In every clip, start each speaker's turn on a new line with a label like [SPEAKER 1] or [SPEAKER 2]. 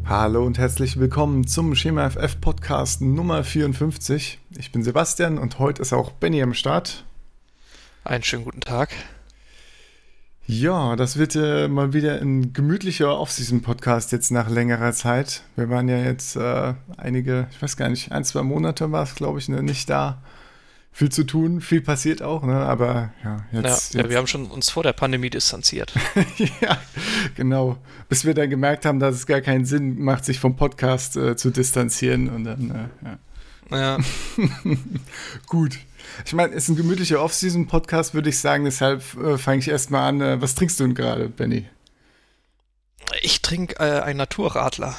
[SPEAKER 1] Hallo und herzlich willkommen zum Schema FF Podcast Nummer 54. Ich bin Sebastian und heute ist auch Benny am Start.
[SPEAKER 2] Einen schönen guten Tag.
[SPEAKER 1] Ja, das wird mal wieder ein gemütlicher Off-Season-Podcast jetzt nach längerer Zeit. Wir waren ja jetzt einige, ich weiß gar nicht, 1-2 Monate war es, glaube ich, nicht da. Viel zu tun, viel passiert auch, ne? Aber ja, jetzt.
[SPEAKER 2] Ja, wir haben schon uns vor der Pandemie distanziert.
[SPEAKER 1] Ja, genau. Bis wir dann gemerkt haben, dass es gar keinen Sinn macht, sich vom Podcast zu distanzieren. Und dann,
[SPEAKER 2] Ja.
[SPEAKER 1] Gut. Ich meine, es ist ein gemütlicher Off-Season-Podcast, würde ich sagen. Deshalb fange ich erstmal an. Was trinkst du denn gerade, Benny?
[SPEAKER 2] Ich trinke einen Naturradler.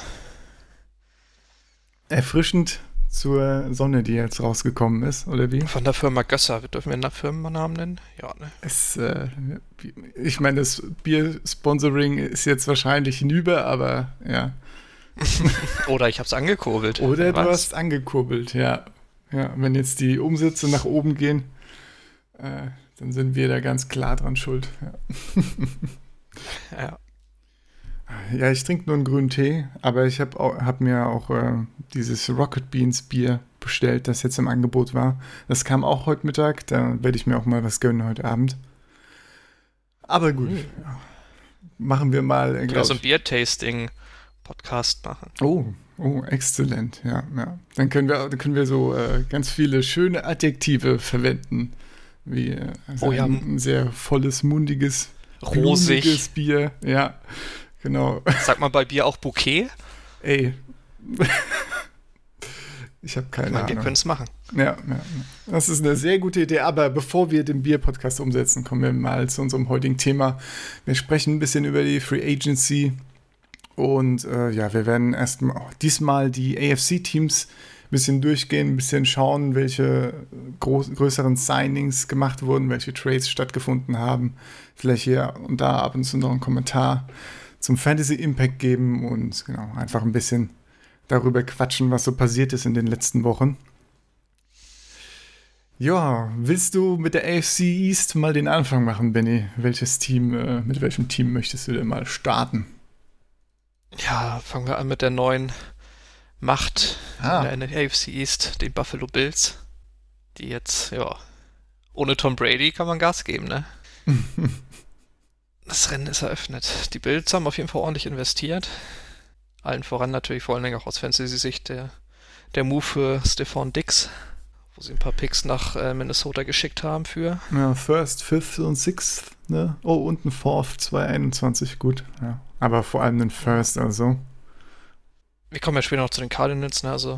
[SPEAKER 1] Erfrischend zur Sonne, die jetzt rausgekommen ist, oder wie?
[SPEAKER 2] Von der Firma Gösser. Dürfen wir einen Firmennamen nennen? Ja, ne?
[SPEAKER 1] Ich meine, das Bier-Sponsoring ist jetzt wahrscheinlich hinüber, aber ja.
[SPEAKER 2] Oder ich habe es angekurbelt.
[SPEAKER 1] Oder du hast angekurbelt, ja. Ja, wenn jetzt die Umsätze nach oben gehen, dann sind wir da ganz klar dran schuld.
[SPEAKER 2] Ja.
[SPEAKER 1] Ja, ich trinke nur einen grünen Tee, aber ich hab mir auch dieses Rocket Beans Bier bestellt, das jetzt im Angebot war. Das kam auch heute Mittag, da werde ich mir auch mal was gönnen heute Abend. Aber gut, ja. Machen wir mal,
[SPEAKER 2] So ein Bier-Tasting-Podcast machen.
[SPEAKER 1] Oh, exzellent, ja. Dann können wir so ganz viele schöne Adjektive verwenden, wie ein sehr volles, mundiges,
[SPEAKER 2] rosig
[SPEAKER 1] Bier, ja. Genau.
[SPEAKER 2] Sagt man bei Bier auch Bouquet?
[SPEAKER 1] Ey. Ich habe keine Ahnung.
[SPEAKER 2] Wir können es machen.
[SPEAKER 1] Ja. Das ist eine sehr gute Idee. Aber bevor wir den Bier-Podcast umsetzen, kommen wir mal zu unserem heutigen Thema. Wir sprechen ein bisschen über die Free Agency. Und wir werden diesmal die AFC-Teams ein bisschen durchgehen, ein bisschen schauen, welche größeren Signings gemacht wurden, welche Trades stattgefunden haben. Vielleicht hier und da ab und zu noch einen Kommentar zum Fantasy Impact geben und genau, einfach ein bisschen darüber quatschen, was so passiert ist in den letzten Wochen. Ja, willst du mit der AFC East mal den Anfang machen, Benny? Mit welchem Team möchtest du denn mal starten?
[SPEAKER 2] Ja, fangen wir an mit der neuen Macht in der AFC East, den Buffalo Bills, die jetzt, ohne Tom Brady kann man Gas geben, ne? Das Rennen ist eröffnet. Die Bills haben auf jeden Fall ordentlich investiert. Allen voran natürlich vor allen Dingen auch aus Fantasy-Sicht der Move für Stephon Diggs, wo sie ein paar Picks nach Minnesota geschickt haben für.
[SPEAKER 1] Ja, First, Fifth und Sixth, ne? Oh, und ein Fourth, 221, gut. Ja. Aber vor allem den First, also.
[SPEAKER 2] Wir kommen ja später noch zu den Cardinals, ne? Also.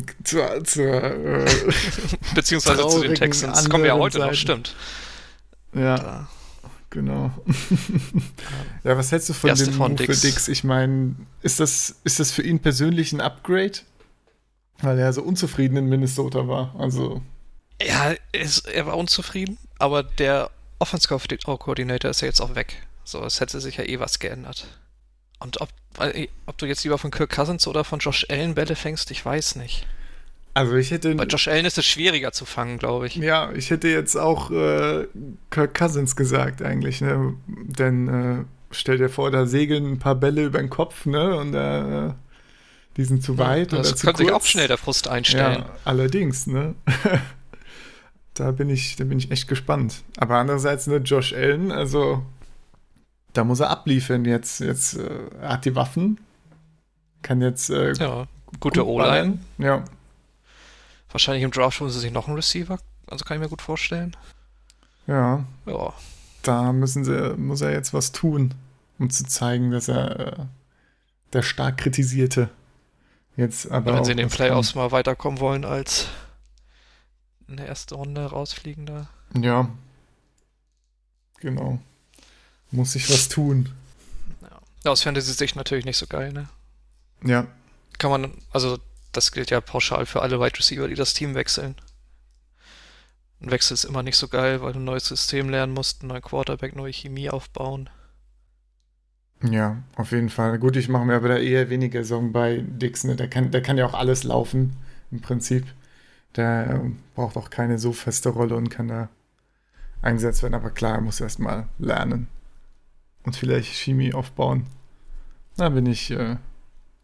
[SPEAKER 1] Beziehungsweise
[SPEAKER 2] zu den Texans. Das kommen wir ja heute noch, stimmt.
[SPEAKER 1] Ja. Genau. Ja, was hältst du von dem Move für Diggs? Ich meine, ist das für ihn persönlich ein Upgrade? Weil er so unzufrieden in Minnesota war. Also.
[SPEAKER 2] Ja, er war unzufrieden, aber der Offensive-Coordinator ist ja jetzt auch weg. So, es hätte sich ja was geändert. Und ob du jetzt lieber von Kirk Cousins oder von Josh Allen Bälle fängst, ich weiß nicht.
[SPEAKER 1] Also bei
[SPEAKER 2] Josh Allen ist es schwieriger zu fangen, glaube ich.
[SPEAKER 1] Ja, ich hätte jetzt auch Kirk Cousins gesagt eigentlich, ne? Denn stell dir vor, da segeln ein paar Bälle über den Kopf, ne? Und die sind zu weit oder zu kurz.
[SPEAKER 2] Das könnte sich auch schnell der Frust einstellen.
[SPEAKER 1] Ja, allerdings, ne? Da bin ich echt gespannt. Aber andererseits, ne, Josh Allen, also da muss er abliefern jetzt. Er hat die Waffen, kann jetzt
[SPEAKER 2] gute O-Line.
[SPEAKER 1] Ja.
[SPEAKER 2] Wahrscheinlich im Draft holen sie sich noch einen Receiver, also kann ich mir gut vorstellen.
[SPEAKER 1] Ja. Da muss er jetzt was tun, um zu zeigen, dass er der stark kritisierte jetzt aber
[SPEAKER 2] wenn sie in den Playoffs mal weiterkommen wollen als in der ersten Runde rausfliegen da.
[SPEAKER 1] Ja. Genau. Muss sich was tun.
[SPEAKER 2] Ja. Aus Fantasy-Sicht natürlich nicht so geil, ne?
[SPEAKER 1] Ja.
[SPEAKER 2] Das gilt ja pauschal für alle Wide Receiver, die das Team wechseln. Ein Wechsel ist immer nicht so geil, weil du ein neues System lernen musst, einen neuen Quarterback, neue Chemie aufbauen.
[SPEAKER 1] Ja, auf jeden Fall. Gut, ich mache mir aber da eher weniger Sorgen bei Diggs, ne? Der kann ja auch alles laufen, im Prinzip. Der braucht auch keine so feste Rolle und kann da eingesetzt werden. Aber klar, er muss erst mal lernen und vielleicht Chemie aufbauen. Da bin ich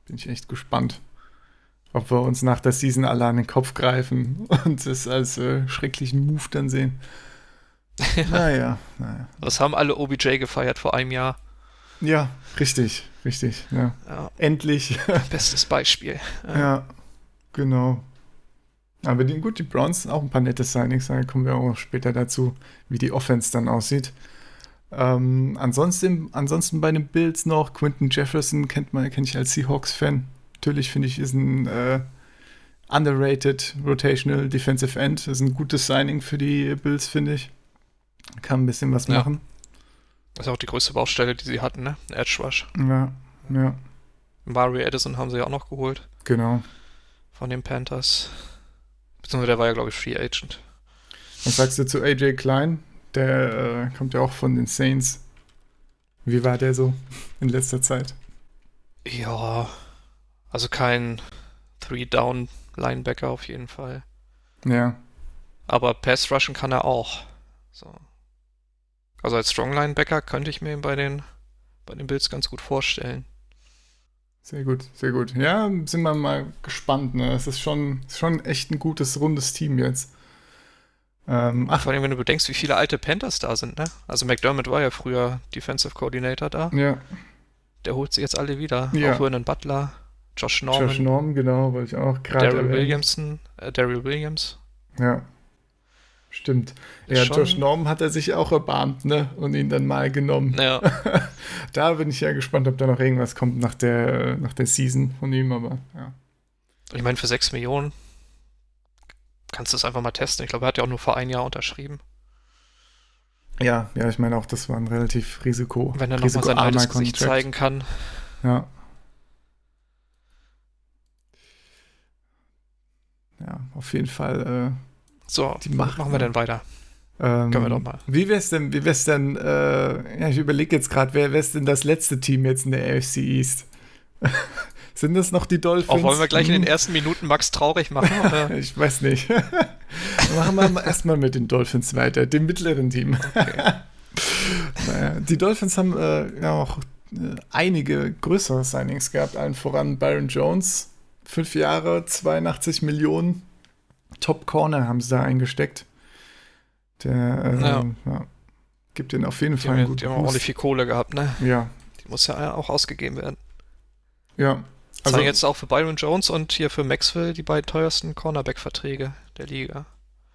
[SPEAKER 1] Bin ich echt gespannt, ob wir uns nach der Season alle an den Kopf greifen und es als schrecklichen Move dann sehen. Naja.
[SPEAKER 2] Das haben alle OBJ gefeiert vor einem Jahr.
[SPEAKER 1] Ja, richtig. Ja. Endlich.
[SPEAKER 2] Bestes Beispiel.
[SPEAKER 1] Ja, genau. Aber die Browns auch ein paar nette Signings, da kommen wir auch später dazu, wie die Offense dann aussieht. Ansonsten bei den Bills noch, Quinton Jefferson kenn ich als Seahawks-Fan. Natürlich finde ich, ist ein underrated Rotational Defensive End. Das ist ein gutes Signing für die Bills, finde ich. Kann ein bisschen was machen.
[SPEAKER 2] Das ist auch die größte Baustelle, die sie hatten, ne? Edge Rush.
[SPEAKER 1] Ja.
[SPEAKER 2] Mario Addison haben sie ja auch noch geholt.
[SPEAKER 1] Genau.
[SPEAKER 2] Von den Panthers. Beziehungsweise der war ja, glaube ich, Free Agent.
[SPEAKER 1] Was sagst du zu AJ Klein? Der kommt ja auch von den Saints. Wie war der so in letzter Zeit?
[SPEAKER 2] Ja, also kein Three-Down-Linebacker auf jeden Fall.
[SPEAKER 1] Ja.
[SPEAKER 2] Aber Pass-Rushen kann er auch. So. Also als Strong-Linebacker könnte ich mir ihn bei den Bills ganz gut vorstellen.
[SPEAKER 1] Sehr gut. Ja, sind wir mal gespannt. Ne? Es ist schon echt ein gutes, rundes Team jetzt.
[SPEAKER 2] Vor allem, wenn du bedenkst, wie viele alte Panthers da sind, ne? Also McDermott war ja früher Defensive Coordinator da.
[SPEAKER 1] Ja.
[SPEAKER 2] Der holt sie jetzt alle wieder.
[SPEAKER 1] Ja.
[SPEAKER 2] Auch Vernon Butler, Josh Norman.
[SPEAKER 1] Genau, wollte ich auch gerade
[SPEAKER 2] Daryl Williams.
[SPEAKER 1] Ja. Stimmt. Ja, Josh Norman hat er sich auch erbarmt, ne? Und ihn dann mal genommen.
[SPEAKER 2] Ja.
[SPEAKER 1] Da bin ich ja gespannt, ob da noch irgendwas kommt nach der Season von ihm, aber ja.
[SPEAKER 2] Ich meine, für 6 Millionen kannst du es einfach mal testen. Ich glaube, er hat ja auch nur vor 1 Jahr unterschrieben.
[SPEAKER 1] Ja, ich meine auch, das war ein relativ
[SPEAKER 2] Wenn er nochmal sein altes Gesicht zeigen kann.
[SPEAKER 1] Ja. Ja, auf jeden Fall.
[SPEAKER 2] So, machen wir denn weiter? Können wir doch mal.
[SPEAKER 1] Wie wär's denn, ich überlege jetzt gerade, wer ist denn das letzte Team jetzt in der AFC East? Sind das noch die Dolphins?
[SPEAKER 2] Auch wollen wir gleich in den ersten Minuten Max traurig machen? Oder?
[SPEAKER 1] Ich weiß nicht. Machen wir erstmal mit den Dolphins weiter, dem mittleren Team.
[SPEAKER 2] Okay.
[SPEAKER 1] Naja, die Dolphins haben auch einige größere Signings gehabt, allen voran Byron Jones, 5 Jahre, 82 Millionen. Top Corner haben sie da eingesteckt. Der gibt ihnen auf jeden Fall einen guten
[SPEAKER 2] Die haben auch ordentlich viel Kohle gehabt, ne?
[SPEAKER 1] Ja.
[SPEAKER 2] Die muss ja auch ausgegeben werden.
[SPEAKER 1] Ja.
[SPEAKER 2] Also jetzt auch für Byron Jones und hier für Maxwell die beiden teuersten Cornerback-Verträge der Liga.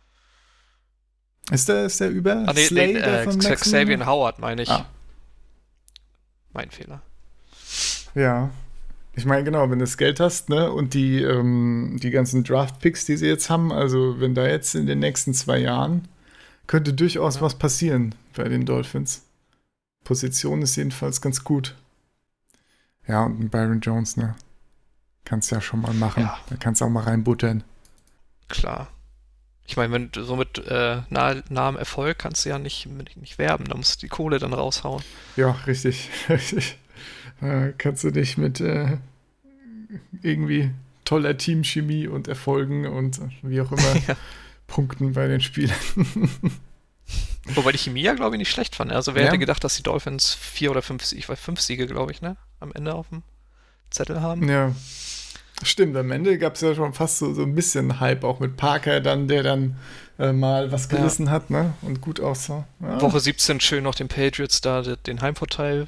[SPEAKER 1] Ist der über
[SPEAKER 2] Slay von Xavier Howard, meine ich. Mein Fehler.
[SPEAKER 1] Ja. Ich meine, genau, wenn du das Geld hast, ne, und die ganzen Draft-Picks, die sie jetzt haben, also wenn da jetzt in den nächsten 2 Jahren könnte durchaus was passieren bei den Dolphins. Position ist jedenfalls ganz gut. Ja, und ein Byron Jones, ne? Kannst ja schon mal machen.
[SPEAKER 2] Ja.
[SPEAKER 1] Da kannst du auch mal reinbuttern.
[SPEAKER 2] Klar. Ich meine, wenn du so mit nahem Erfolg kannst du ja nicht werben, da musst du die Kohle dann raushauen.
[SPEAKER 1] Ja, richtig. Kannst du dich mit irgendwie toller Teamchemie und Erfolgen und wie auch immer punkten bei den Spielen.
[SPEAKER 2] Wobei die Chemie ja, glaube ich, nicht schlecht fand. Also wer hätte gedacht, dass die Dolphins 4 oder 5 Siege, glaube ich, ne, am Ende auf dem Zettel haben.
[SPEAKER 1] Ja, stimmt. Am Ende gab es ja schon fast so ein bisschen Hype, auch mit Parker dann, der dann mal was gerissen hat, ne, und gut aussah. Ja.
[SPEAKER 2] Woche 17 schön noch den Patriots da den Heimvorteil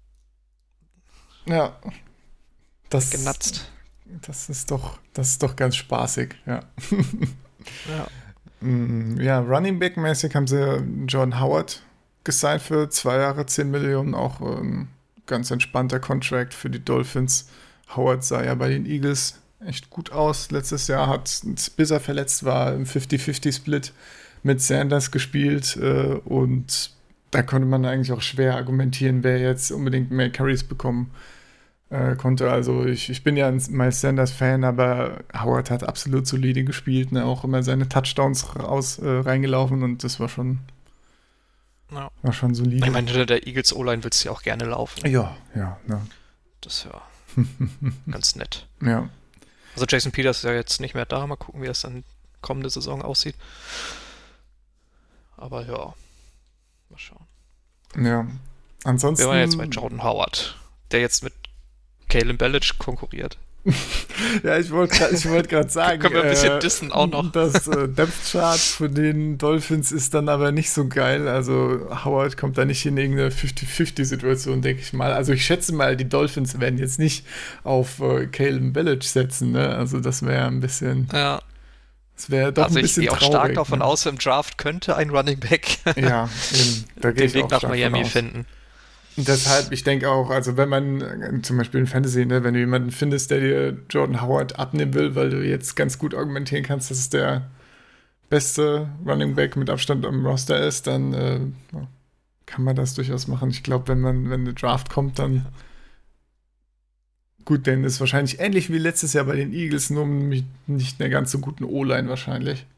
[SPEAKER 2] genatzt.
[SPEAKER 1] Das ist doch ganz spaßig, ja.
[SPEAKER 2] Ja.
[SPEAKER 1] Ja, Running Back mäßig haben sie John Howard gesigned für 2 Jahre, 10 Millionen, auch ein ganz entspannter Contract für die Dolphins. Howard sah ja bei den Eagles echt gut aus. Letztes Jahr hat, bis er verletzt war, im 50-50-Split mit Sanders gespielt und da konnte man eigentlich auch schwer argumentieren, wer jetzt unbedingt mehr Carries bekommen konnte. Also ich bin ja ein Miles Sanders-Fan, aber Howard hat absolut solide gespielt, ne? Auch immer seine Touchdowns reingelaufen und das war schon solide.
[SPEAKER 2] Ich meine, hinter der Eagles O-Line willst du ja auch gerne laufen.
[SPEAKER 1] Ja.
[SPEAKER 2] Das ist ja ganz nett.
[SPEAKER 1] Ja.
[SPEAKER 2] Also Jason Peters ist ja jetzt nicht mehr da. Mal gucken, wie das dann kommende Saison aussieht. Aber ja, mal schauen.
[SPEAKER 1] Ja, ansonsten...
[SPEAKER 2] Wir waren jetzt bei Jordan Howard, der jetzt mit Kalen Ballage konkurriert.
[SPEAKER 1] Ja, ich wollte gerade sagen,
[SPEAKER 2] können wir ein bisschen dissen auch noch.
[SPEAKER 1] Das Depth Chart von den Dolphins ist dann aber nicht so geil. Also Howard kommt da nicht in irgendeine 50-50-Situation, denke ich mal. Also ich schätze mal, die Dolphins werden jetzt nicht auf Kalen Ballage setzen, ne? Also das wäre ein bisschen...
[SPEAKER 2] Ja.
[SPEAKER 1] Das wäre doch
[SPEAKER 2] also
[SPEAKER 1] ein bisschen
[SPEAKER 2] traurig. Also ich gehe auch stark davon aus, im Draft könnte ein Running Back
[SPEAKER 1] ja, da
[SPEAKER 2] den Weg nach Miami finden.
[SPEAKER 1] Deshalb, ich denke auch, also wenn man zum Beispiel in Fantasy, ne, wenn du jemanden findest, der dir Jordan Howard abnehmen will, weil du jetzt ganz gut argumentieren kannst, dass es der beste Running Back mit Abstand am Roster ist, dann kann man das durchaus machen. Ich glaube, wenn der Draft kommt, dann gut, denn ist wahrscheinlich ähnlich wie letztes Jahr bei den Eagles, nur mit nicht einer ganz so guten O-Line wahrscheinlich.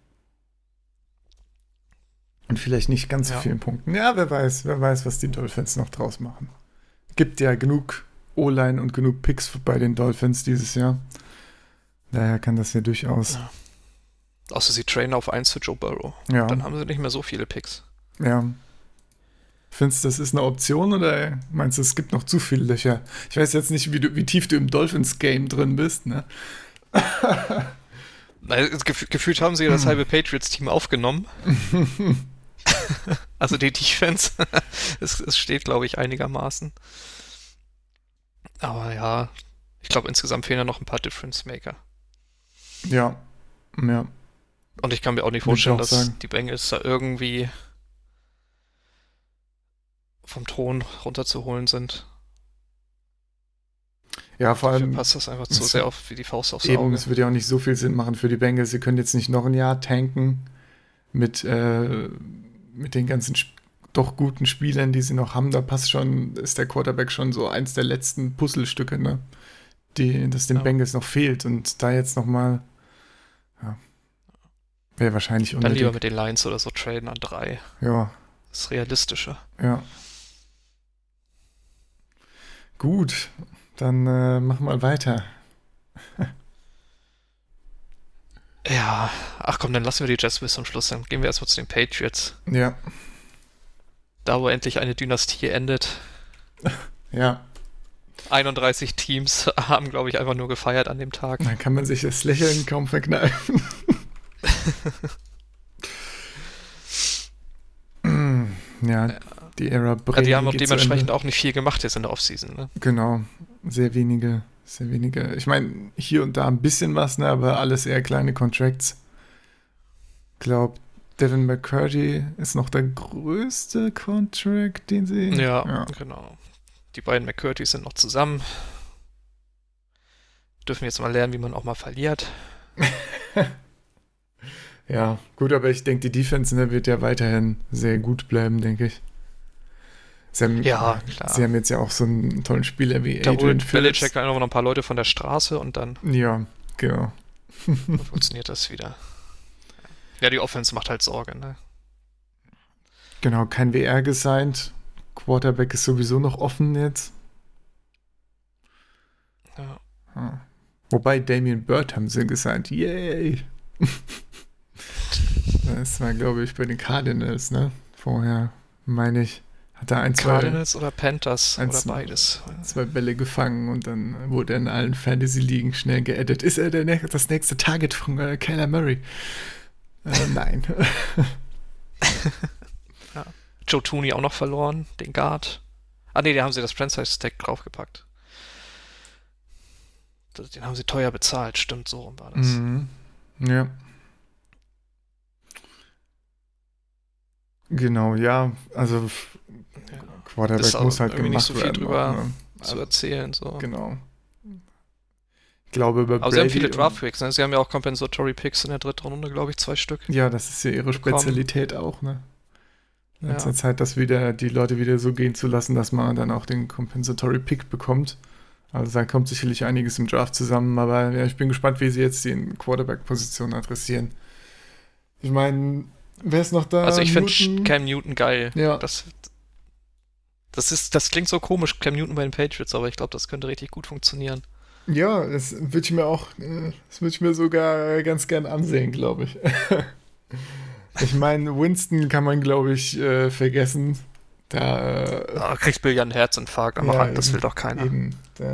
[SPEAKER 1] Und vielleicht nicht ganz so vielen Punkten. Ja, wer weiß, was die Dolphins noch draus machen. Gibt ja genug O-Line und genug Picks bei den Dolphins dieses Jahr. Daher kann das ja durchaus...
[SPEAKER 2] Ja. Außer sie trainen auf 1 für Joe Burrow.
[SPEAKER 1] Ja.
[SPEAKER 2] Dann haben sie nicht mehr so viele Picks.
[SPEAKER 1] Ja. Findest du, das ist eine Option oder meinst du, es gibt noch zu viele Löcher? Ich weiß jetzt nicht, wie tief du im Dolphins-Game drin bist, ne?
[SPEAKER 2] Gefühlt haben sie ja das halbe Patriots-Team aufgenommen. Also die Defense. es steht, glaube ich, einigermaßen. Aber ja, ich glaube, insgesamt fehlen ja noch ein paar Difference-Maker.
[SPEAKER 1] Ja.
[SPEAKER 2] Und ich kann mir auch nicht vorstellen, dass die Bengals da irgendwie vom Thron runterzuholen sind.
[SPEAKER 1] Ja, vor allem...
[SPEAKER 2] passt das einfach zu sehr auf wie die Faust aufs
[SPEAKER 1] Auge.
[SPEAKER 2] Auge.
[SPEAKER 1] Es wird ja auch nicht so viel Sinn machen für die Bengals. Sie können jetzt nicht noch ein Jahr tanken mit den ganzen doch guten Spielern, die sie noch haben. Da ist der Quarterback schon so eins der letzten Puzzlestücke, ne? Das den Bengals noch fehlt. Und da jetzt nochmal wäre wahrscheinlich unnötig.
[SPEAKER 2] Dann lieber mit den Lions oder so traden an 3.
[SPEAKER 1] Ja.
[SPEAKER 2] Das ist realistischer.
[SPEAKER 1] Ja. Gut, dann machen wir weiter.
[SPEAKER 2] Ja, ach komm, dann lassen wir die Jets bis zum Schluss. Dann gehen wir erstmal zu den Patriots.
[SPEAKER 1] Ja.
[SPEAKER 2] Da, wo endlich eine Dynastie endet.
[SPEAKER 1] Ja.
[SPEAKER 2] 31 Teams haben, glaube ich, einfach nur gefeiert an dem Tag.
[SPEAKER 1] Dann kann man sich das Lächeln kaum verkneifen. Ja, die Ära Brady.
[SPEAKER 2] Die haben auch dementsprechend auch nicht viel gemacht jetzt in der Offseason, ne?
[SPEAKER 1] Genau, sehr wenige. Ich meine, hier und da ein bisschen was, ne, aber alles eher kleine Contracts. Ich glaube, Devin McCurdy ist noch der größte Contract, den sie...
[SPEAKER 2] Ja, genau. Die beiden McCurtys sind noch zusammen. Dürfen jetzt mal lernen, wie man auch mal verliert.
[SPEAKER 1] Ja, gut, aber ich denke, die Defense wird ja weiterhin sehr gut bleiben, denke ich.
[SPEAKER 2] Klar.
[SPEAKER 1] Sie haben jetzt ja auch so einen tollen Spieler wie
[SPEAKER 2] da
[SPEAKER 1] Adrian
[SPEAKER 2] Phillips. Belichick einfach noch ein paar Leute von der Straße und dann
[SPEAKER 1] ja, genau.
[SPEAKER 2] funktioniert das wieder. Ja, die Offense macht halt Sorge, ne?
[SPEAKER 1] Genau, kein WR gesigned. Quarterback ist sowieso noch offen jetzt.
[SPEAKER 2] Ja.
[SPEAKER 1] Wobei Damian Bird haben sie gesigned. Yay! Das war, glaube ich, bei den Cardinals, ne? Vorher, meine ich, hat er
[SPEAKER 2] Cardinals oder Panthers oder beides.
[SPEAKER 1] 2 Bälle gefangen und dann wurde er in allen Fantasy-Ligen schnell geaddet. Ist er das nächste Target von Kyler Murray? Nein.
[SPEAKER 2] Ja. Joe Thuney auch noch verloren, den Guard. Ne, da haben sie das Franchise-Tag draufgepackt. Den haben sie teuer bezahlt, stimmt, so rum war das.
[SPEAKER 1] Mhm. Ja. Genau, ja, also Quarterback muss halt gemacht
[SPEAKER 2] nicht so viel
[SPEAKER 1] werden.
[SPEAKER 2] Drüber zu erzählen. So.
[SPEAKER 1] Genau. Ich glaube, über
[SPEAKER 2] Aber sie haben viele Draft-Picks, ne? Sie haben ja auch Compensatory Picks in der 3. Runde, glaube ich, 2 Stück.
[SPEAKER 1] Ja, das ist ja ihre Spezialität auch, ne? In letzter Zeit, das wieder die Leute wieder so gehen zu lassen, dass man dann auch den Compensatory Pick bekommt. Also da kommt sicherlich einiges im Draft zusammen, aber ja, ich bin gespannt, wie sie jetzt die Quarterback-Position adressieren. Ich meine, wer ist noch da?
[SPEAKER 2] Also ich finde Cam Newton geil.
[SPEAKER 1] Ja.
[SPEAKER 2] Das klingt so komisch, Cam Newton bei den Patriots, aber ich glaube, das könnte richtig gut funktionieren.
[SPEAKER 1] Ja, das würde ich mir sogar ganz gern ansehen, glaube ich. Ich meine, Winston kann man, glaube ich, vergessen. Da
[SPEAKER 2] kriegt Bill ja einen Herzinfarkt, aber das will doch keiner.
[SPEAKER 1] Eben,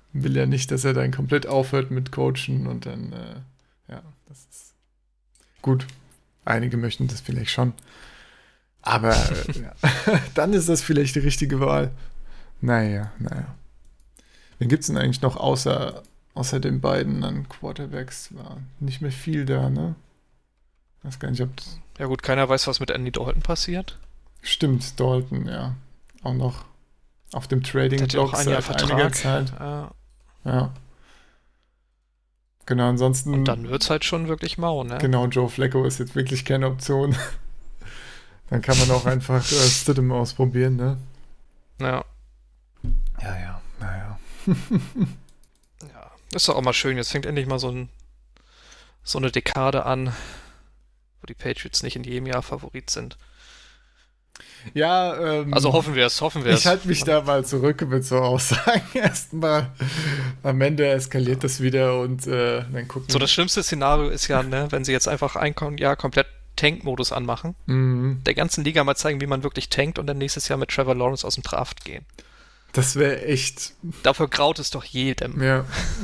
[SPEAKER 1] will ja nicht, dass er dann komplett aufhört mit Coachen und dann, ja, das ist gut. Einige möchten das vielleicht schon. Aber ja. Dann ist das vielleicht die richtige Wahl. Naja. Wen gibt es denn eigentlich noch außer den beiden an Quarterbacks? War nicht mehr viel da, ne? Weiß gar nicht, ob...
[SPEAKER 2] Ja gut, keiner weiß, was mit Andy Dalton passiert.
[SPEAKER 1] Stimmt, Dalton, ja. Auch noch auf dem Trading-Block
[SPEAKER 2] seit einiger Zeit.
[SPEAKER 1] Ja. Genau, ansonsten...
[SPEAKER 2] Und dann wird's halt schon wirklich mau, ne?
[SPEAKER 1] Genau, Joe Flacco ist jetzt wirklich keine Option. Dann kann man auch einfach Stidham ausprobieren, ne?
[SPEAKER 2] Ja.
[SPEAKER 1] Ja, naja.
[SPEAKER 2] Ja, ist doch auch mal schön. Jetzt fängt endlich mal so eine Dekade an, wo die Patriots nicht in jedem Jahr Favorit sind.
[SPEAKER 1] Ja,
[SPEAKER 2] also hoffen wir es.
[SPEAKER 1] Ich halte mich da mal zurück mit so Aussagen. Erstmal am Ende eskaliert das wieder und dann gucken.
[SPEAKER 2] So, das schlimmste Szenario ist ja, ne, wenn sie jetzt einfach ein Jahr komplett Tank-Modus anmachen, der ganzen Liga mal zeigen, wie man wirklich tankt und dann nächstes Jahr mit Trevor Lawrence aus dem Draft gehen.
[SPEAKER 1] Das wäre echt...
[SPEAKER 2] Dafür graut es doch jedem.
[SPEAKER 1] Ja.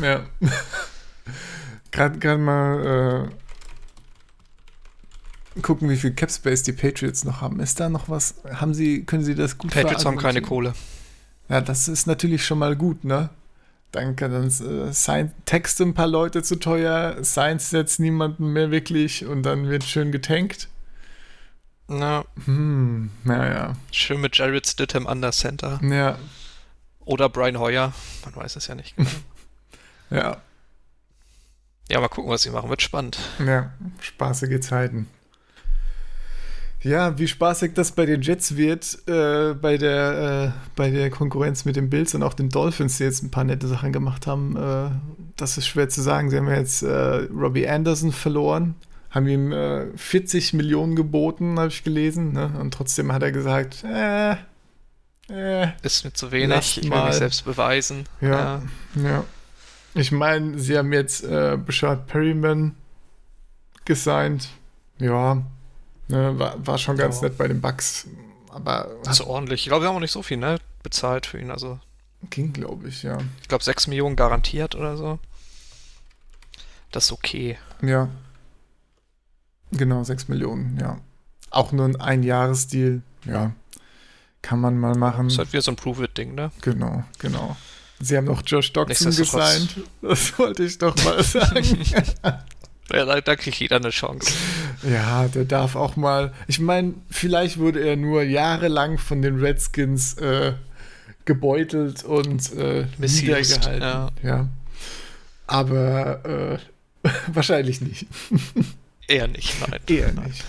[SPEAKER 1] Gerade mal gucken, wie viel Capspace die Patriots noch haben. Ist da noch was? Können sie das gut
[SPEAKER 2] Patriots haben keine Kohle.
[SPEAKER 1] Ja, das ist natürlich schon mal gut, ne? Dann Texte ein paar Leute zu teuer, Science setzt niemanden mehr wirklich und dann wird schön getankt. Naja.
[SPEAKER 2] Schön mit Jared Stidham an der Center.
[SPEAKER 1] Ja.
[SPEAKER 2] Oder Brian Hoyer. Man weiß es ja nicht genau.
[SPEAKER 1] Ja.
[SPEAKER 2] Ja, mal gucken, was sie machen. Wird spannend.
[SPEAKER 1] Ja, spaßige Zeiten. Ja, wie spaßig das bei den Jets wird, bei der Konkurrenz mit den Bills und auch den Dolphins, die jetzt ein paar nette Sachen gemacht haben, das ist schwer zu sagen. Sie haben ja jetzt Robbie Anderson verloren, haben ihm 40 Millionen geboten, habe ich gelesen, ne? Und trotzdem hat er gesagt,
[SPEAKER 2] ist mir zu wenig, ich will mich selbst beweisen.
[SPEAKER 1] Ja. Ich meine, sie haben jetzt Breshad Perriman gesigned. Ja, ne, war schon ganz nett bei den Bucks. Aber
[SPEAKER 2] das ist ordentlich. Ich glaube, wir haben auch nicht so viel, ne, bezahlt für ihn. Also
[SPEAKER 1] ging, glaube ich, ja.
[SPEAKER 2] Ich glaube, 6 Millionen garantiert oder so. Das ist okay.
[SPEAKER 1] Ja. Genau, 6 Millionen, ja. Auch nur ein Einjahresdeal, ja. Kann man mal machen.
[SPEAKER 2] Das ist halt wieder so ein Prove-It-Ding, ne?
[SPEAKER 1] Genau. Sie haben noch Josh Doctson gesigned. Das wollte ich doch mal sagen.
[SPEAKER 2] Ja, da kriegt jeder eine Chance.
[SPEAKER 1] Ja, der darf auch mal. Ich meine, vielleicht wurde er nur jahrelang von den Redskins gebeutelt und niedergehalten. Ja. Aber wahrscheinlich nicht.
[SPEAKER 2] Eher nicht, nein.
[SPEAKER 1] Eher nicht.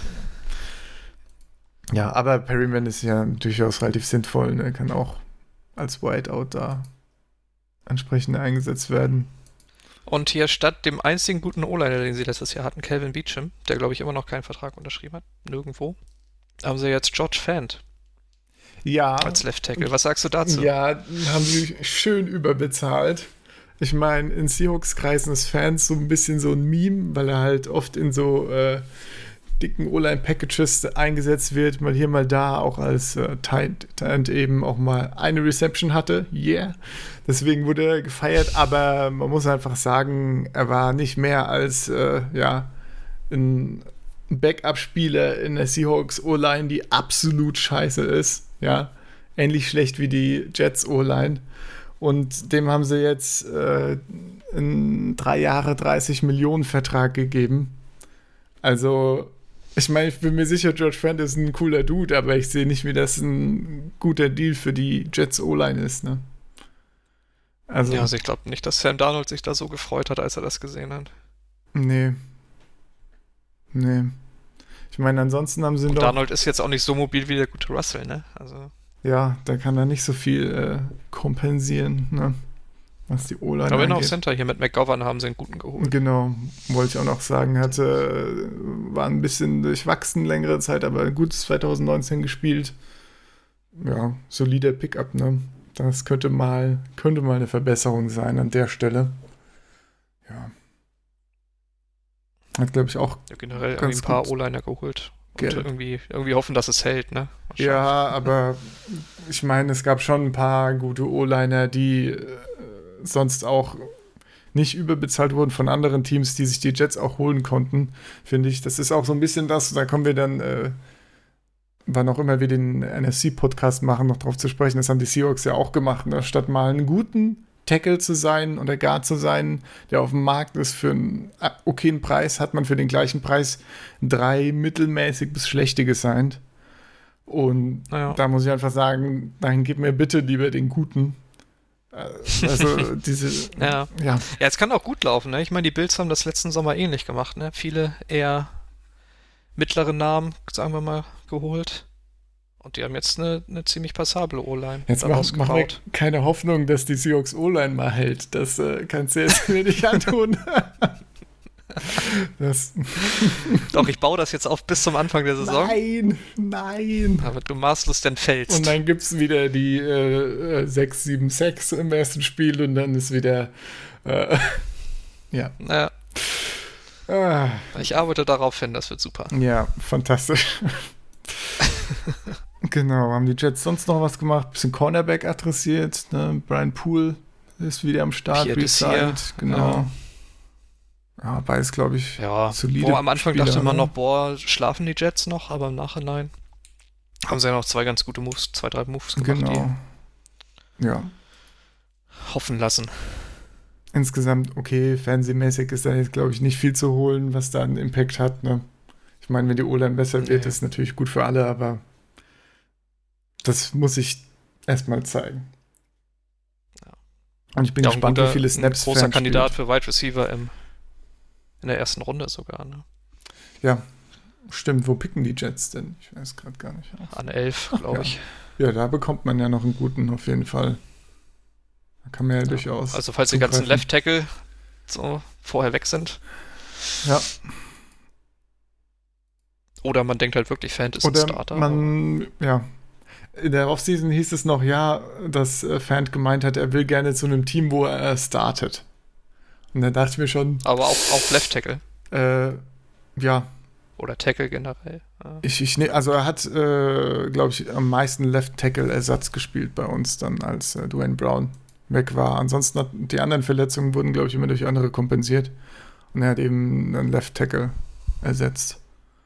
[SPEAKER 1] Ja, aber Perryman ist ja durchaus relativ sinnvoll. Ne? Kann auch als Whiteout da entsprechend eingesetzt werden.
[SPEAKER 2] Und hier statt dem einzigen guten O-Liner, den sie letztes Jahr hatten, Calvin Beachum, der glaube ich immer noch keinen Vertrag unterschrieben hat, nirgendwo, haben sie jetzt George Fant.
[SPEAKER 1] Ja.
[SPEAKER 2] Als Left Tackle. Was sagst du dazu?
[SPEAKER 1] Ja, haben sie schön überbezahlt. Ich meine, in Seahawks-Kreisen ist Fans so ein bisschen so ein Meme, weil er halt oft in so dicken O-Line-Packages eingesetzt wird, mal hier, mal da, auch als Tight End eben auch mal eine Reception hatte. Yeah. Deswegen wurde er gefeiert, aber man muss einfach sagen, er war nicht mehr als ein Backup-Spieler in der Seahawks O-Line, die absolut scheiße ist. Ja. Ähnlich schlecht wie die Jets O-Line. Und dem haben sie jetzt einen 3 Jahre 30 Millionen Vertrag gegeben. Also, ich meine, ich bin mir sicher, George Fant ist ein cooler Dude, aber ich sehe nicht, wie das ein guter Deal für die Jets O-Line ist, ne? Also
[SPEAKER 2] ich glaube nicht, dass Sam Darnold sich da so gefreut hat, als er das gesehen hat.
[SPEAKER 1] Nee. Ich meine, ansonsten haben sie
[SPEAKER 2] Und Darnold ist jetzt auch nicht so mobil wie der gute Russell, ne? Also
[SPEAKER 1] ja, da kann er nicht so viel kompensieren, ne? Was die O-Line
[SPEAKER 2] aber auf Center hier mit McGovern haben sie einen guten geholt.
[SPEAKER 1] Genau, wollte ich auch noch sagen. War ein bisschen durchwachsen längere Zeit, aber ein gutes 2019 gespielt. Ja, solider Pickup, ne? Das könnte mal eine Verbesserung sein an der Stelle. Ja. Hat, glaube ich, auch
[SPEAKER 2] generell irgendwie ein paar O-Liner geholt. Und irgendwie hoffen, dass es hält, ne?
[SPEAKER 1] Ja, aber ich meine, es gab schon ein paar gute O-Liner, die sonst auch nicht überbezahlt wurden von anderen Teams, die sich die Jets auch holen konnten, finde ich. Das ist auch so ein bisschen das, da kommen wir dann, wann auch immer wir den NFC-Podcast machen, noch drauf zu sprechen. Das haben die Seahawks ja auch gemacht, ne? Statt mal einen guten Tackle zu sein oder Guard zu sein, der auf dem Markt ist für einen okayen Preis, hat man für den gleichen Preis 3 mittelmäßig bis schlechte gesigned. Und da muss ich einfach sagen, dahin gib mir bitte lieber den guten. Also diese...
[SPEAKER 2] Ja, es kann auch gut laufen, ne? Ich meine, die Bills haben das letzten Sommer ähnlich gemacht, ne? Viele eher mittlere Namen, sagen wir mal, geholt. Und die haben jetzt eine ziemlich passable O-Line.
[SPEAKER 1] Jetzt machen wir keine Hoffnung, dass die Seahawks O-Line mal hält. Das kannst du jetzt mir nicht antun.
[SPEAKER 2] Doch, ich baue das jetzt auf bis zum Anfang der Saison.
[SPEAKER 1] Nein.
[SPEAKER 2] Aber du maßlos denn fällst.
[SPEAKER 1] Und dann gibt es wieder die 6-7-6 im ersten Spiel und dann ist wieder ja.
[SPEAKER 2] Ich arbeite darauf hin, das wird super.
[SPEAKER 1] Ja, fantastisch. Genau, haben die Jets sonst noch was gemacht? Bisschen Cornerback adressiert, ne? Brian Poole ist wieder am Start, resigned, genau. Ja, beides, glaube ich, solide.
[SPEAKER 2] Am Anfang Spieler, dachte man noch, schlafen die Jets noch, aber im Nachhinein haben sie ja noch 2 ganz gute Moves, 2, 3 Moves gemacht,
[SPEAKER 1] die
[SPEAKER 2] hoffen lassen.
[SPEAKER 1] Insgesamt, okay, fernsehmäßig ist da jetzt, glaube ich, nicht viel zu holen, was da einen Impact hat, ne? Ich meine, wenn die O-Line besser wird, ist natürlich gut für alle, aber das muss ich erstmal zeigen.
[SPEAKER 2] Ja.
[SPEAKER 1] Und ich bin gespannt, wie viele Snaps
[SPEAKER 2] Fan großer Kandidat für Wide Receiver in der ersten Runde sogar, ne?
[SPEAKER 1] Ja, stimmt. Wo picken die Jets denn? Ich weiß gerade gar nicht.
[SPEAKER 2] An 11, glaube ich.
[SPEAKER 1] Ja, da bekommt man ja noch einen guten auf jeden Fall. Da kann man ja durchaus.
[SPEAKER 2] Also falls die ganzen Left Tackle so vorher weg sind.
[SPEAKER 1] Ja.
[SPEAKER 2] Oder man denkt halt wirklich, Fant ist ein Starter.
[SPEAKER 1] In der Offseason hieß es noch, dass Fant gemeint hat, er will gerne zu einem Team, wo er startet. Und dann dachte ich mir schon...
[SPEAKER 2] Aber auch Left Tackle?
[SPEAKER 1] Ja.
[SPEAKER 2] Oder Tackle generell?
[SPEAKER 1] Also er hat, glaube ich, am meisten Left Tackle Ersatz gespielt bei uns dann, als Dwayne Brown weg war. Ansonsten die anderen Verletzungen wurden, glaube ich, immer durch andere kompensiert. Und er hat eben einen Left Tackle ersetzt.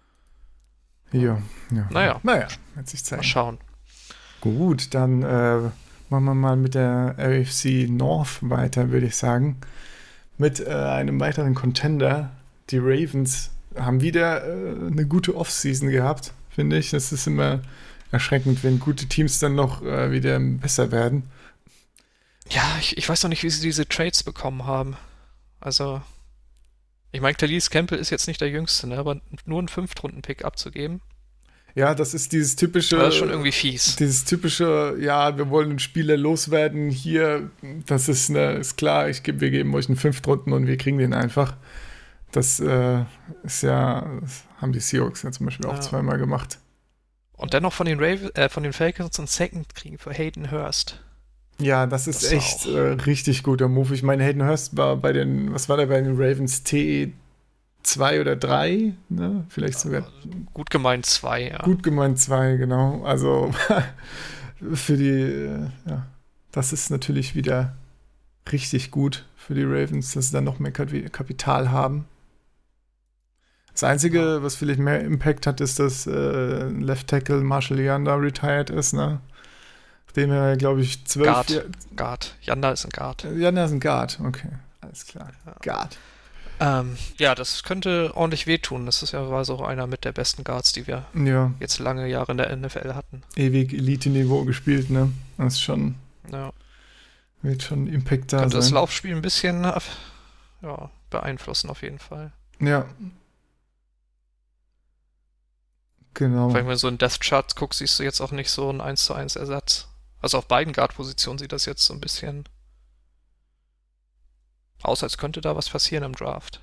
[SPEAKER 1] Ja.
[SPEAKER 2] Naja,
[SPEAKER 1] wird sich zeigen.
[SPEAKER 2] Mal schauen.
[SPEAKER 1] Gut, dann machen wir mal mit der AFC North weiter, würde ich sagen. Mit einem weiteren Contender. Die Ravens haben wieder eine gute Offseason gehabt, finde ich. Das ist immer erschreckend, wenn gute Teams dann noch wieder besser werden.
[SPEAKER 2] Ja, ich weiß noch nicht, wie sie diese Trades bekommen haben. Also, ich meine, Calais Campbell ist jetzt nicht der Jüngste, ne? Aber nur einen 5-Runden-Pick abzugeben.
[SPEAKER 1] Ja, das ist dieses typische...
[SPEAKER 2] Das ist schon irgendwie fies.
[SPEAKER 1] Dieses typische, wir wollen einen Spieler loswerden. Hier, das ist klar, wir geben euch einen 5-Runden und wir kriegen den einfach. Das das haben die Seahawks ja zum Beispiel auch zweimal gemacht.
[SPEAKER 2] Und dennoch von den Falcons einen Second kriegen für Hayden Hurst.
[SPEAKER 1] Ja, das ist echt richtig guter Move. Ich meine, Hayden Hurst war bei den Ravens T2 oder 3, ne? Vielleicht sogar.
[SPEAKER 2] Gut gemeint 2, ja.
[SPEAKER 1] Gut gemeint 2, genau. Also für die, das ist natürlich wieder richtig gut für die Ravens, dass sie dann noch mehr Kapital haben. Das Einzige, was vielleicht mehr Impact hat, ist, dass Left Tackle Marshall Yanda retired ist, ne? Dem er, glaube ich, 12...
[SPEAKER 2] Guard. Yanda ist ein Guard.
[SPEAKER 1] Yanda ist ein Guard, okay. Alles klar. Guard.
[SPEAKER 2] Das könnte ordentlich wehtun. Das war so einer mit der besten Guards, die wir jetzt lange Jahre in der NFL hatten.
[SPEAKER 1] Ewig Elite-Niveau gespielt, ne? Das ist schon... Wird schon Impact da
[SPEAKER 2] könnte
[SPEAKER 1] sein.
[SPEAKER 2] Das Laufspiel ein bisschen beeinflussen, auf jeden Fall.
[SPEAKER 1] Ja. Genau.
[SPEAKER 2] Wenn du so in Death Chart guckst, siehst du jetzt auch nicht so einen 1:1 Ersatz. Also auf beiden Guard-Positionen sieht das jetzt so ein bisschen aus, als könnte da was passieren im Draft.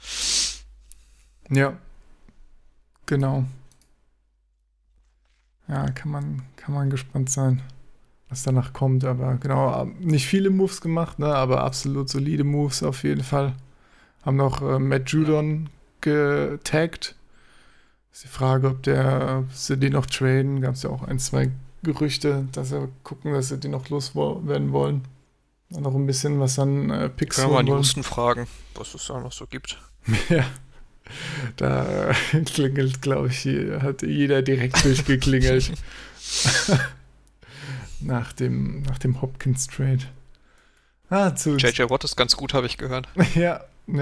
[SPEAKER 1] Ja. Genau. Ja, kann man gespannt sein, was danach kommt. Aber genau, nicht viele Moves gemacht, ne? Aber absolut solide Moves auf jeden Fall. Haben noch Matt Judon getaggt. Ist die Frage, ob sie den noch traden. Gab es ja auch 1, 2 Gerüchte, dass sie gucken, dass sie den noch loswerden wollen. noch ein bisschen was an Picks
[SPEAKER 2] Können wir mal an die
[SPEAKER 1] wollen.
[SPEAKER 2] Houston fragen, was es da noch so gibt.
[SPEAKER 1] Ja, da klingelt, glaube ich, hat jeder direkt durchgeklingelt. nach dem Hopkins-Trade. Zu
[SPEAKER 2] J.J. Watt ist ganz gut, habe ich gehört.
[SPEAKER 1] Ja.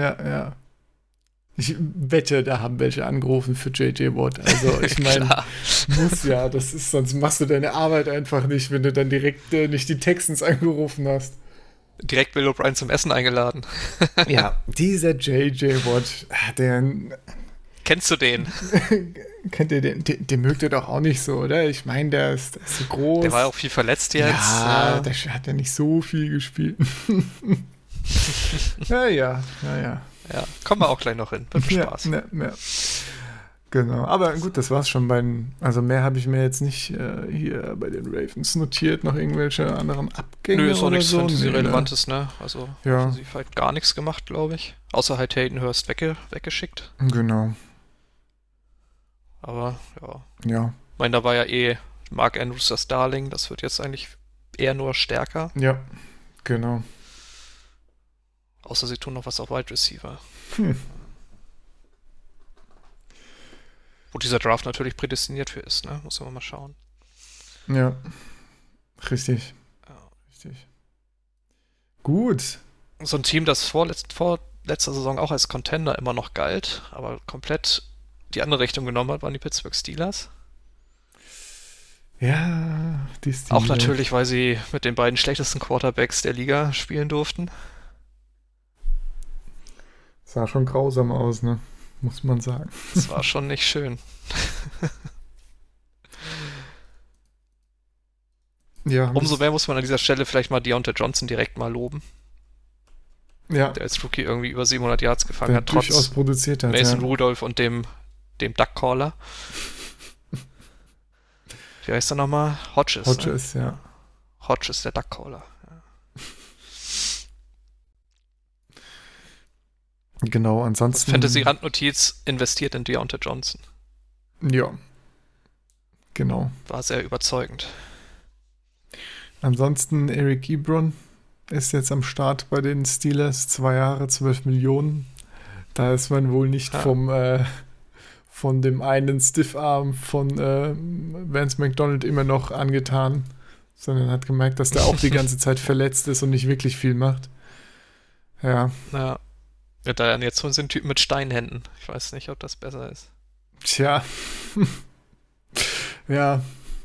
[SPEAKER 1] Ich wette, da haben welche angerufen für J.J. Watt. Also ich meine, muss ja, das ist, sonst machst du deine Arbeit einfach nicht, wenn du dann direkt nicht die Texans angerufen hast.
[SPEAKER 2] Direkt Bill O'Brien zum Essen eingeladen.
[SPEAKER 1] Ja, dieser J.J. Watt, der...
[SPEAKER 2] Kennst du den?
[SPEAKER 1] Kennt ihr den? Den mögt ihr doch auch nicht so, oder? Ich meine, der ist so groß.
[SPEAKER 2] Der war ja auch viel verletzt jetzt.
[SPEAKER 1] Ja, der hat ja nicht so viel gespielt. Ja.
[SPEAKER 2] Ja, kommen wir auch gleich noch hin. Wird Spaß.
[SPEAKER 1] Ja. Genau. Aber gut, das war's schon also mehr habe ich mir jetzt nicht hier bei den Ravens notiert, noch irgendwelche anderen Abgänge.
[SPEAKER 2] Nö, ist auch
[SPEAKER 1] oder
[SPEAKER 2] nichts
[SPEAKER 1] so.
[SPEAKER 2] Fantasy-Relevantes, ne? Also,
[SPEAKER 1] ja.
[SPEAKER 2] sie halt gar nichts gemacht, glaube ich. Außer halt Hayden Hurst weggeschickt.
[SPEAKER 1] Genau.
[SPEAKER 2] Aber,
[SPEAKER 1] Ja.
[SPEAKER 2] Ich meine, da war ja Mark Andrews das Darling. Das wird jetzt eigentlich eher nur stärker.
[SPEAKER 1] Ja, genau.
[SPEAKER 2] Außer sie tun noch was auf Wide Receiver. Wo dieser Draft natürlich prädestiniert für ist, ne? Muss man mal schauen.
[SPEAKER 1] Ja. Richtig.
[SPEAKER 2] Ja.
[SPEAKER 1] Richtig. Gut.
[SPEAKER 2] So ein Team, das vor letzter Saison auch als Contender immer noch galt, aber komplett die andere Richtung genommen hat, waren die Pittsburgh Steelers.
[SPEAKER 1] Ja, die Steelers.
[SPEAKER 2] Auch natürlich, weil sie mit den beiden schlechtesten Quarterbacks der Liga spielen durften.
[SPEAKER 1] Sah schon grausam aus, ne? Muss man sagen.
[SPEAKER 2] Das war schon nicht schön.
[SPEAKER 1] Ja,
[SPEAKER 2] Umso mehr muss man an dieser Stelle vielleicht mal Deontay Johnson direkt mal loben.
[SPEAKER 1] Ja.
[SPEAKER 2] Der als Rookie irgendwie über 700 Yards gefangen
[SPEAKER 1] der
[SPEAKER 2] hat, trotz
[SPEAKER 1] durchaus produziert hat,
[SPEAKER 2] Mason Rudolph und dem Duck-Caller. Wie heißt er nochmal? Hodges.
[SPEAKER 1] Hodges, ne? Ja.
[SPEAKER 2] Hodges, der Duck-Caller. Ja.
[SPEAKER 1] Genau, ansonsten...
[SPEAKER 2] Fantasy-Randnotiz, investiert in Deontay Johnson.
[SPEAKER 1] Ja. Genau.
[SPEAKER 2] War sehr überzeugend.
[SPEAKER 1] Ansonsten Eric Ebron ist jetzt am Start bei den Steelers. 2 Jahre, 12 Millionen. Da ist man wohl nicht von dem einen Stiffarm von Vance McDonald immer noch angetan, sondern hat gemerkt, dass der auch die ganze Zeit verletzt ist und nicht wirklich viel macht. Ja.
[SPEAKER 2] Ja. Da jetzt so ein Typ mit Steinhänden. Ich weiß nicht, ob das besser ist.
[SPEAKER 1] Tja. Ja.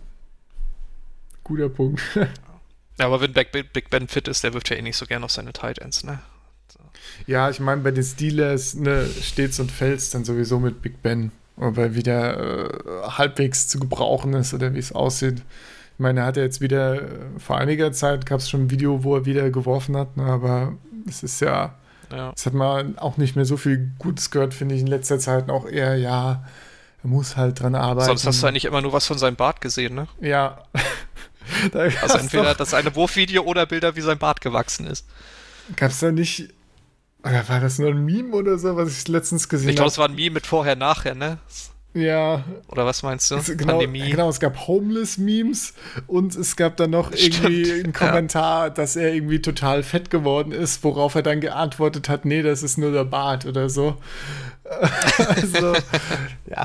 [SPEAKER 1] Guter Punkt.
[SPEAKER 2] Ja, aber wenn Big Ben fit ist, der wirft ja eh nicht so gern auf seine Tight Ends, ne? So.
[SPEAKER 1] Ja, ich meine, bei den Steelers steht's und fällt's dann sowieso mit Big Ben. Weil wieder halbwegs zu gebrauchen ist oder wie es aussieht. Ich meine, er hat ja jetzt wieder, vor einiger Zeit gab es schon ein Video, wo er wieder geworfen hat, ne, aber es ist ja, das hat man auch nicht mehr so viel Gutes gehört, finde ich, in letzter Zeit. Auch eher, er muss halt dran arbeiten.
[SPEAKER 2] Sonst hast du eigentlich immer nur was von seinem Bart gesehen, ne?
[SPEAKER 1] Ja.
[SPEAKER 2] Also entweder das eine Wurfvideo oder Bilder, wie sein Bart gewachsen ist.
[SPEAKER 1] Gab es da nicht, oder war das nur ein Meme oder so, was ich letztens gesehen habe?
[SPEAKER 2] Ich glaube, es war ein Meme mit vorher, nachher, ne?
[SPEAKER 1] Ja.
[SPEAKER 2] Oder was meinst du?
[SPEAKER 1] Pandemie. Genau, es gab Homeless-Memes und es gab dann noch irgendwie einen Kommentar, dass er irgendwie total fett geworden ist, worauf er dann geantwortet hat, nee, das ist nur der Bart oder so. Also, ja.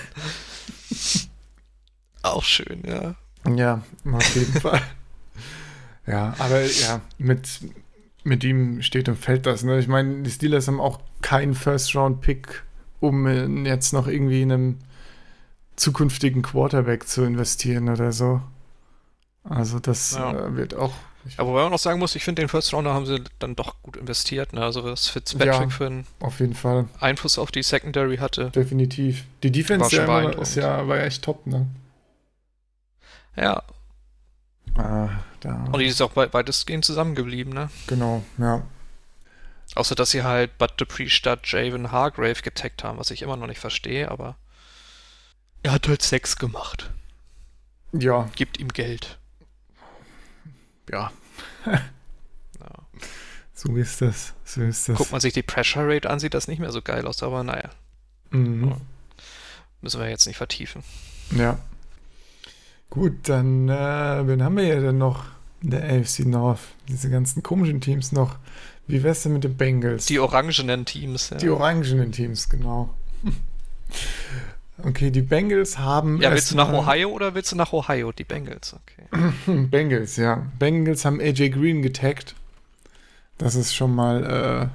[SPEAKER 2] Auch schön, ja.
[SPEAKER 1] Ja, auf jeden Fall. Ja, aber ja, mit ihm steht und fällt das. Ne? Ich meine, die Steelers haben auch keinen First-Round-Pick, um jetzt noch irgendwie in einem zukünftigen Quarterback zu investieren oder so. Also das wird auch...
[SPEAKER 2] Aber wobei man noch sagen muss, ich finde, den First Rounder haben sie dann doch gut investiert. Ne? Also was Fitzpatrick für einen
[SPEAKER 1] auf jeden Fall
[SPEAKER 2] Einfluss auf die Secondary hatte.
[SPEAKER 1] Definitiv. Die Defense war ja echt top, ne?
[SPEAKER 2] Ja. Und die ist auch weitestgehend zusammengeblieben, ne?
[SPEAKER 1] Genau, ja.
[SPEAKER 2] Außer, dass sie halt Bud Dupree statt Javon Hargrave getaggt haben, was ich immer noch nicht verstehe, aber er hat halt Sex gemacht.
[SPEAKER 1] Ja.
[SPEAKER 2] Gibt ihm Geld.
[SPEAKER 1] Ja. So ist das.
[SPEAKER 2] Guckt man sich die Pressure Rate an, sieht das nicht mehr so geil aus, aber naja. Müssen wir jetzt nicht vertiefen.
[SPEAKER 1] Ja. Gut, dann, wen haben wir hier denn noch? in der AFC North. Diese ganzen komischen Teams noch. Wie wär's denn mit den Bengals?
[SPEAKER 2] Die orangenen Teams. Ja.
[SPEAKER 1] Die orangenen Teams, genau. Okay, die Bengals haben...
[SPEAKER 2] Ja, willst du nach Ohio oder willst du nach Ohio? Die Bengals, okay.
[SPEAKER 1] Bengals, ja. Bengals haben AJ Green getaggt. Das ist schon mal,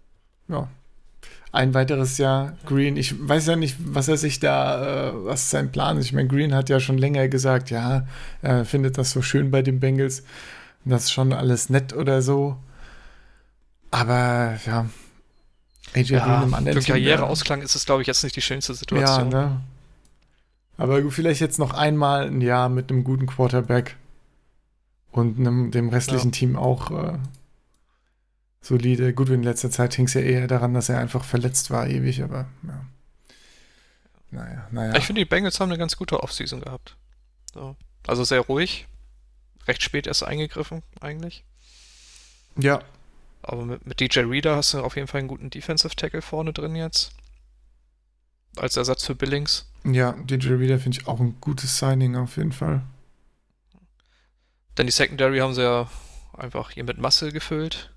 [SPEAKER 1] ein weiteres Jahr Green. Ich weiß ja nicht, was er sich da, was sein Plan ist. Ich meine, Green hat ja schon länger gesagt, ja, er findet das so schön bei den Bengals. Das ist schon alles nett oder so. Aber, ja, AJ Green im anderen
[SPEAKER 2] Team. Für Karriereausklang ist es, glaube ich, jetzt nicht die schönste Situation.
[SPEAKER 1] Ja, ne? Aber vielleicht jetzt noch einmal ein Jahr mit einem guten Quarterback und dem restlichen Team auch solide. Gut, in letzter Zeit hing es ja eher daran, dass er einfach verletzt war ewig, aber ja. Naja.
[SPEAKER 2] Ich finde, die Bengals haben eine ganz gute Offseason gehabt. So. Also sehr ruhig. Recht spät erst eingegriffen, eigentlich.
[SPEAKER 1] Ja.
[SPEAKER 2] Aber mit DJ Reader hast du auf jeden Fall einen guten Defensive Tackle vorne drin jetzt. Als Ersatz für Billings.
[SPEAKER 1] Ja, DJ Reader finde ich auch ein gutes Signing auf jeden Fall.
[SPEAKER 2] Dann die Secondary haben sie ja einfach hier mit Muscle gefüllt.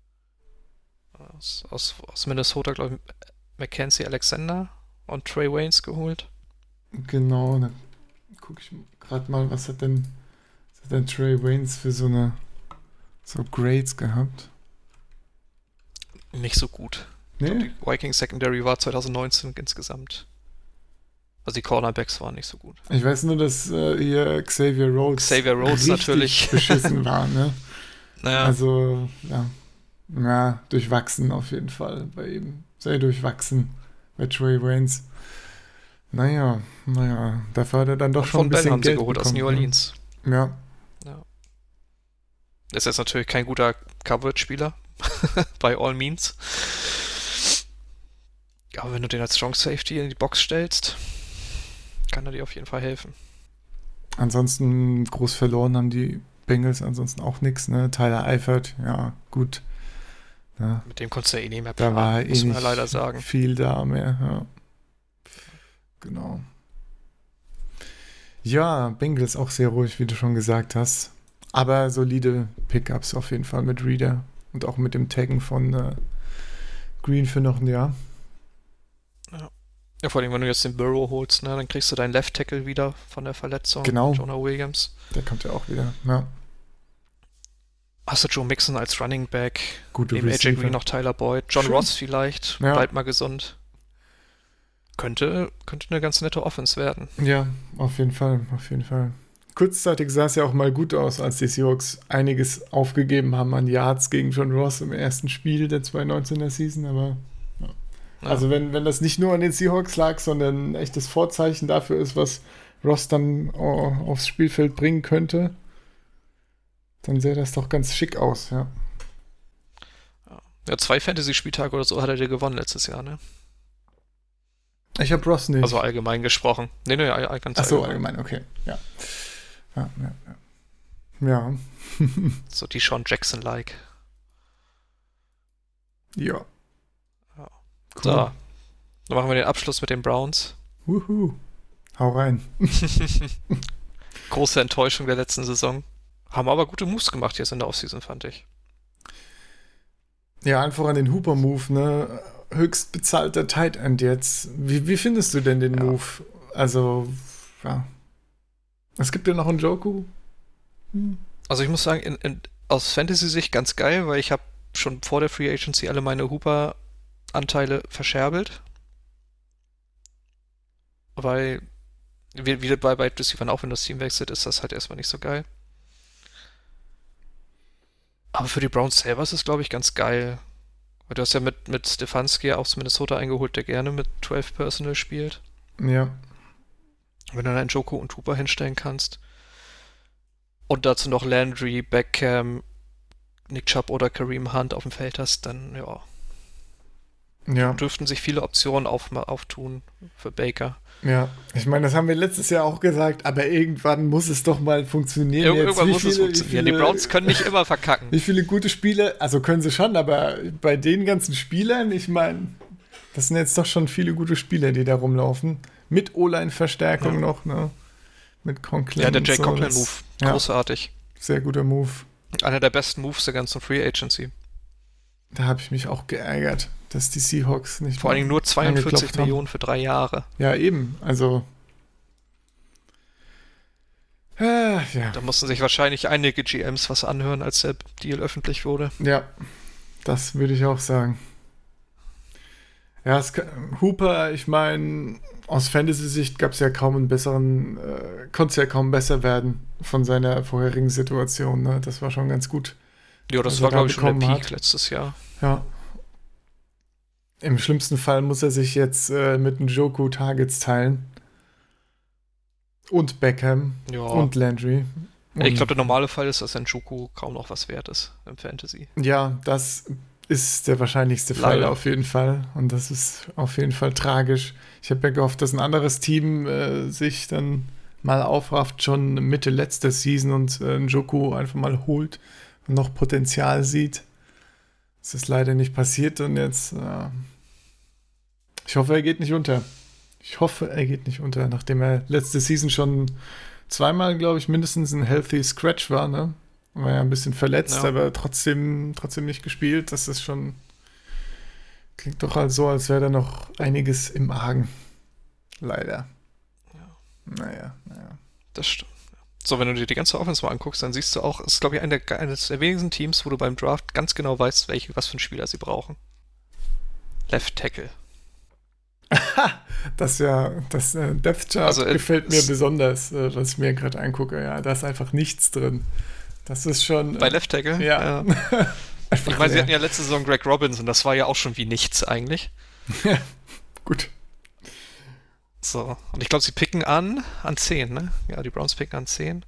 [SPEAKER 2] Aus Minnesota, glaube ich, Mackenzie Alexander und Trey Waynes geholt.
[SPEAKER 1] Genau, dann gucke ich gerade mal, was hat denn Trey Waynes für so Grades gehabt?
[SPEAKER 2] Nicht so gut.
[SPEAKER 1] Nee?
[SPEAKER 2] Die Vikings Secondary war 2019 insgesamt. Also die Cornerbacks waren nicht so gut.
[SPEAKER 1] Ich weiß nur, dass hier Xavier Rhodes
[SPEAKER 2] natürlich
[SPEAKER 1] beschissen war, ne?
[SPEAKER 2] Naja.
[SPEAKER 1] Also, ja, durchwachsen auf jeden Fall bei ihm. Sehr durchwachsen bei Trey Waynes. Naja, dafür hat er dann doch schon ein bisschen Geld
[SPEAKER 2] geholt
[SPEAKER 1] bekommen,
[SPEAKER 2] aus New Orleans.
[SPEAKER 1] Ja.
[SPEAKER 2] Ist jetzt natürlich kein guter Coverage-Spieler, by all means. Aber wenn du den als Strong Safety in die Box stellst, kann er dir auf jeden Fall helfen.
[SPEAKER 1] Ansonsten groß verloren haben die Bengals ansonsten auch nichts, ne? Tyler Eifert, ja, gut. Ja.
[SPEAKER 2] Mit dem konntest du ja eh nicht mehr
[SPEAKER 1] planen, da war
[SPEAKER 2] muss man leider sagen.
[SPEAKER 1] Viel da mehr, ja. Genau. Ja, Bengals auch sehr ruhig, wie du schon gesagt hast. Aber solide Pickups auf jeden Fall mit Reader und auch mit dem Taggen von Green für noch ein Jahr.
[SPEAKER 2] Ja, vor allem, wenn du jetzt den Burrow holst, ne, dann kriegst du deinen Left Tackle wieder von der Verletzung.
[SPEAKER 1] Genau.
[SPEAKER 2] Jonah Williams.
[SPEAKER 1] Der kommt ja auch wieder, ja.
[SPEAKER 2] Hast du Joe Mixon als Running Back?
[SPEAKER 1] Gute
[SPEAKER 2] neben AJ Green noch Tyler Boyd. John Ross vielleicht, bald mal gesund. Könnte eine ganz nette Offense werden.
[SPEAKER 1] Ja, auf jeden Fall. Kurzzeitig sah es ja auch mal gut aus, als die Seahawks einiges aufgegeben haben an Yards gegen John Ross im ersten Spiel der 2019er Season, aber ja. Also wenn das nicht nur an den Seahawks lag, sondern ein echtes Vorzeichen dafür ist, was Ross dann aufs Spielfeld bringen könnte, dann sähe das doch ganz schick aus, ja.
[SPEAKER 2] Ja, 2 Fantasy-Spieltage oder so hat er dir gewonnen letztes Jahr, ne?
[SPEAKER 1] Ich habe Ross nicht.
[SPEAKER 2] Also allgemein gesprochen. Nee, ganz
[SPEAKER 1] Ach so, allgemein, okay, ja. Ja.
[SPEAKER 2] So die Sean Jackson-like.
[SPEAKER 1] Ja.
[SPEAKER 2] Cool. So, dann machen wir den Abschluss mit den Browns.
[SPEAKER 1] Wuhu. Hau rein.
[SPEAKER 2] Große Enttäuschung der letzten Saison. Haben aber gute Moves gemacht jetzt in der Offseason, fand ich.
[SPEAKER 1] Ja, einfach an den Hooper-Move, ne? Höchst bezahlter Tight End jetzt. Wie findest du denn den Move? Also, ja. Es gibt ja noch einen Njoku.
[SPEAKER 2] Also ich muss sagen, aus Fantasy-Sicht ganz geil, weil ich habe schon vor der Free Agency alle meine Hooper-Anteile verscherbelt. Weil, wie bei Wide Receivers auch, wenn das Team wechselt, ist das halt erstmal nicht so geil. Aber für die Browns selber ist es, glaube ich, ganz geil. Weil du hast ja mit Stefanski aus Minnesota eingeholt, der gerne mit 12 Personal spielt.
[SPEAKER 1] Ja.
[SPEAKER 2] Wenn du dann Njoku und Hooper hinstellen kannst. Und dazu noch Landry, Beckham, Nick Chubb oder Kareem Hunt auf dem Feld hast, dann dürften sich viele Optionen auftun für Baker.
[SPEAKER 1] Ja, ich meine, das haben wir letztes Jahr auch gesagt, aber irgendwann muss es doch mal funktionieren.
[SPEAKER 2] Irgendwann muss es funktionieren. Die Browns können nicht immer verkacken.
[SPEAKER 1] Wie viele gute Spiele, also können sie schon, aber bei den ganzen Spielern, ich meine, das sind jetzt doch schon viele gute Spieler, die da rumlaufen. Mit O-Line-Verstärkung noch, ne? Mit Conklin.
[SPEAKER 2] Ja, der Jay Conklin-Move, großartig.
[SPEAKER 1] Sehr guter Move.
[SPEAKER 2] Einer der besten Moves der ganzen Free Agency.
[SPEAKER 1] Da habe ich mich auch geärgert, dass die Seahawks nicht
[SPEAKER 2] Vor allen Dingen nur 42
[SPEAKER 1] angeklopft haben.
[SPEAKER 2] Millionen für 3 Jahre.
[SPEAKER 1] Ja, eben. Also. Ja.
[SPEAKER 2] Da mussten sich wahrscheinlich einige GMs was anhören, als der Deal öffentlich wurde.
[SPEAKER 1] Ja, das würde ich auch sagen. Ja, Hooper, ich meine, aus Fantasy-Sicht gab es ja kaum einen besseren, konnte es ja kaum besser werden von seiner vorherigen Situation. Ne? Das war schon ganz gut.
[SPEAKER 2] Ja, das
[SPEAKER 1] was
[SPEAKER 2] war,
[SPEAKER 1] er da
[SPEAKER 2] glaube ich, schon der
[SPEAKER 1] bekommen
[SPEAKER 2] Peak
[SPEAKER 1] hat.
[SPEAKER 2] letztes Jahr.
[SPEAKER 1] Ja. Im schlimmsten Fall muss er sich jetzt mit Njoku Targets teilen. Und Beckham.
[SPEAKER 2] Ja.
[SPEAKER 1] Und Landry.
[SPEAKER 2] Ich glaube, der normale Fall ist, dass Njoku kaum noch was wert ist im Fantasy.
[SPEAKER 1] Ja, das ist der wahrscheinlichste Fall
[SPEAKER 2] Leider.
[SPEAKER 1] auf jeden Fall. Und das ist auf jeden Fall tragisch. Ich habe ja gehofft, dass ein anderes Team sich dann mal aufrafft, schon Mitte letzter Season und Njoku einfach mal holt und noch Potenzial sieht. Das ist leider nicht passiert und jetzt ich hoffe, er geht nicht unter. Nachdem er letzte Season schon zweimal, glaube ich, mindestens ein Healthy Scratch war, ne? War ja ein bisschen verletzt,
[SPEAKER 2] Ja.
[SPEAKER 1] aber trotzdem nicht gespielt. Das ist schon. Klingt doch halt so, als wäre da noch einiges im Argen. Leider.
[SPEAKER 2] Ja.
[SPEAKER 1] Naja.
[SPEAKER 2] Das stimmt. So, wenn du dir die ganze Offense mal anguckst, dann siehst du auch, es ist, glaube ich, eines der wenigsten Teams, wo du beim Draft ganz genau weißt, was für einen Spieler sie brauchen. Left Tackle.
[SPEAKER 1] Das Depth Chart
[SPEAKER 2] Also,
[SPEAKER 1] gefällt mir besonders, was ich mir gerade angucke. Ja, da ist einfach nichts drin. Das ist schon.
[SPEAKER 2] Bei Left Tackle?
[SPEAKER 1] Ja.
[SPEAKER 2] Ich meine, sie hatten ja letzte Saison Greg Robinson, das war ja auch schon wie nichts eigentlich.
[SPEAKER 1] Gut.
[SPEAKER 2] So, und ich glaube, sie picken an 10, ne? Ja, die Browns picken an 10.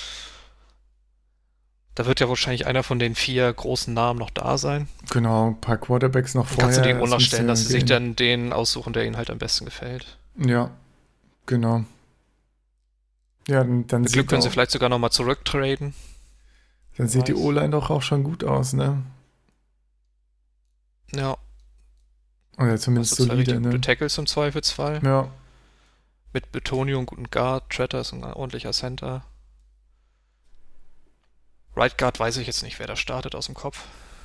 [SPEAKER 2] Da wird ja wahrscheinlich einer von den 4 großen Namen noch da sein.
[SPEAKER 1] Genau, ein paar Quarterbacks noch
[SPEAKER 2] Dann
[SPEAKER 1] vorher.
[SPEAKER 2] kannst du die
[SPEAKER 1] das
[SPEAKER 2] unterstellen,
[SPEAKER 1] müsste
[SPEAKER 2] dass sie sich
[SPEAKER 1] gehen.
[SPEAKER 2] dann den aussuchen, der ihnen halt am besten gefällt.
[SPEAKER 1] Ja, genau. Ja, dann
[SPEAKER 2] Mit Glück können sie vielleicht sogar nochmal zurücktraden.
[SPEAKER 1] Dann sieht die
[SPEAKER 2] weiß.
[SPEAKER 1] O-Line doch auch schon gut aus, ne?
[SPEAKER 2] Ja,
[SPEAKER 1] Oder zumindest
[SPEAKER 2] also 2
[SPEAKER 1] solide,
[SPEAKER 2] richtig gute
[SPEAKER 1] ne?
[SPEAKER 2] Tackles im Zweifelsfall.
[SPEAKER 1] Ja,
[SPEAKER 2] Mit Betonio und guten Guard. Tretter ist ein ordentlicher Center. Right Guard weiß ich jetzt nicht, wer da startet aus dem Kopf.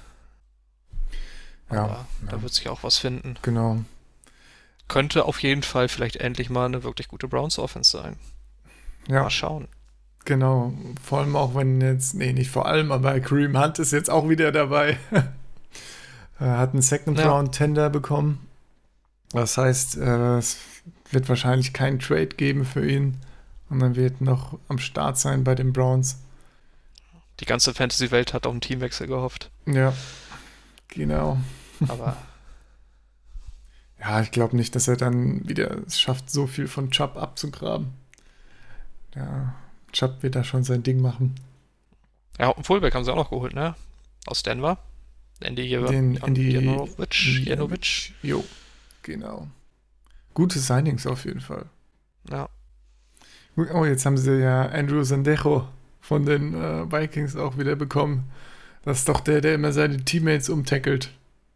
[SPEAKER 1] ja,
[SPEAKER 2] Aber da wird sich auch was finden.
[SPEAKER 1] genau.
[SPEAKER 2] Könnte auf jeden Fall vielleicht endlich mal eine wirklich gute Browns Offense sein.
[SPEAKER 1] Ja,
[SPEAKER 2] Mal schauen.
[SPEAKER 1] genau. Vor allem auch, wenn jetzt, nee, nicht vor allem, aber Kareem Hunt ist jetzt auch wieder dabei. Er hat einen Second-Round-Tender bekommen. Das heißt, es wird wahrscheinlich keinen Trade geben für ihn. Und dann wird noch am Start sein bei den Browns.
[SPEAKER 2] Die ganze Fantasy-Welt hat auf einen Teamwechsel gehofft.
[SPEAKER 1] Ja, genau.
[SPEAKER 2] Aber
[SPEAKER 1] Ja, ich glaube nicht, dass er dann wieder es schafft, so viel von Chubb abzugraben. Ja, Chubb wird da schon sein Ding machen.
[SPEAKER 2] ja, einen Fullback haben sie auch noch geholt, ne? Aus Denver. Andy Janovic.
[SPEAKER 1] Jo, genau. Gute Signings auf jeden Fall.
[SPEAKER 2] Ja.
[SPEAKER 1] Oh, jetzt haben sie ja Andrew Sandejo von den Vikings auch wieder bekommen. Das ist doch der immer seine Teammates umtackelt.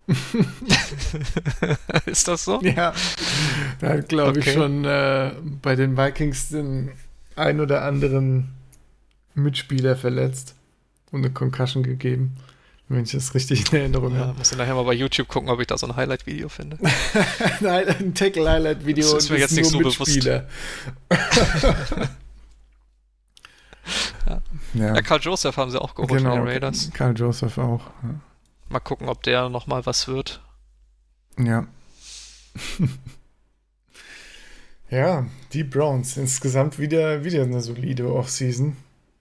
[SPEAKER 2] Ist das so?
[SPEAKER 1] Ja, da hat, glaube ich,
[SPEAKER 2] Okay.
[SPEAKER 1] schon bei den Vikings den ein oder anderen Mitspieler verletzt und eine Concussion gegeben, wenn ich das richtig in Erinnerung
[SPEAKER 2] Ja,
[SPEAKER 1] habe.
[SPEAKER 2] muss ich nachher mal bei YouTube gucken, ob ich da so ein Highlight-Video finde.
[SPEAKER 1] Nein, ein Tackle-Highlight-Video
[SPEAKER 2] Das ist mir jetzt nicht so
[SPEAKER 1] Mitspieler. Ja,
[SPEAKER 2] Ja, Karl Joseph haben sie auch geholt
[SPEAKER 1] genau.
[SPEAKER 2] von den Raiders.
[SPEAKER 1] Karl Joseph auch.
[SPEAKER 2] Mal gucken, ob der nochmal was wird.
[SPEAKER 1] Ja. Ja, die Browns. Insgesamt wieder eine solide Offseason.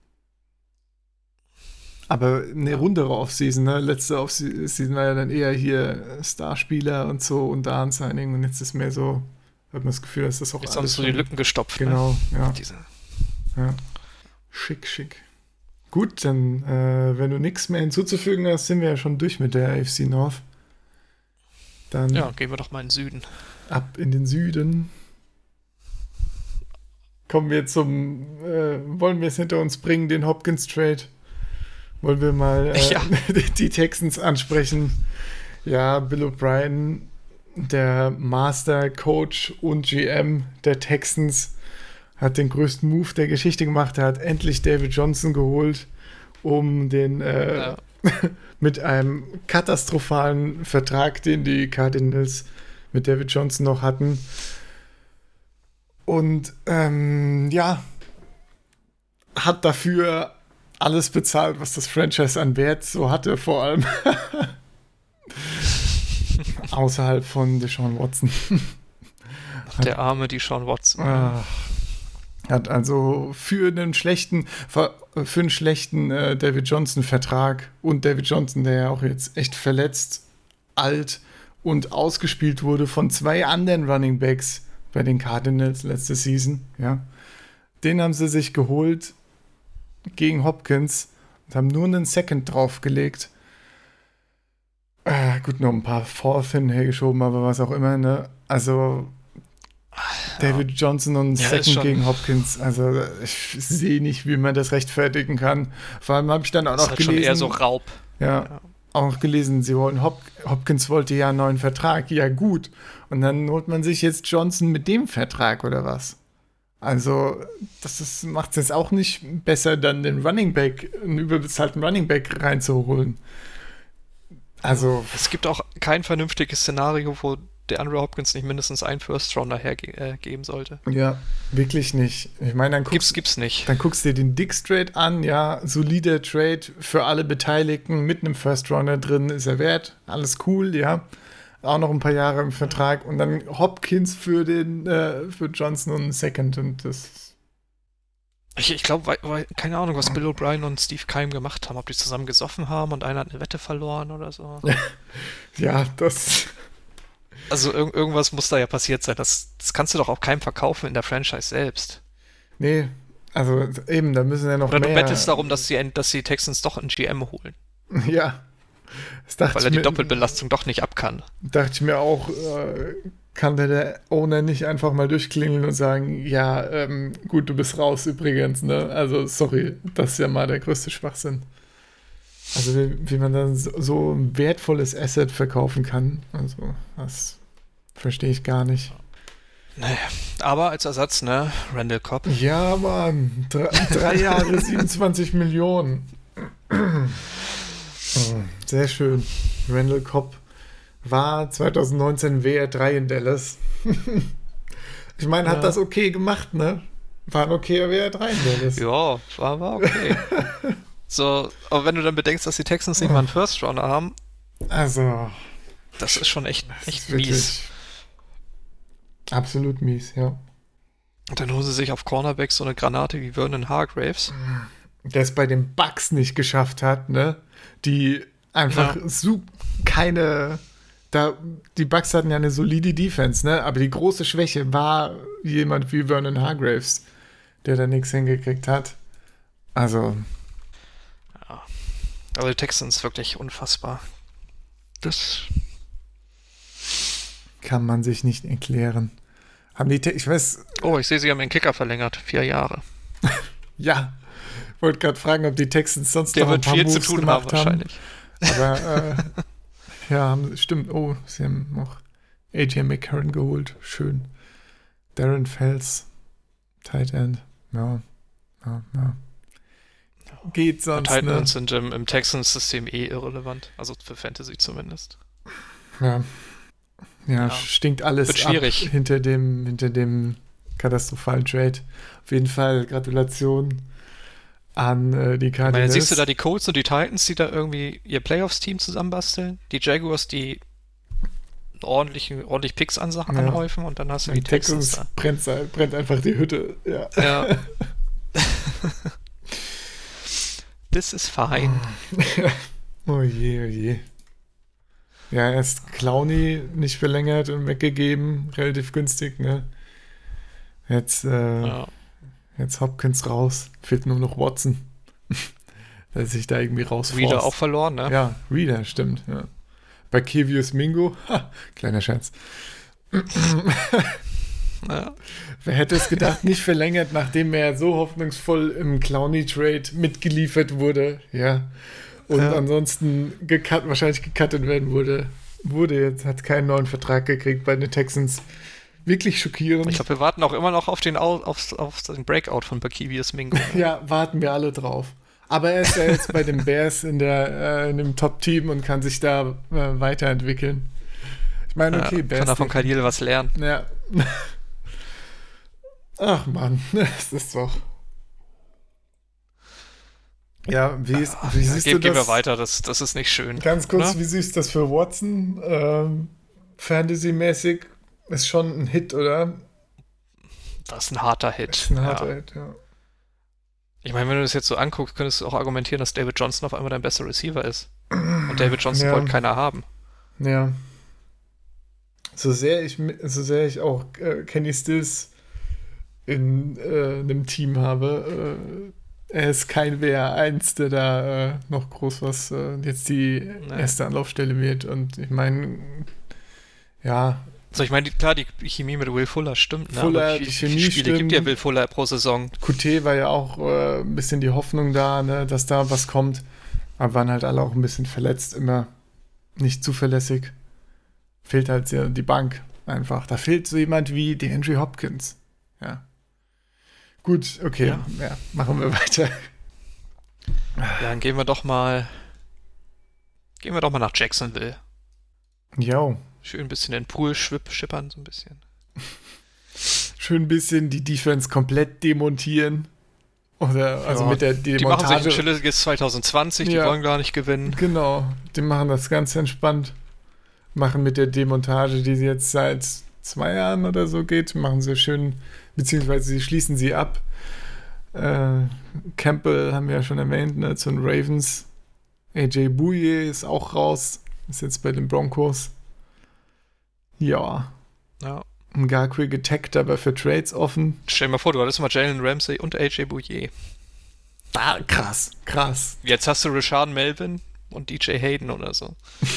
[SPEAKER 1] Aber eine rundere Offseason, ne? Letzte Offseason war ja dann eher hier Starspieler und so und Signing und jetzt ist mehr so, hat man das Gefühl, dass das auch
[SPEAKER 2] Jetzt haben
[SPEAKER 1] alles
[SPEAKER 2] sie so die
[SPEAKER 1] schon-
[SPEAKER 2] Lücken gestopft.
[SPEAKER 1] Genau, ja.
[SPEAKER 2] Ne? Diese.
[SPEAKER 1] Ja. Schick. Gut, dann, wenn du nichts mehr hinzuzufügen hast, sind wir ja schon durch mit der AFC North. Dann
[SPEAKER 2] Ja, gehen wir doch mal in den Süden.
[SPEAKER 1] ab in den Süden. Kommen wir wollen wir es hinter uns bringen, den Hopkins Trade? Wollen wir mal
[SPEAKER 2] Ja.
[SPEAKER 1] die Texans ansprechen? Ja, Bill O'Brien, der Master Coach und GM der Texans, hat den größten Move der Geschichte gemacht. Er hat endlich David Johnson geholt um den mit einem katastrophalen Vertrag, den die Cardinals mit David Johnson noch hatten. Und hat dafür alles bezahlt, was das Franchise an Wert so hatte, vor allem. Außerhalb von Deshaun Watson.
[SPEAKER 2] Der arme Deshaun Watson.
[SPEAKER 1] Hat also für einen schlechten David Johnson-Vertrag und David Johnson, der ja auch jetzt echt verletzt, alt und ausgespielt wurde von 2 anderen Running Backs bei den Cardinals letzte Season, ja. Den haben sie sich geholt gegen Hopkins und haben nur einen Second draufgelegt. Gut, noch ein paar Fourth hinhergeschoben, aber was auch immer, ne? Also David Johnson und Second gegen Hopkins, also ich sehe nicht, wie man das rechtfertigen kann. Vor allem habe ich dann auch noch gelesen.
[SPEAKER 2] Schon eher so Raub.
[SPEAKER 1] Ja, auch noch gelesen, sie wollten Hopkins wollte ja einen neuen Vertrag, ja gut. Und dann holt man sich jetzt Johnson mit dem Vertrag oder was? Also, das macht es jetzt auch nicht besser, dann einen überbezahlten Running Back reinzuholen. Also.
[SPEAKER 2] Es gibt auch kein vernünftiges Szenario, wo der Andrew Hopkins nicht mindestens einen First-Rounder hergeben sollte.
[SPEAKER 1] Ja, wirklich nicht. Ich meine,
[SPEAKER 2] gibt's nicht.
[SPEAKER 1] Dann guckst du dir den Dix-Trade an, ja, solider Trade für alle Beteiligten, mit einem First-Rounder drin ist er wert, alles cool, ja. Auch noch ein paar Jahre im Vertrag und dann Hopkins für Johnson und einen Second und das.
[SPEAKER 2] Ich glaube, keine Ahnung, was Bill O'Brien und Steve Keim gemacht haben, ob die zusammen gesoffen haben und einer hat eine Wette verloren oder so.
[SPEAKER 1] Ja, das.
[SPEAKER 2] Also irgendwas muss da ja passiert sein. Das kannst du doch auch keinem verkaufen in der Franchise selbst.
[SPEAKER 1] Nee, also eben, da müssen ja noch
[SPEAKER 2] oder
[SPEAKER 1] mehr.
[SPEAKER 2] Oder du bettest darum, dass die Texans doch einen GM holen.
[SPEAKER 1] Ja.
[SPEAKER 2] Weil er die Doppelbelastung doch nicht ab kann.
[SPEAKER 1] Dachte ich mir auch, kann der Owner nicht einfach mal durchklingeln und sagen, ja, gut, du bist raus übrigens, ne? Also, sorry, das ist ja mal der größte Schwachsinn. Also, wie man dann so ein wertvolles Asset verkaufen kann, also, das verstehe ich gar nicht.
[SPEAKER 2] Naja, aber als Ersatz, ne, Randall Cobb.
[SPEAKER 1] Ja, Mann, 3 Jahre, 27 Millionen. Sehr schön. Randall Cobb war 2019 WR3 in Dallas. Ich meine, hat das okay gemacht, ne? War ein okayer WR3 in Dallas.
[SPEAKER 2] Ja, war okay. So, aber wenn du dann bedenkst, dass die Texans nicht mal einen First-Rounder haben,
[SPEAKER 1] also
[SPEAKER 2] das ist schon echt mies.
[SPEAKER 1] Absolut mies, ja.
[SPEAKER 2] Und dann holen sie sich auf Cornerback so eine Granate wie Vernon Hargreaves.
[SPEAKER 1] Der es bei den Bucks nicht geschafft hat, ne? Die einfach die Bucks hatten ja eine solide Defense, ne? Aber die große Schwäche war jemand wie Vernon Hargreaves, der da nichts hingekriegt hat. Also.
[SPEAKER 2] Ja. Aber die Texans wirklich unfassbar. Das
[SPEAKER 1] kann man sich nicht erklären. Ich weiß.
[SPEAKER 2] Oh, ich sehe, sie haben den Kicker verlängert. 4 Jahre.
[SPEAKER 1] Ja. Ich wollte gerade fragen, ob die Texans sonst noch ein paar Moves zu tun gemacht haben. Aber ja, stimmt. Oh, sie haben noch AJ McCarron geholt. Schön. Darren Fells, Tight End. Ja. Geht sonst.
[SPEAKER 2] Tight Ends sind im Texans-System irrelevant. Also für Fantasy zumindest.
[SPEAKER 1] Ja, stinkt alles
[SPEAKER 2] wird schwierig.
[SPEAKER 1] Ab hinter dem katastrophalen Trade. Auf jeden Fall Gratulation an die Cardinals.
[SPEAKER 2] Siehst du da die Colts und die Titans, die da irgendwie ihr Playoffs-Team zusammenbasteln? Die Jaguars, die ordentlich Picks an Sachen anhäufen und dann hast du die Texans da.
[SPEAKER 1] Brennt einfach die Hütte. Ja.
[SPEAKER 2] Das ist fein.
[SPEAKER 1] Oh je. Ja, erst Clowney nicht verlängert und weggegeben, relativ günstig, ne? Jetzt Hopkins raus, fehlt nur noch Watson. Dass sich da irgendwie rausforst.
[SPEAKER 2] Reader auch verloren, ne?
[SPEAKER 1] Ja, Reader, stimmt, ja. Bei Kevius Mingo, kleiner Scherz.
[SPEAKER 2] Ja.
[SPEAKER 1] Wer hätte es gedacht, nicht verlängert, nachdem er so hoffnungsvoll im Clowney-Trade mitgeliefert wurde, ja. Und ansonsten wahrscheinlich gecuttet werden wurde jetzt, hat keinen neuen Vertrag gekriegt bei den Texans. Wirklich schockierend.
[SPEAKER 2] Ich glaube, wir warten auch immer noch auf den Breakout von Bakevius Mingo.
[SPEAKER 1] Ja, warten wir alle drauf. Aber er ist ja jetzt bei den Bears in dem Top-Team und kann sich da weiterentwickeln. Ich meine, okay, Bears.
[SPEAKER 2] Kann er von Khalil was lernen.
[SPEAKER 1] Ja. Ach Mann, das ist doch. Ja, wie siehst du das?
[SPEAKER 2] Gehen wir weiter, das ist nicht schön.
[SPEAKER 1] Ganz kurz,
[SPEAKER 2] oder?
[SPEAKER 1] wie siehst du das für Watson? Fantasy-mäßig ist schon ein Hit, oder?
[SPEAKER 2] Das ist ein harter Hit.
[SPEAKER 1] Das ist ein harter Hit, ja.
[SPEAKER 2] Ich meine, wenn du das jetzt so anguckst, könntest du auch argumentieren, dass David Johnson auf einmal dein bester Receiver ist. Und David Johnson wollte keiner haben.
[SPEAKER 1] Ja. So sehr ich auch Kenny Stills in einem Team habe, er ist kein WR1, der da noch groß was jetzt die erste Anlaufstelle wird. Und ich meine, ja.
[SPEAKER 2] Also ich meine, klar, die Chemie mit Will Fuller stimmt. Ne?
[SPEAKER 1] Fuller, die Chemie
[SPEAKER 2] Spiele
[SPEAKER 1] stimmt.
[SPEAKER 2] Gibt ja Will Fuller pro Saison.
[SPEAKER 1] QT war ja auch ein bisschen die Hoffnung da, ne, dass da was kommt. Aber waren halt alle auch ein bisschen verletzt, immer nicht zuverlässig. Fehlt halt die Bank einfach. Da fehlt so jemand wie DeAndre Hopkins. Ja. Gut, okay. Ja, machen wir weiter.
[SPEAKER 2] Ja, dann gehen wir doch mal nach Jacksonville.
[SPEAKER 1] Jo.
[SPEAKER 2] Schön ein bisschen den Pool schippern, so ein bisschen.
[SPEAKER 1] Schön ein bisschen die Defense komplett demontieren. Oder, also mit der Demontage.
[SPEAKER 2] Die machen sich ein chilliges 2020, die wollen gar nicht gewinnen.
[SPEAKER 1] Genau, die machen das ganz entspannt. Machen mit der Demontage, die jetzt seit 2 Jahren oder so geht, machen sie schön, beziehungsweise sie schließen sie ab. Campbell haben wir ja schon erwähnt, ne, zu den Ravens. AJ Bouye ist auch raus, ist jetzt bei den Broncos. Ja. Ngakwe getaggt, aber für Trades offen.
[SPEAKER 2] Stell dir mal vor, du hattest mal Jalen Ramsey und AJ Bouye.
[SPEAKER 1] Ah, krass.
[SPEAKER 2] Jetzt hast du Rashad Melvin und DJ Hayden oder so.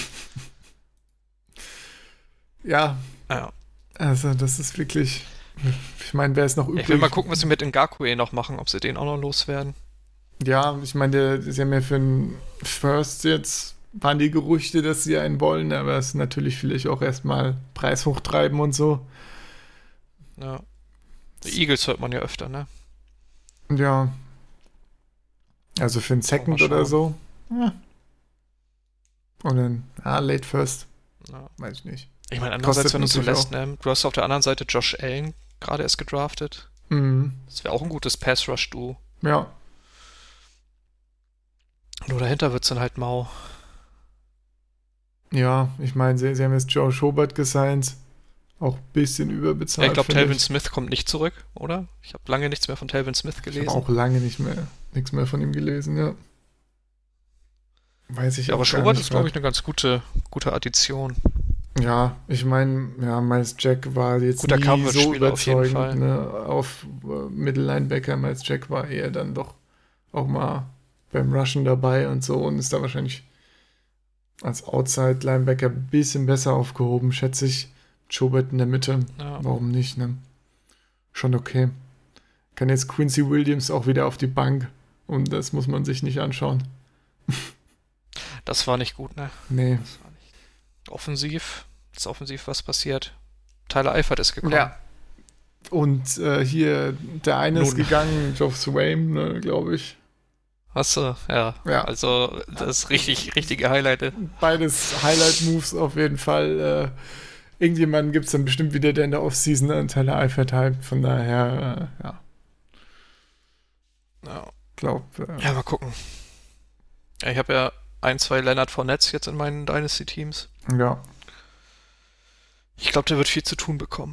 [SPEAKER 1] Ja. Also das ist wirklich, ich meine, wer ist noch übrig?
[SPEAKER 2] Ich will mal gucken, was sie mit Ngakwe noch machen, ob sie den auch noch loswerden.
[SPEAKER 1] Ja, ich meine, sie haben ja für einen First jetzt, waren die Gerüchte, dass sie einen wollen, aber es ist natürlich vielleicht auch erstmal Preis hochtreiben und so.
[SPEAKER 2] Ja. Die Eagles hört man ja öfter, ne?
[SPEAKER 1] Ja. Also für einen Second oder so. Ja. Und dann, Late First.
[SPEAKER 2] Ja.
[SPEAKER 1] Weiß ich nicht.
[SPEAKER 2] Ich meine, andererseits, wenn du so lässt, ne? Du hast auf der anderen Seite Josh Allen gerade erst gedraftet.
[SPEAKER 1] Mhm.
[SPEAKER 2] Das wäre auch ein gutes Pass-Rush-Duo.
[SPEAKER 1] Ja.
[SPEAKER 2] Nur dahinter wird's dann halt mau.
[SPEAKER 1] Ja, ich meine, sie haben jetzt Joe Schobert gesigned. Auch ein bisschen überbezahlt.
[SPEAKER 2] Ja, ich glaube, Telvin Smith kommt nicht zurück, oder? Ich habe lange nichts mehr von Telvin Smith gelesen.
[SPEAKER 1] Ich habe auch lange nichts mehr von ihm gelesen, ja. Weiß ich
[SPEAKER 2] ja,
[SPEAKER 1] auch
[SPEAKER 2] aber Schobert ist, glaube ich, eine ganz gute Addition.
[SPEAKER 1] Ja, ich meine, Miles Jack war jetzt
[SPEAKER 2] guter
[SPEAKER 1] nie so überzeugend,
[SPEAKER 2] auf jeden Fall.
[SPEAKER 1] Ne? Auf Mittellinebacker. Miles Jack war eher dann doch auch mal beim Rushen dabei und so und ist da wahrscheinlich als Outside-Linebacker ein bisschen besser aufgehoben, schätze ich. Schobert in der Mitte, warum nicht, ne? Schon okay. Kann jetzt Quincy Williams auch wieder auf die Bank und das muss man sich nicht anschauen.
[SPEAKER 2] Das war nicht gut, ne?
[SPEAKER 1] Nee.
[SPEAKER 2] Das war nicht offensiv. Ist offensiv was passiert. Tyler Eifert ist gekommen.
[SPEAKER 1] Ja. Und hier, der eine ist gegangen, Geoff Swaim, ne, glaube ich.
[SPEAKER 2] Achso, ja. Also, das ist richtige Highlight.
[SPEAKER 1] Beides Highlight-Moves auf jeden Fall. Irgendjemanden gibt es dann bestimmt wieder, der in der Offseason einen Tyler Eifert hypt. Von daher,
[SPEAKER 2] Ja, mal gucken. Ja, ich habe ja 1-2 Leonard Fournettes jetzt in meinen Dynasty-Teams.
[SPEAKER 1] Ja.
[SPEAKER 2] Ich glaube, der wird viel zu tun bekommen.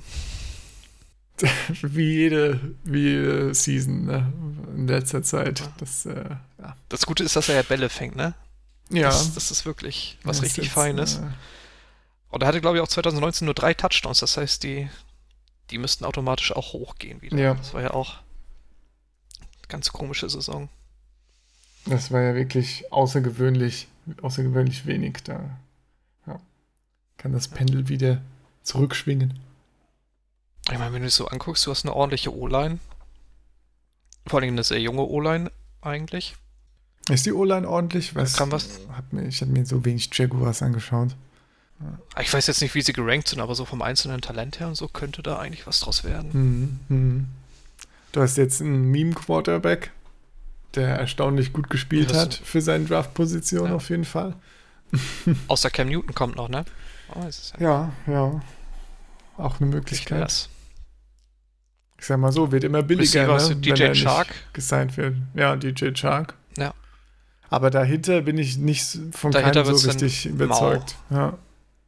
[SPEAKER 1] wie jede Season, ne? In letzter Zeit.
[SPEAKER 2] Das Gute ist, dass er ja Bälle fängt, ne?
[SPEAKER 1] Ja.
[SPEAKER 2] Das ist wirklich was richtig Feines. Und er hatte, glaube ich, auch 2019 nur 3 Touchdowns. Das heißt, die müssten automatisch auch hochgehen wieder.
[SPEAKER 1] Ja.
[SPEAKER 2] Das war ja auch eine ganz komische Saison.
[SPEAKER 1] Das war ja wirklich außergewöhnlich wenig. Da kann das Pendel wieder zurückschwingen.
[SPEAKER 2] Ich meine, wenn du es so anguckst, du hast eine ordentliche O-Line. Vor allem eine sehr junge O-Line eigentlich.
[SPEAKER 1] Ist die O-Line ordentlich? Ich habe mir so wenig Jaguars angeschaut.
[SPEAKER 2] Ich weiß jetzt nicht, wie sie gerankt sind, aber so vom einzelnen Talent her und so könnte da eigentlich was draus werden.
[SPEAKER 1] Du hast jetzt einen Meme-Quarterback, der erstaunlich gut gespielt hat für seine Draft-Position auf jeden Fall.
[SPEAKER 2] Außer Cam Newton kommt noch, ne? Oh,
[SPEAKER 1] ja. Auch eine Möglichkeit. Ich sag mal so, wird immer billiger, ne?
[SPEAKER 2] DJ Chark
[SPEAKER 1] gesigned wird. Ja, DJ Chark.
[SPEAKER 2] Ja.
[SPEAKER 1] Aber dahinter bin ich nicht von keinem so richtig überzeugt. Ja.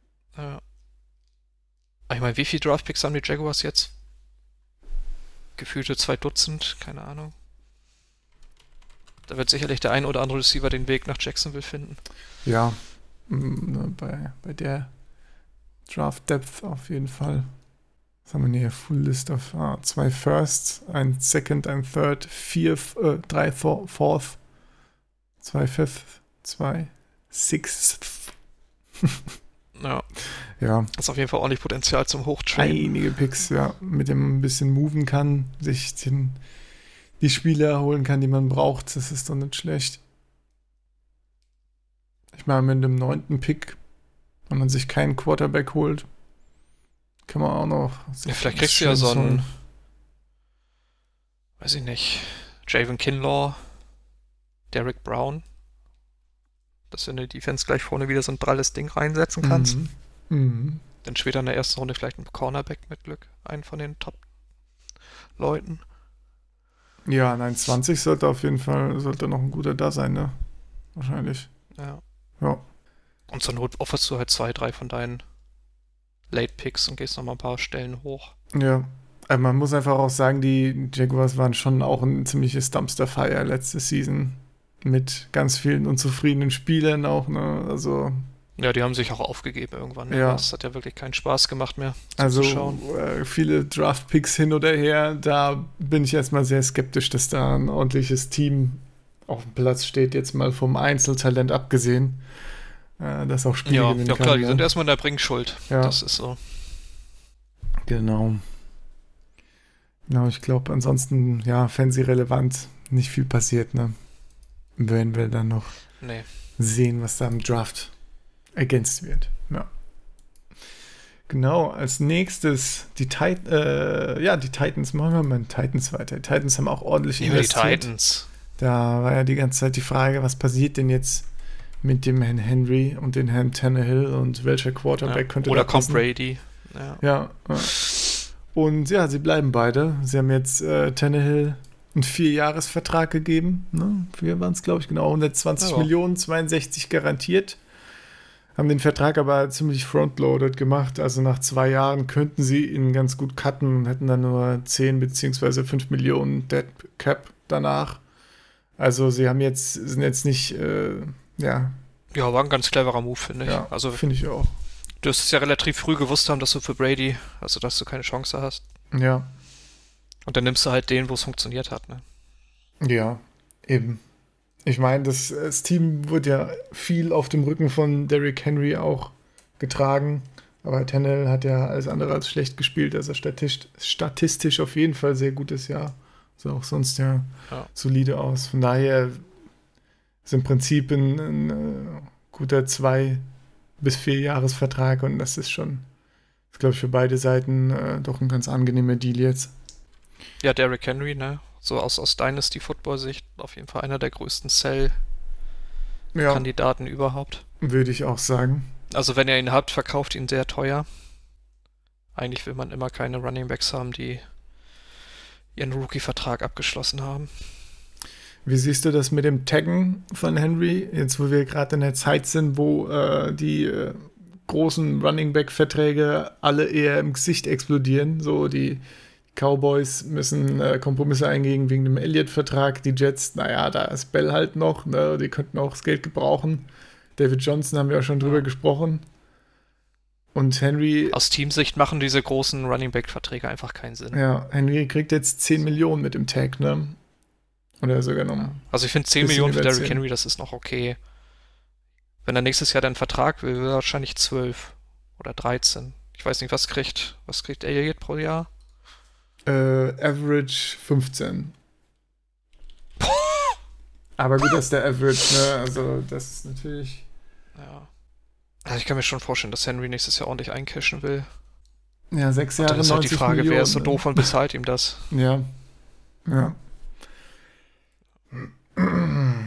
[SPEAKER 2] Ich meine, wie viele Draftpicks haben die Jaguars jetzt? Gefühlte 2 Dutzend, keine Ahnung. Da wird sicherlich der ein oder andere Receiver den Weg nach Jacksonville finden.
[SPEAKER 1] Ja, bei der Draft-Depth auf jeden Fall. Was haben wir hier? Full List of 2 Firsts, ein Second, ein Third, 3 Fourth, 2 Fifth, 2 Sixth.
[SPEAKER 2] Ja.
[SPEAKER 1] Das
[SPEAKER 2] ist auf jeden Fall ordentlich Potenzial zum Hochtraden.
[SPEAKER 1] Einige Picks, ja, mit dem man ein bisschen moven kann, sich die Spieler holen kann, die man braucht. Das ist doch nicht schlecht. Ich meine, mit dem 9. Pick, wenn man sich keinen Quarterback holt, kann man auch noch...
[SPEAKER 2] Ja, vielleicht kriegst du ja so einen, weiß ich nicht, Javon Kinlaw, Derek Brown, dass du in der Defense gleich vorne wieder so ein pralles Ding reinsetzen kannst. Dann später in der ersten Runde vielleicht ein Cornerback mit Glück, einen von den Top-Leuten.
[SPEAKER 1] Ja, 20 sollte auf jeden Fall noch ein guter da sein, ne? Wahrscheinlich.
[SPEAKER 2] Ja.
[SPEAKER 1] Ja.
[SPEAKER 2] Und zur Not offerst du halt 2, 3 von deinen Late-Picks und gehst nochmal ein paar Stellen hoch.
[SPEAKER 1] Ja. Also man muss einfach auch sagen, die Jaguars waren schon auch ein ziemliches Dumpster-Fire letzte Season. Mit ganz vielen unzufriedenen Spielern auch, ne? Also.
[SPEAKER 2] Ja, die haben sich auch aufgegeben irgendwann. Ne?
[SPEAKER 1] Ja.
[SPEAKER 2] Das hat ja wirklich keinen Spaß gemacht mehr
[SPEAKER 1] zu
[SPEAKER 2] schauen.
[SPEAKER 1] Viele Draft-Picks hin oder her, da bin ich erstmal sehr skeptisch, dass da ein ordentliches Team auf dem Platz steht, jetzt mal vom Einzeltalent abgesehen, das auch Spiele gewinnen kann.
[SPEAKER 2] Ja, klar, die sind erstmal in der Bringschuld.
[SPEAKER 1] Ja.
[SPEAKER 2] Das ist so.
[SPEAKER 1] Genau, ich glaube, ansonsten, fancy-relevant, nicht viel passiert, ne? Werden wir dann noch sehen, was da im Draft ergänzt wird. Ja. Genau, als nächstes die Titans. Machen wir mal Titans weiter. Die Titans haben auch ordentlich investiert.
[SPEAKER 2] Die Titans.
[SPEAKER 1] Da war ja die ganze Zeit die Frage, was passiert denn jetzt mit dem Herrn Henry und den Herrn Tannehill und welcher Quarterback könnte da passen?
[SPEAKER 2] Oder kommt Brady.
[SPEAKER 1] Ja. Und sie bleiben beide. Sie haben jetzt Tannehill einen 4-Jahres-Vertrag gegeben. Ne? 4 waren es, glaube ich, genau. 120 Millionen, 62 garantiert. Haben den Vertrag aber ziemlich frontloaded gemacht. Also nach 2 Jahren könnten sie ihn ganz gut cutten und hätten dann nur 10 bzw. 5 Millionen Dead Cap danach. Also sie sind jetzt nicht,
[SPEAKER 2] Ja, war ein ganz cleverer Move, finde ich.
[SPEAKER 1] Ja,
[SPEAKER 2] also
[SPEAKER 1] finde ich auch.
[SPEAKER 2] Du hast es ja relativ früh gewusst haben, dass du für Brady, also dass du keine Chance hast.
[SPEAKER 1] Ja.
[SPEAKER 2] Und dann nimmst du halt den, wo es funktioniert hat, ne?
[SPEAKER 1] Ja, eben. Ich meine, das Team wird ja viel auf dem Rücken von Derrick Henry auch getragen. Aber Tannehill hat ja alles andere als schlecht gespielt. Also statistisch auf jeden Fall sehr gutes Jahr. Sah auch sonst ja solide aus. Von daher ist im Prinzip ein guter 2 bis 4 Jahresvertrag. Und das ist schon, glaube ich, für beide Seiten doch ein ganz angenehmer Deal jetzt.
[SPEAKER 2] Ja, Derrick Henry, ne? So aus Dynasty-Football-Sicht auf jeden Fall einer der größten Sell-Kandidaten überhaupt.
[SPEAKER 1] Würde ich auch sagen.
[SPEAKER 2] Also wenn ihr ihn habt, verkauft ihn sehr teuer. Eigentlich will man immer keine Runningbacks haben, die ihren Rookie-Vertrag abgeschlossen haben.
[SPEAKER 1] Wie siehst du das mit dem Taggen von Henry? Jetzt, wo wir gerade in der Zeit sind, wo die großen Runningback-Verträge alle eher im Gesicht explodieren. So die Cowboys müssen Kompromisse eingehen wegen dem Elliott-Vertrag. Die Jets, da ist Bell halt noch. Ne? Die könnten auch das Geld gebrauchen. David Johnson haben wir auch schon drüber gesprochen. Und Henry...
[SPEAKER 2] Aus Teamsicht machen diese großen Running-Back-Verträge einfach keinen Sinn.
[SPEAKER 1] Ja, Henry kriegt jetzt 10 Millionen mit dem Tag, ne? Oder sogar noch. Ja.
[SPEAKER 2] Also ich finde 10 Millionen für Derrick Henry, das ist noch okay. Wenn er nächstes Jahr dann einen Vertrag will, will er wahrscheinlich 12 oder 13. Ich weiß nicht, was kriegt Elliott pro Jahr?
[SPEAKER 1] Average 15. Aber gut, das ist der Average, ne? Also das ist natürlich...
[SPEAKER 2] Ja. Also ich kann mir schon vorstellen, dass Henry nächstes Jahr ordentlich eincashen will.
[SPEAKER 1] Ja, 6 Jahre, 90 Millionen. Dann ist halt die Frage,
[SPEAKER 2] Millionen, wer ist so doof und bezahlt ihm das?
[SPEAKER 1] Ja.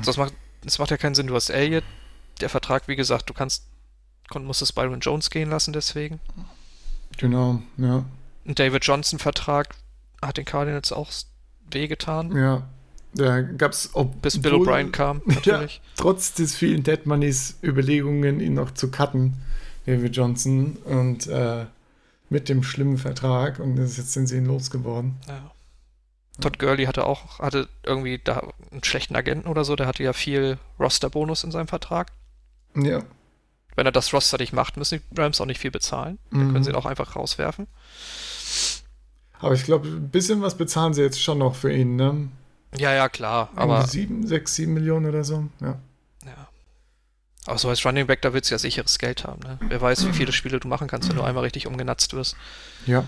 [SPEAKER 2] Das macht ja keinen Sinn. Du hast Elliott, der Vertrag, wie gesagt, musstest Byron Jones gehen lassen deswegen.
[SPEAKER 1] Genau, ja.
[SPEAKER 2] Und David Johnson-Vertrag hat den Cardinals auch wehgetan.
[SPEAKER 1] Ja, da gab es,
[SPEAKER 2] bis Bill O'Brien kam, natürlich.
[SPEAKER 1] Ja, trotz des vielen Dead Moneys Überlegungen, ihn noch zu cutten, David Johnson, und mit dem schlimmen Vertrag, und das ist jetzt sind sie ihn losgeworden.
[SPEAKER 2] Ja. Todd Gurley hatte irgendwie da einen schlechten Agenten oder so, der hatte ja viel Roster-Bonus in seinem Vertrag.
[SPEAKER 1] Ja.
[SPEAKER 2] Wenn er das Roster nicht macht, müssen die Rams auch nicht viel bezahlen. Dann können sie ihn auch einfach rauswerfen.
[SPEAKER 1] Aber ich glaube, ein bisschen was bezahlen sie jetzt schon noch für ihn, ne?
[SPEAKER 2] Ja, klar. Aber
[SPEAKER 1] 7 Millionen oder so, ja.
[SPEAKER 2] Aber so als Running Back, da willst du ja sicheres Geld haben, ne? Wer weiß, wie viele Spiele du machen kannst, wenn du einmal richtig umgenatzt wirst.
[SPEAKER 1] Ja.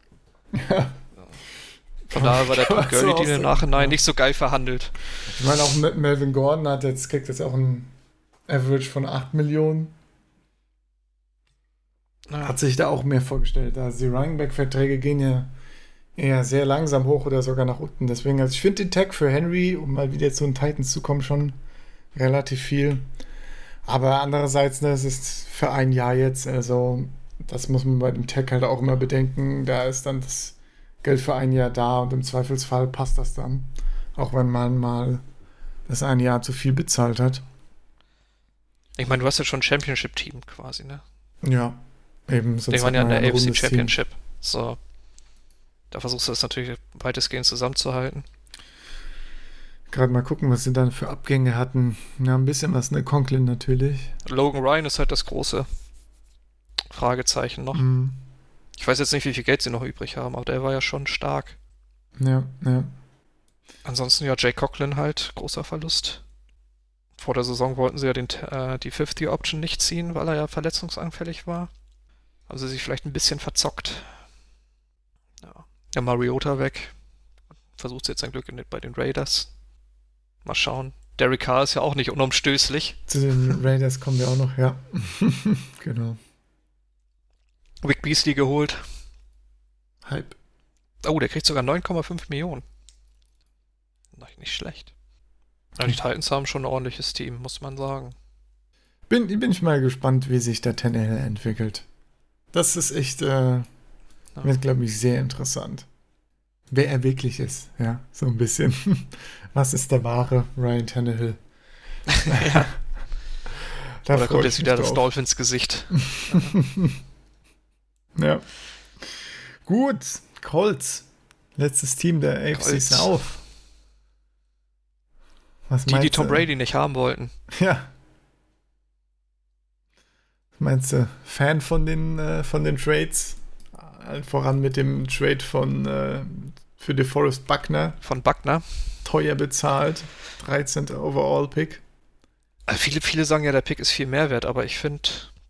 [SPEAKER 2] Von daher war der Todd Gurley-Deal im Nachhinein nicht so geil verhandelt.
[SPEAKER 1] Ich meine, auch mit Melvin Gordon kriegt jetzt auch ein Average von 8 Millionen.
[SPEAKER 2] Ja.
[SPEAKER 1] Hat sich da auch mehr vorgestellt. Also die Running Back-Verträge gehen ja eher sehr langsam hoch oder sogar nach unten. Deswegen, also ich finde den Tag für Henry, um mal wieder zu den Titans zu kommen, schon relativ viel. Aber andererseits, ne, es ist für ein Jahr jetzt, also das muss man bei dem Tag halt auch immer bedenken. Da ist dann das Geld für ein Jahr da und im Zweifelsfall passt das dann. Auch wenn man mal das ein Jahr zu viel bezahlt hat.
[SPEAKER 2] Ich meine, du hast ja schon ein Championship-Team quasi, ne?
[SPEAKER 1] Ja, eben.
[SPEAKER 2] Die waren ja in der AFC Championship. So. Da versuchst du das natürlich weitestgehend zusammenzuhalten.
[SPEAKER 1] Gerade mal gucken, was sie dann für Abgänge hatten. Ja, ein bisschen was, ne? Conklin natürlich.
[SPEAKER 2] Logan Ryan ist halt das große Fragezeichen noch. Ich weiß jetzt nicht, wie viel Geld sie noch übrig haben, aber der war ja schon stark.
[SPEAKER 1] Ja.
[SPEAKER 2] Ansonsten ja, Jay Conklin halt, großer Verlust. Vor der Saison wollten sie ja die 50-Option nicht ziehen, weil er ja verletzungsanfällig war. Haben sie sich vielleicht ein bisschen verzockt. Ja, Mariota weg. Versucht jetzt sein Glück bei den Raiders. Mal schauen. Derek Carr ist ja auch nicht unumstößlich.
[SPEAKER 1] Zu den Raiders kommen wir auch noch, ja. Genau.
[SPEAKER 2] Vic Beasley geholt.
[SPEAKER 1] Hype.
[SPEAKER 2] Oh, der kriegt sogar 9,5 Millionen. Nicht schlecht. Ja, die Titans haben schon ein ordentliches Team, muss man sagen.
[SPEAKER 1] Bin ich mal gespannt, wie sich der Tannehill entwickelt. Das ist echt, wird, glaube ich, sehr interessant. Wer er wirklich ist, ja, so ein bisschen. Was ist der wahre Ryan Tannehill?
[SPEAKER 2] Ja.
[SPEAKER 1] Da
[SPEAKER 2] kommt jetzt wieder das Dolphins-Gesicht.
[SPEAKER 1] Ja. Gut, Colts. Letztes Team der AFC South. Was meinst
[SPEAKER 2] die Tom Brady nicht haben wollten.
[SPEAKER 1] Ja. Was meinst du? Fan von den Trades? Allen voran mit dem Trade für DeForest Buckner.
[SPEAKER 2] Von Buckner.
[SPEAKER 1] Teuer bezahlt. 13. Overall-Pick.
[SPEAKER 2] Viele sagen ja, der Pick ist viel mehr wert, aber ich finde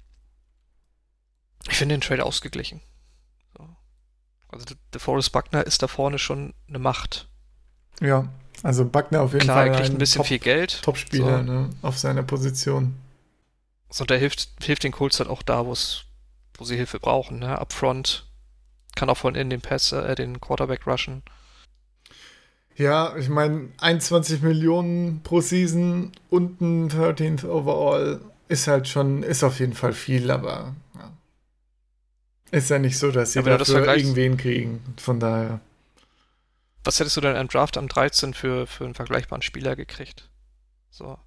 [SPEAKER 2] den Trade ausgeglichen. So. Also DeForest Buckner ist da vorne schon eine Macht.
[SPEAKER 1] Ja, also Buckner auf jeden
[SPEAKER 2] Klar,
[SPEAKER 1] Fall
[SPEAKER 2] er kriegt ein bisschen viel Geld.
[SPEAKER 1] Topspieler, so. Ne, auf seiner Position.
[SPEAKER 2] So, der hilft den Colts halt auch da, wo sie Hilfe brauchen, ne? Upfront. Kann auch von innen den Quarterback rushen.
[SPEAKER 1] Ja, ich meine, 21 Millionen pro Season und ein 13th Overall ist halt schon, ist auf jeden Fall viel, aber ja. Ist ja nicht so, dass sie dafür irgendwen kriegen, von daher.
[SPEAKER 2] Was hättest du denn im Draft am 13 für einen vergleichbaren Spieler gekriegt? So.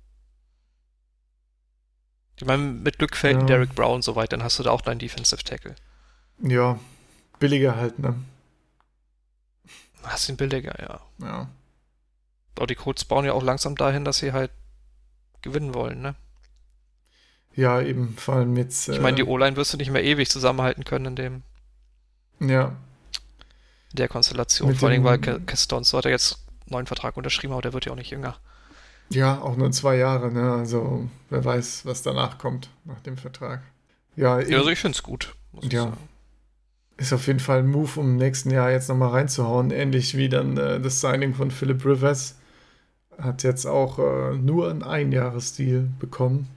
[SPEAKER 2] Ich meine, mit Glück fällt Derek Brown so weit, dann hast du da auch deinen Defensive Tackle.
[SPEAKER 1] Ja, billiger halt, ne?
[SPEAKER 2] Hast ihn billiger, ja.
[SPEAKER 1] Ja.
[SPEAKER 2] Aber die Colts bauen ja auch langsam dahin, dass sie halt gewinnen wollen, ne?
[SPEAKER 1] Ja, eben, vor allem jetzt...
[SPEAKER 2] ich meine, die O-Line wirst du nicht mehr ewig zusammenhalten können in der Konstellation. Vor allem, weil Castonzo hat ja jetzt einen neuen Vertrag unterschrieben, aber der wird ja auch nicht jünger.
[SPEAKER 1] Ja, auch nur 2 Jahre, ne? Also, wer weiß, was danach kommt, nach dem Vertrag. Ja,
[SPEAKER 2] also ich finde es gut, muss ich sagen.
[SPEAKER 1] Ist auf jeden Fall ein Move, um im nächsten Jahr jetzt nochmal reinzuhauen. Ähnlich wie dann das Signing von Philip Rivers. Hat jetzt auch nur einen Einjahresdeal bekommen.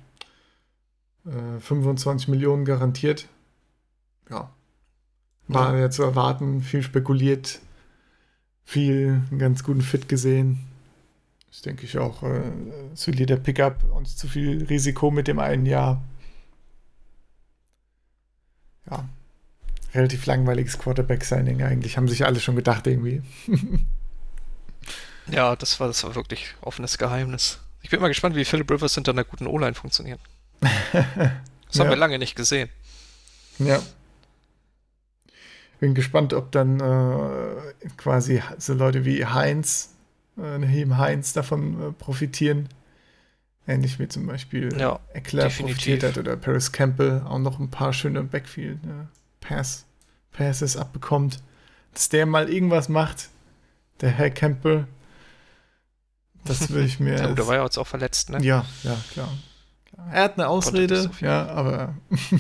[SPEAKER 1] 25 Millionen garantiert. Ja. War ja zu erwarten. Viel spekuliert. Einen ganz guten Fit gesehen. Das denke ich auch. Solider Pickup und zu viel Risiko mit dem einen Jahr. Ja, relativ langweiliges Quarterback-Signing eigentlich. Haben sich alle schon gedacht irgendwie.
[SPEAKER 2] Ja, das war wirklich offenes Geheimnis. Ich bin mal gespannt, wie Philip Rivers hinter einer guten O-Line funktioniert. Das haben wir lange nicht gesehen.
[SPEAKER 1] Ja. Bin gespannt, ob dann quasi so Leute wie Heinz, Naheem Heinz davon profitieren. Ähnlich wie zum Beispiel Eckler profitiert hat oder Paris Campbell auch noch ein paar schöne Passes abbekommt. Dass der mal irgendwas macht, der Herr Campbell. Das will ich mir.
[SPEAKER 2] Ja, der war ja jetzt auch verletzt, ne?
[SPEAKER 1] Ja, klar. Er hat eine Ausrede, so ja, aber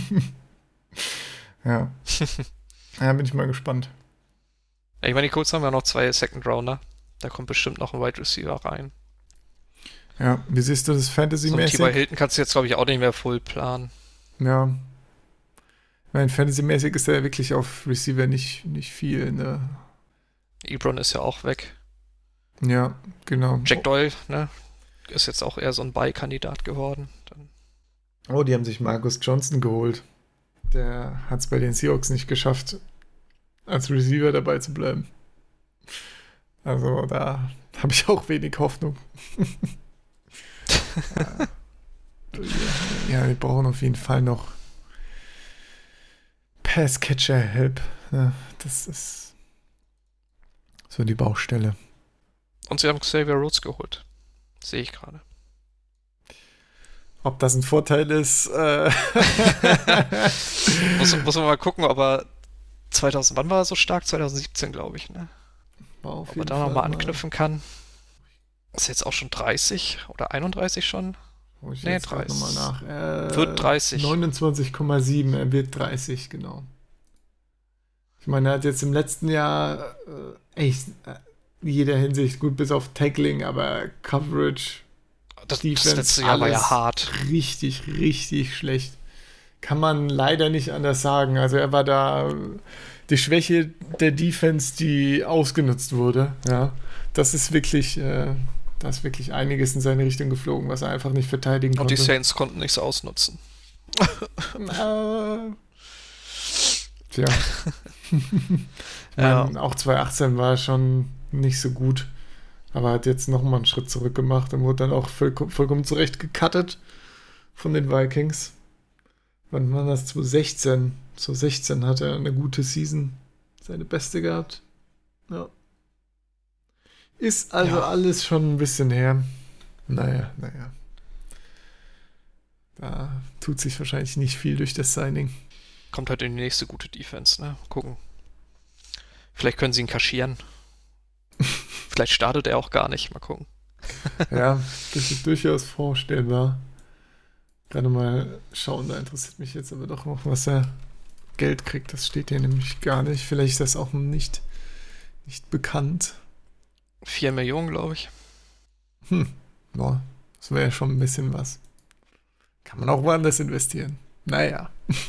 [SPEAKER 1] ja. Ja, bin ich mal gespannt.
[SPEAKER 2] Ja, ich meine, die Colts haben ja noch 2 Second Rounder. Da kommt bestimmt noch ein Wide Receiver rein.
[SPEAKER 1] Ja, wie siehst du das Fantasy-mäßig?
[SPEAKER 2] So T.Y. Hilton kannst du jetzt, glaube ich, auch nicht mehr voll planen.
[SPEAKER 1] Ja. Ich meine, Fantasy-mäßig ist ja wirklich auf Receiver nicht viel, ne?
[SPEAKER 2] Ebron ist ja auch weg.
[SPEAKER 1] Ja, genau.
[SPEAKER 2] Jack Doyle, ne? Ist jetzt auch eher so ein Buy-Kandidat geworden.
[SPEAKER 1] Oh, die haben sich Marcus Johnson geholt. Der hat es bei den Seahawks nicht geschafft, als Receiver dabei zu bleiben. Also da habe ich auch wenig Hoffnung. Ja, wir brauchen auf jeden Fall noch Pass-Catcher-Help. Ja, das ist so die Baustelle.
[SPEAKER 2] Und sie haben Xavier Rhodes geholt. Sehe ich gerade.
[SPEAKER 1] Ob das ein Vorteil ist?
[SPEAKER 2] Muss man mal gucken, ob er 2000, wann war er so stark? 2017, glaube ich, ne? Ob er da nochmal anknüpfen kann. Ist jetzt auch schon 30 oder 31 schon?
[SPEAKER 1] Nee, 30. Nochmal nach.
[SPEAKER 2] Wird 30.
[SPEAKER 1] 29,7, er wird 30, genau. Ich meine, er hat jetzt im letzten Jahr echt in jeder Hinsicht gut, bis auf Tackling, aber Coverage,
[SPEAKER 2] das letzte Jahr war ja hart.
[SPEAKER 1] Richtig, richtig schlecht. Kann man leider nicht anders sagen. Also er war da die Schwäche der Defense, die ausgenutzt wurde. Ja, das ist wirklich einiges in seine Richtung geflogen, was er einfach nicht verteidigen konnte.
[SPEAKER 2] Und die Saints konnten nichts ausnutzen.
[SPEAKER 1] Tja. Auch 2018 war schon nicht so gut. Aber hat jetzt nochmal einen Schritt zurück gemacht und wurde dann auch vollkommen zurecht gecuttet von den Vikings. Wann war das? 2016. 2016 hat er eine gute Season. Seine beste gehabt. Ja. Ist also alles schon ein bisschen her. Naja. Da tut sich wahrscheinlich nicht viel durch das Signing.
[SPEAKER 2] Kommt halt in die nächste gute Defense, ne? Gucken. Vielleicht können sie ihn kaschieren. Vielleicht startet er auch gar nicht. Mal gucken.
[SPEAKER 1] Ja, das ist durchaus vorstellbar. Gerade mal schauen, da interessiert mich jetzt aber doch noch, was er Geld kriegt. Das steht hier nämlich gar nicht. Vielleicht ist das auch nicht bekannt.
[SPEAKER 2] 4 Millionen, glaube ich.
[SPEAKER 1] Boah, das wäre ja schon ein bisschen was. Kann man auch woanders investieren. Naja.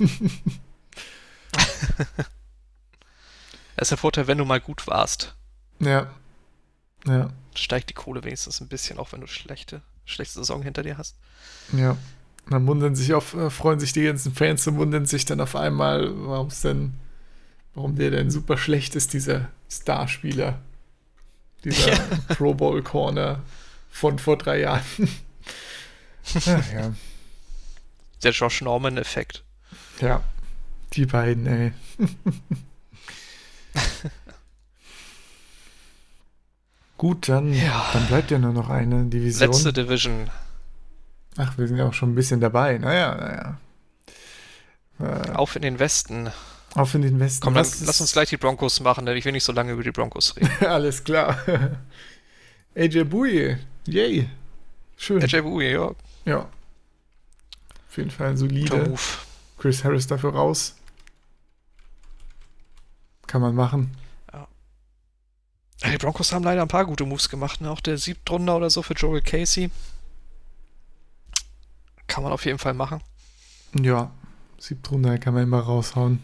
[SPEAKER 2] Das ist der Vorteil, wenn du mal gut warst.
[SPEAKER 1] Ja.
[SPEAKER 2] Steigt die Kohle wenigstens ein bisschen, auch wenn du schlechte Saison hinter dir hast.
[SPEAKER 1] Ja. Dann freuen sich die ganzen Fans und wundern sich dann auf einmal, warum der denn super schlecht ist, dieser Starspieler. Dieser Pro Bowl Corner von vor 3 Jahren. Ja.
[SPEAKER 2] Der Josh Norman-Effekt.
[SPEAKER 1] Ja, die beiden, ey. Gut, dann bleibt ja nur noch eine Division.
[SPEAKER 2] Letzte Division.
[SPEAKER 1] Ach, wir sind ja auch schon ein bisschen dabei. Naja.
[SPEAKER 2] Auf in den Westen.
[SPEAKER 1] Auf in den Westen.
[SPEAKER 2] Komm, dann lass uns gleich die Broncos machen, denn ich will nicht so lange über die Broncos reden.
[SPEAKER 1] Alles klar. AJ Bouye. Yay. Schön.
[SPEAKER 2] AJ Bouye, ja.
[SPEAKER 1] Ja. Auf jeden Fall ein solider Move. Chris Harris dafür raus. Kann man machen.
[SPEAKER 2] Ja. Die Broncos haben leider ein paar gute Moves gemacht. Ne? Auch der 7. Runder oder so für Joel Casey. Kann man auf jeden Fall machen.
[SPEAKER 1] Ja. 7. Runder kann man immer raushauen.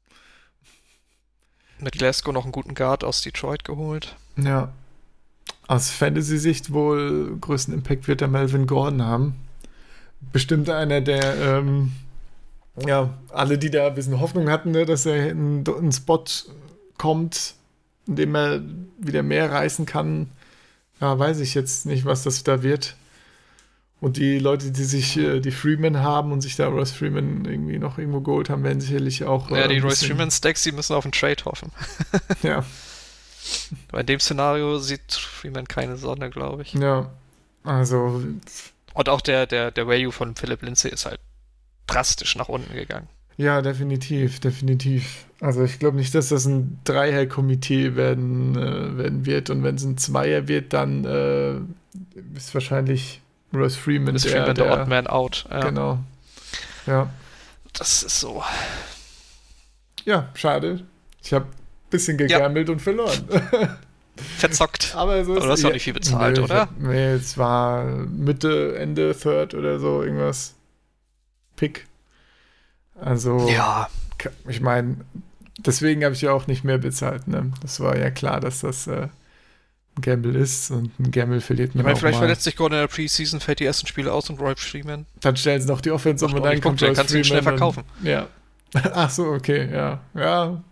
[SPEAKER 2] Mit Glasgow noch einen guten Guard aus Detroit geholt.
[SPEAKER 1] Ja. aus Fantasy-Sicht wohl größten Impact wird der Melvin Gordon haben. Bestimmt einer der, alle, die da ein bisschen Hoffnung hatten, ne, dass er in einen Spot kommt, in dem er wieder mehr reißen kann. Ja, weiß ich jetzt nicht, was das da wird. Und die Leute, die sich die Freeman haben und sich da Royce Freeman irgendwie noch irgendwo geholt haben, werden sicherlich auch.
[SPEAKER 2] Ja, die Royce Freeman-Stacks, die müssen auf einen Trade hoffen.
[SPEAKER 1] Ja.
[SPEAKER 2] Bei dem Szenario sieht Freeman keine Sonne, glaube ich.
[SPEAKER 1] Ja, also.
[SPEAKER 2] Und auch der Value von Philip Lindsay ist halt drastisch nach unten gegangen.
[SPEAKER 1] Ja, definitiv. Also ich glaube nicht, dass das ein Dreier-Komitee werden wird. Und wenn es ein Zweier wird, dann ist wahrscheinlich Royce Freeman
[SPEAKER 2] der Odd Man Out.
[SPEAKER 1] Ja. Genau. Ja.
[SPEAKER 2] Das ist so.
[SPEAKER 1] Ja, schade. Ich habe ein bisschen gegambelt und verloren.
[SPEAKER 2] Verzockt.
[SPEAKER 1] Aber so
[SPEAKER 2] du hast auch nicht viel bezahlt, oder?
[SPEAKER 1] Nee, es war Mitte, Ende, Third oder so, irgendwas. Pick. Also,
[SPEAKER 2] ja.
[SPEAKER 1] Ich meine, deswegen habe ich ja auch nicht mehr bezahlt. Ne? Das war ja klar, dass das ein Gamble ist und ein Gamble verliert man auch
[SPEAKER 2] vielleicht
[SPEAKER 1] mal.
[SPEAKER 2] verletzt sich Gordon in der Preseason, fällt die ersten Spiele aus und Royce Freeman.
[SPEAKER 1] Dann stellen sie noch die Offense um und dann kommt
[SPEAKER 2] Royce kannst du ihn schnell verkaufen.
[SPEAKER 1] Ja. Ach so, okay, ja.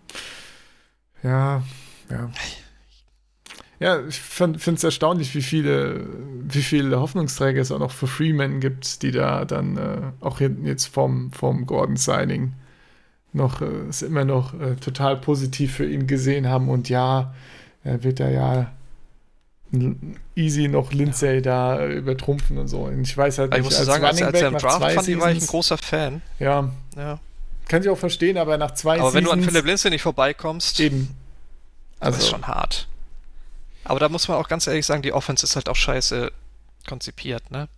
[SPEAKER 1] Ja, ich finde es erstaunlich, wie viele Hoffnungsträger es auch noch für Freeman gibt, die da dann auch jetzt vom Gordon-Signing noch es immer noch total positiv für ihn gesehen haben. Und ja, er wird da ja easy noch Lindsay da übertrumpfen und so. Und ich weiß halt nicht,
[SPEAKER 2] ich muss sagen, als er im Draft fand, war ich ein großer Fan.
[SPEAKER 1] Ja. Kann ich auch verstehen, aber nach 2 Seasons...
[SPEAKER 2] Aber wenn du an Philip Lindsay nicht vorbeikommst,
[SPEAKER 1] eben.
[SPEAKER 2] Also, das ist schon hart. Aber da muss man auch ganz ehrlich sagen, die Offense ist halt auch scheiße konzipiert, ne?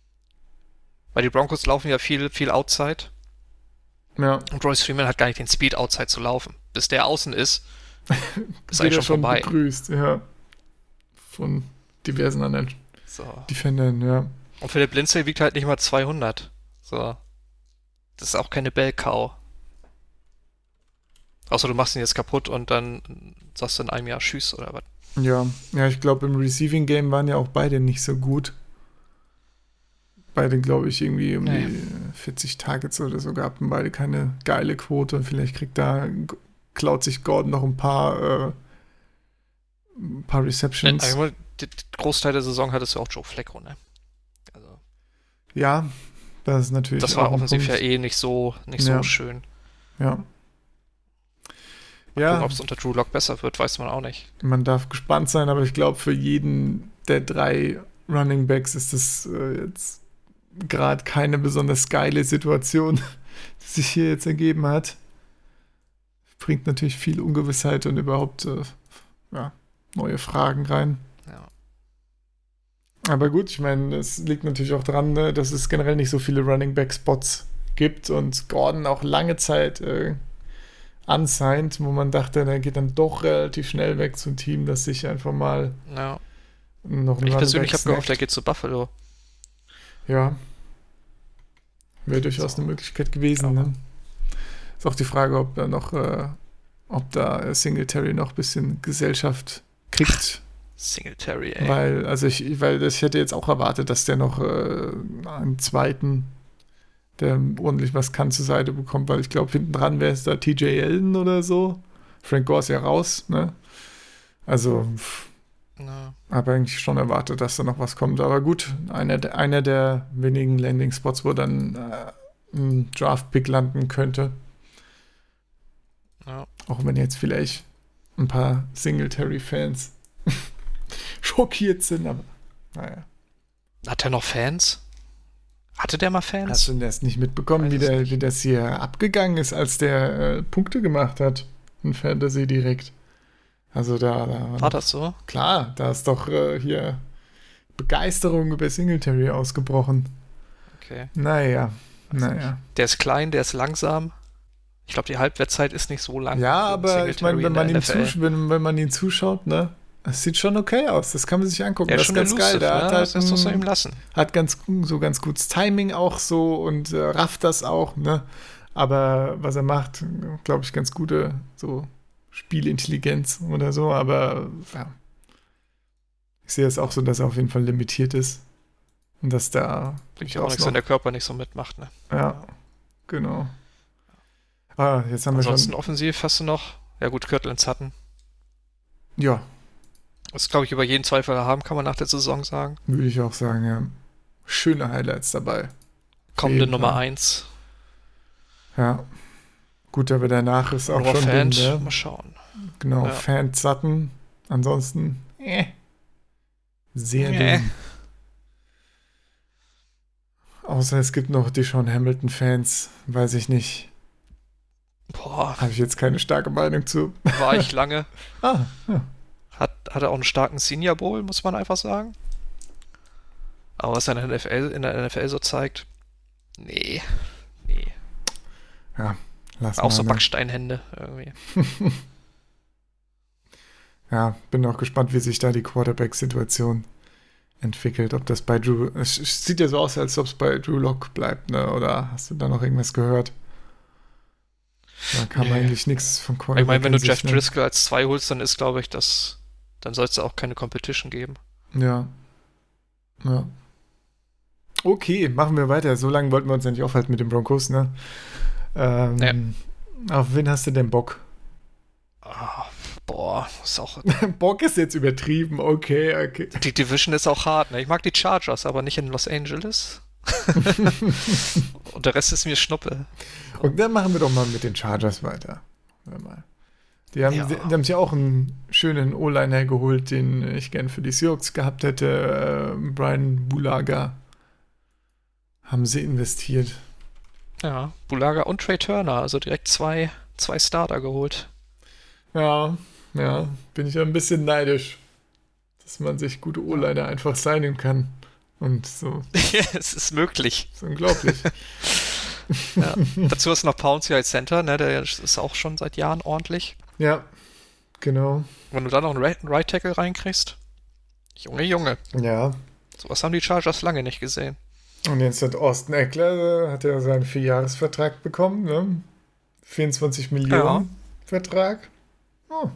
[SPEAKER 2] Weil die Broncos laufen ja viel Outside.
[SPEAKER 1] Ja.
[SPEAKER 2] Und Royce Freeman hat gar nicht den Speed, Outside zu laufen. Bis der außen ist eigentlich schon vorbei.
[SPEAKER 1] Begrüßt, ja. Von diversen anderen Defendern, ja.
[SPEAKER 2] Und Philip Lindsay wiegt halt nicht mal 200. So. Das ist auch keine Bell-Cow. Außer du machst ihn jetzt kaputt und dann sagst du in einem Jahr Tschüss oder was.
[SPEAKER 1] Ja, ich glaube, im Receiving Game waren ja auch beide nicht so gut. Beide, glaube ich, irgendwie um die 40 Targets oder so gehabt und beide keine geile Quote. Vielleicht klaut sich Gordon noch ein paar Receptions.
[SPEAKER 2] Den Großteil der Saison hattest du auch Joe Flacco, ne? Also.
[SPEAKER 1] Ja, das ist natürlich.
[SPEAKER 2] Das war offensiv ja nicht so schön.
[SPEAKER 1] Ja.
[SPEAKER 2] Gucken, ob es unter Drew Lock besser wird, weiß man auch nicht.
[SPEAKER 1] Man darf gespannt sein, aber ich glaube, für jeden der 3 Running Backs ist das jetzt gerade keine besonders geile Situation, die sich hier jetzt ergeben hat. Bringt natürlich viel Ungewissheit und überhaupt neue Fragen rein.
[SPEAKER 2] Ja.
[SPEAKER 1] Aber gut, ich meine, es liegt natürlich auch daran, ne, dass es generell nicht so viele Running Back Spots gibt und Gordon auch lange Zeit unsigned, wo man dachte, der geht dann doch relativ schnell weg zum Team, das sich einfach mal noch einen
[SPEAKER 2] Ich persönlich habe gehofft, der geht zu Buffalo.
[SPEAKER 1] Ja. Wäre durchaus eine Möglichkeit gewesen. Ne? Ist auch die Frage, ob da Singletary noch ein bisschen Gesellschaft kriegt.
[SPEAKER 2] Singletary, ey.
[SPEAKER 1] Weil ich hätte jetzt auch erwartet, dass der noch einen zweiten, der ordentlich was kann, zur Seite bekommt, weil ich glaube, hinten dran wäre es da TJ Yeldon oder so. Frank Gore ist ja raus, ne? Also, habe eigentlich schon erwartet, dass da noch was kommt. Aber gut, einer der wenigen Landing-Spots, wo dann ein Draft-Pick landen könnte.
[SPEAKER 2] Ja.
[SPEAKER 1] Auch wenn jetzt vielleicht ein paar Singletary-Fans schockiert sind, aber naja.
[SPEAKER 2] Hat er noch Fans? Hatte der mal Fans?
[SPEAKER 1] Hast du das nicht mitbekommen, wie das hier abgegangen ist, als der Punkte gemacht hat in Fantasy direkt? Also da
[SPEAKER 2] war das so?
[SPEAKER 1] Klar, da ist doch hier Begeisterung über Singletary ausgebrochen.
[SPEAKER 2] Okay.
[SPEAKER 1] Naja.
[SPEAKER 2] Der ist klein, der ist langsam. Ich glaube, die Halbwertszeit ist nicht so lang.
[SPEAKER 1] Ja, aber ich meine, wenn man ihn zuschaut, ne? Das sieht schon okay aus. Das kann man sich angucken.
[SPEAKER 2] Das
[SPEAKER 1] ist ganz geil. Der hat halt
[SPEAKER 2] das muss man ihm lassen.
[SPEAKER 1] Hat ganz gutes Timing auch so und rafft das auch, ne? Aber was er macht, glaube ich, ganz gute so Spielintelligenz oder so. Aber ja. Ich sehe es auch so, dass er auf jeden Fall limitiert ist. Und dass da
[SPEAKER 2] Ich auch nichts, wenn der Körper nicht so mitmacht, ne?
[SPEAKER 1] Ja, genau. Jetzt haben
[SPEAKER 2] Ansonsten
[SPEAKER 1] wir schon...
[SPEAKER 2] offensiv hast du noch, ja gut, Kirtland Sutton.
[SPEAKER 1] Ja,
[SPEAKER 2] Das glaube ich über jeden Zweifel haben, kann man nach der Saison sagen.
[SPEAKER 1] würde ich auch sagen, ja. Schöne Highlights dabei.
[SPEAKER 2] Kommende
[SPEAKER 1] jeden
[SPEAKER 2] Nummer
[SPEAKER 1] Fall.
[SPEAKER 2] 1.
[SPEAKER 1] Ja. Gut, aber danach ist auch
[SPEAKER 2] Noah
[SPEAKER 1] schon
[SPEAKER 2] Fant,
[SPEAKER 1] dünn, ne?
[SPEAKER 2] mal schauen.
[SPEAKER 1] Genau,
[SPEAKER 2] Ja.
[SPEAKER 1] Fant, Sutton. Ansonsten, sehr
[SPEAKER 2] Nee.
[SPEAKER 1] dünn. Außer es gibt noch die Sean Hamilton-Fans, weiß ich nicht.
[SPEAKER 2] Boah,
[SPEAKER 1] Habe ich jetzt keine starke Meinung zu.
[SPEAKER 2] war ich lange.
[SPEAKER 1] Ja.
[SPEAKER 2] Hat er auch einen starken Senior Bowl, muss man einfach sagen. Aber was er in der NFL so zeigt, nee.
[SPEAKER 1] Ja, lass
[SPEAKER 2] Auch
[SPEAKER 1] mal.
[SPEAKER 2] so
[SPEAKER 1] Ne?
[SPEAKER 2] Backsteinhände irgendwie.
[SPEAKER 1] Ja, bin auch gespannt, wie sich da die Quarterback-Situation entwickelt. Ob das bei Drew... Es sieht ja so aus, als ob es bei Drew Lock bleibt, ne? Oder hast du da noch irgendwas gehört? Da kam eigentlich nichts von Quarterback.
[SPEAKER 2] Ich meine, wenn du Jeff
[SPEAKER 1] ne?
[SPEAKER 2] Driscoll als 2 holst, dann ist, glaube ich, dann soll es auch keine Competition geben.
[SPEAKER 1] Ja. Okay, machen wir weiter. So lange wollten wir uns ja nicht aufhalten mit den Broncos, ne? Auf wen hast du denn Bock?
[SPEAKER 2] Boah, ist auch.
[SPEAKER 1] Bock ist jetzt übertrieben, okay.
[SPEAKER 2] Die Division ist auch hart, ne? Ich mag die Chargers, aber nicht in Los Angeles. Und der Rest ist mir Schnuppe.
[SPEAKER 1] Und dann machen wir doch mal mit den Chargers weiter. Die haben sich auch einen schönen O-Liner geholt, den ich gern für die Seahawks gehabt hätte. Brian Bulaga. Haben sie investiert.
[SPEAKER 2] Ja, Bulaga und Trey Turner, also direkt zwei Starter geholt.
[SPEAKER 1] Ja, bin ich ein bisschen neidisch, dass man sich gute O-Liner einfach signen kann. Und so.
[SPEAKER 2] Es ist möglich.
[SPEAKER 1] Das ist unglaublich.
[SPEAKER 2] Ja. Dazu hast du noch Pouncey als Center, ne? Der ist auch schon seit Jahren ordentlich.
[SPEAKER 1] Ja, genau.
[SPEAKER 2] Wenn du dann noch einen Right Tackle reinkriegst. Junge.
[SPEAKER 1] Ja.
[SPEAKER 2] Sowas haben die Chargers lange nicht gesehen.
[SPEAKER 1] Und jetzt hat Austin Eckler, hat er seinen 4-Jahres-Vertrag bekommen, ne? 24 Millionen Vertrag. Oh.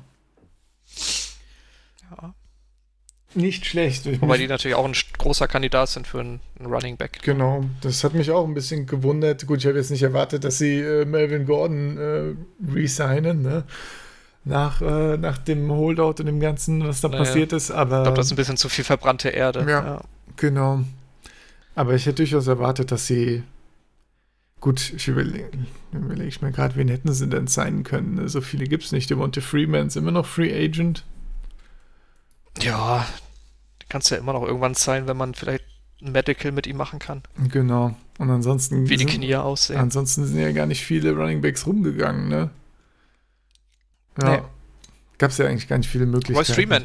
[SPEAKER 2] Ja.
[SPEAKER 1] Nicht schlecht.
[SPEAKER 2] Wobei die natürlich auch ein großer Kandidat sind für einen Running Back.
[SPEAKER 1] Genau, das hat mich auch ein bisschen gewundert. Gut, ich habe jetzt nicht erwartet, dass sie Melvin Gordon resignen, ne? Nach dem Holdout und dem Ganzen, was da passiert ist. Aber
[SPEAKER 2] ich glaube, das ist ein bisschen zu viel verbrannte Erde.
[SPEAKER 1] Ja, genau. Aber ich hätte durchaus erwartet, dass sie... Gut, ich überlege ich mir gerade, wen hätten sie denn signen können? So viele gibt es nicht. Devonta Freeman ist immer noch Free Agent.
[SPEAKER 2] Ja, kannst ja immer noch irgendwann sein, wenn man vielleicht ein Medical mit ihm machen kann.
[SPEAKER 1] Genau. Und ansonsten...
[SPEAKER 2] Wie die Knie aussehen.
[SPEAKER 1] Ansonsten sind ja gar nicht viele Running Backs rumgegangen, ne? Ja.
[SPEAKER 2] Nee.
[SPEAKER 1] Gab es ja eigentlich gar nicht viele Möglichkeiten.
[SPEAKER 2] Royce Freeman.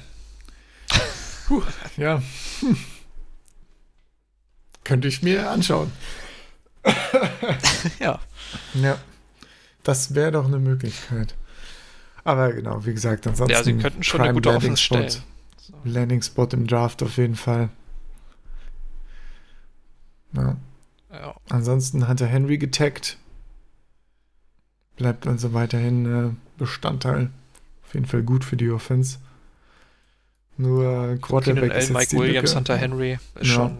[SPEAKER 1] Ja. Könnte ich mir anschauen.
[SPEAKER 2] Ja.
[SPEAKER 1] Ja. Das wäre doch eine Möglichkeit. Aber genau, wie gesagt, ansonsten...
[SPEAKER 2] Ja, sie könnten schon eine gute Offense stellen.
[SPEAKER 1] So. Landing-Spot im Draft auf jeden Fall. Ja. Ansonsten hat er Henry getaggt. Bleibt also weiterhin Bestandteil. Auf jeden Fall gut für die Offense. Nur Quarterback ist jetzt
[SPEAKER 2] Mike
[SPEAKER 1] die
[SPEAKER 2] Williams,
[SPEAKER 1] Lücke.
[SPEAKER 2] Hunter Henry ist schon...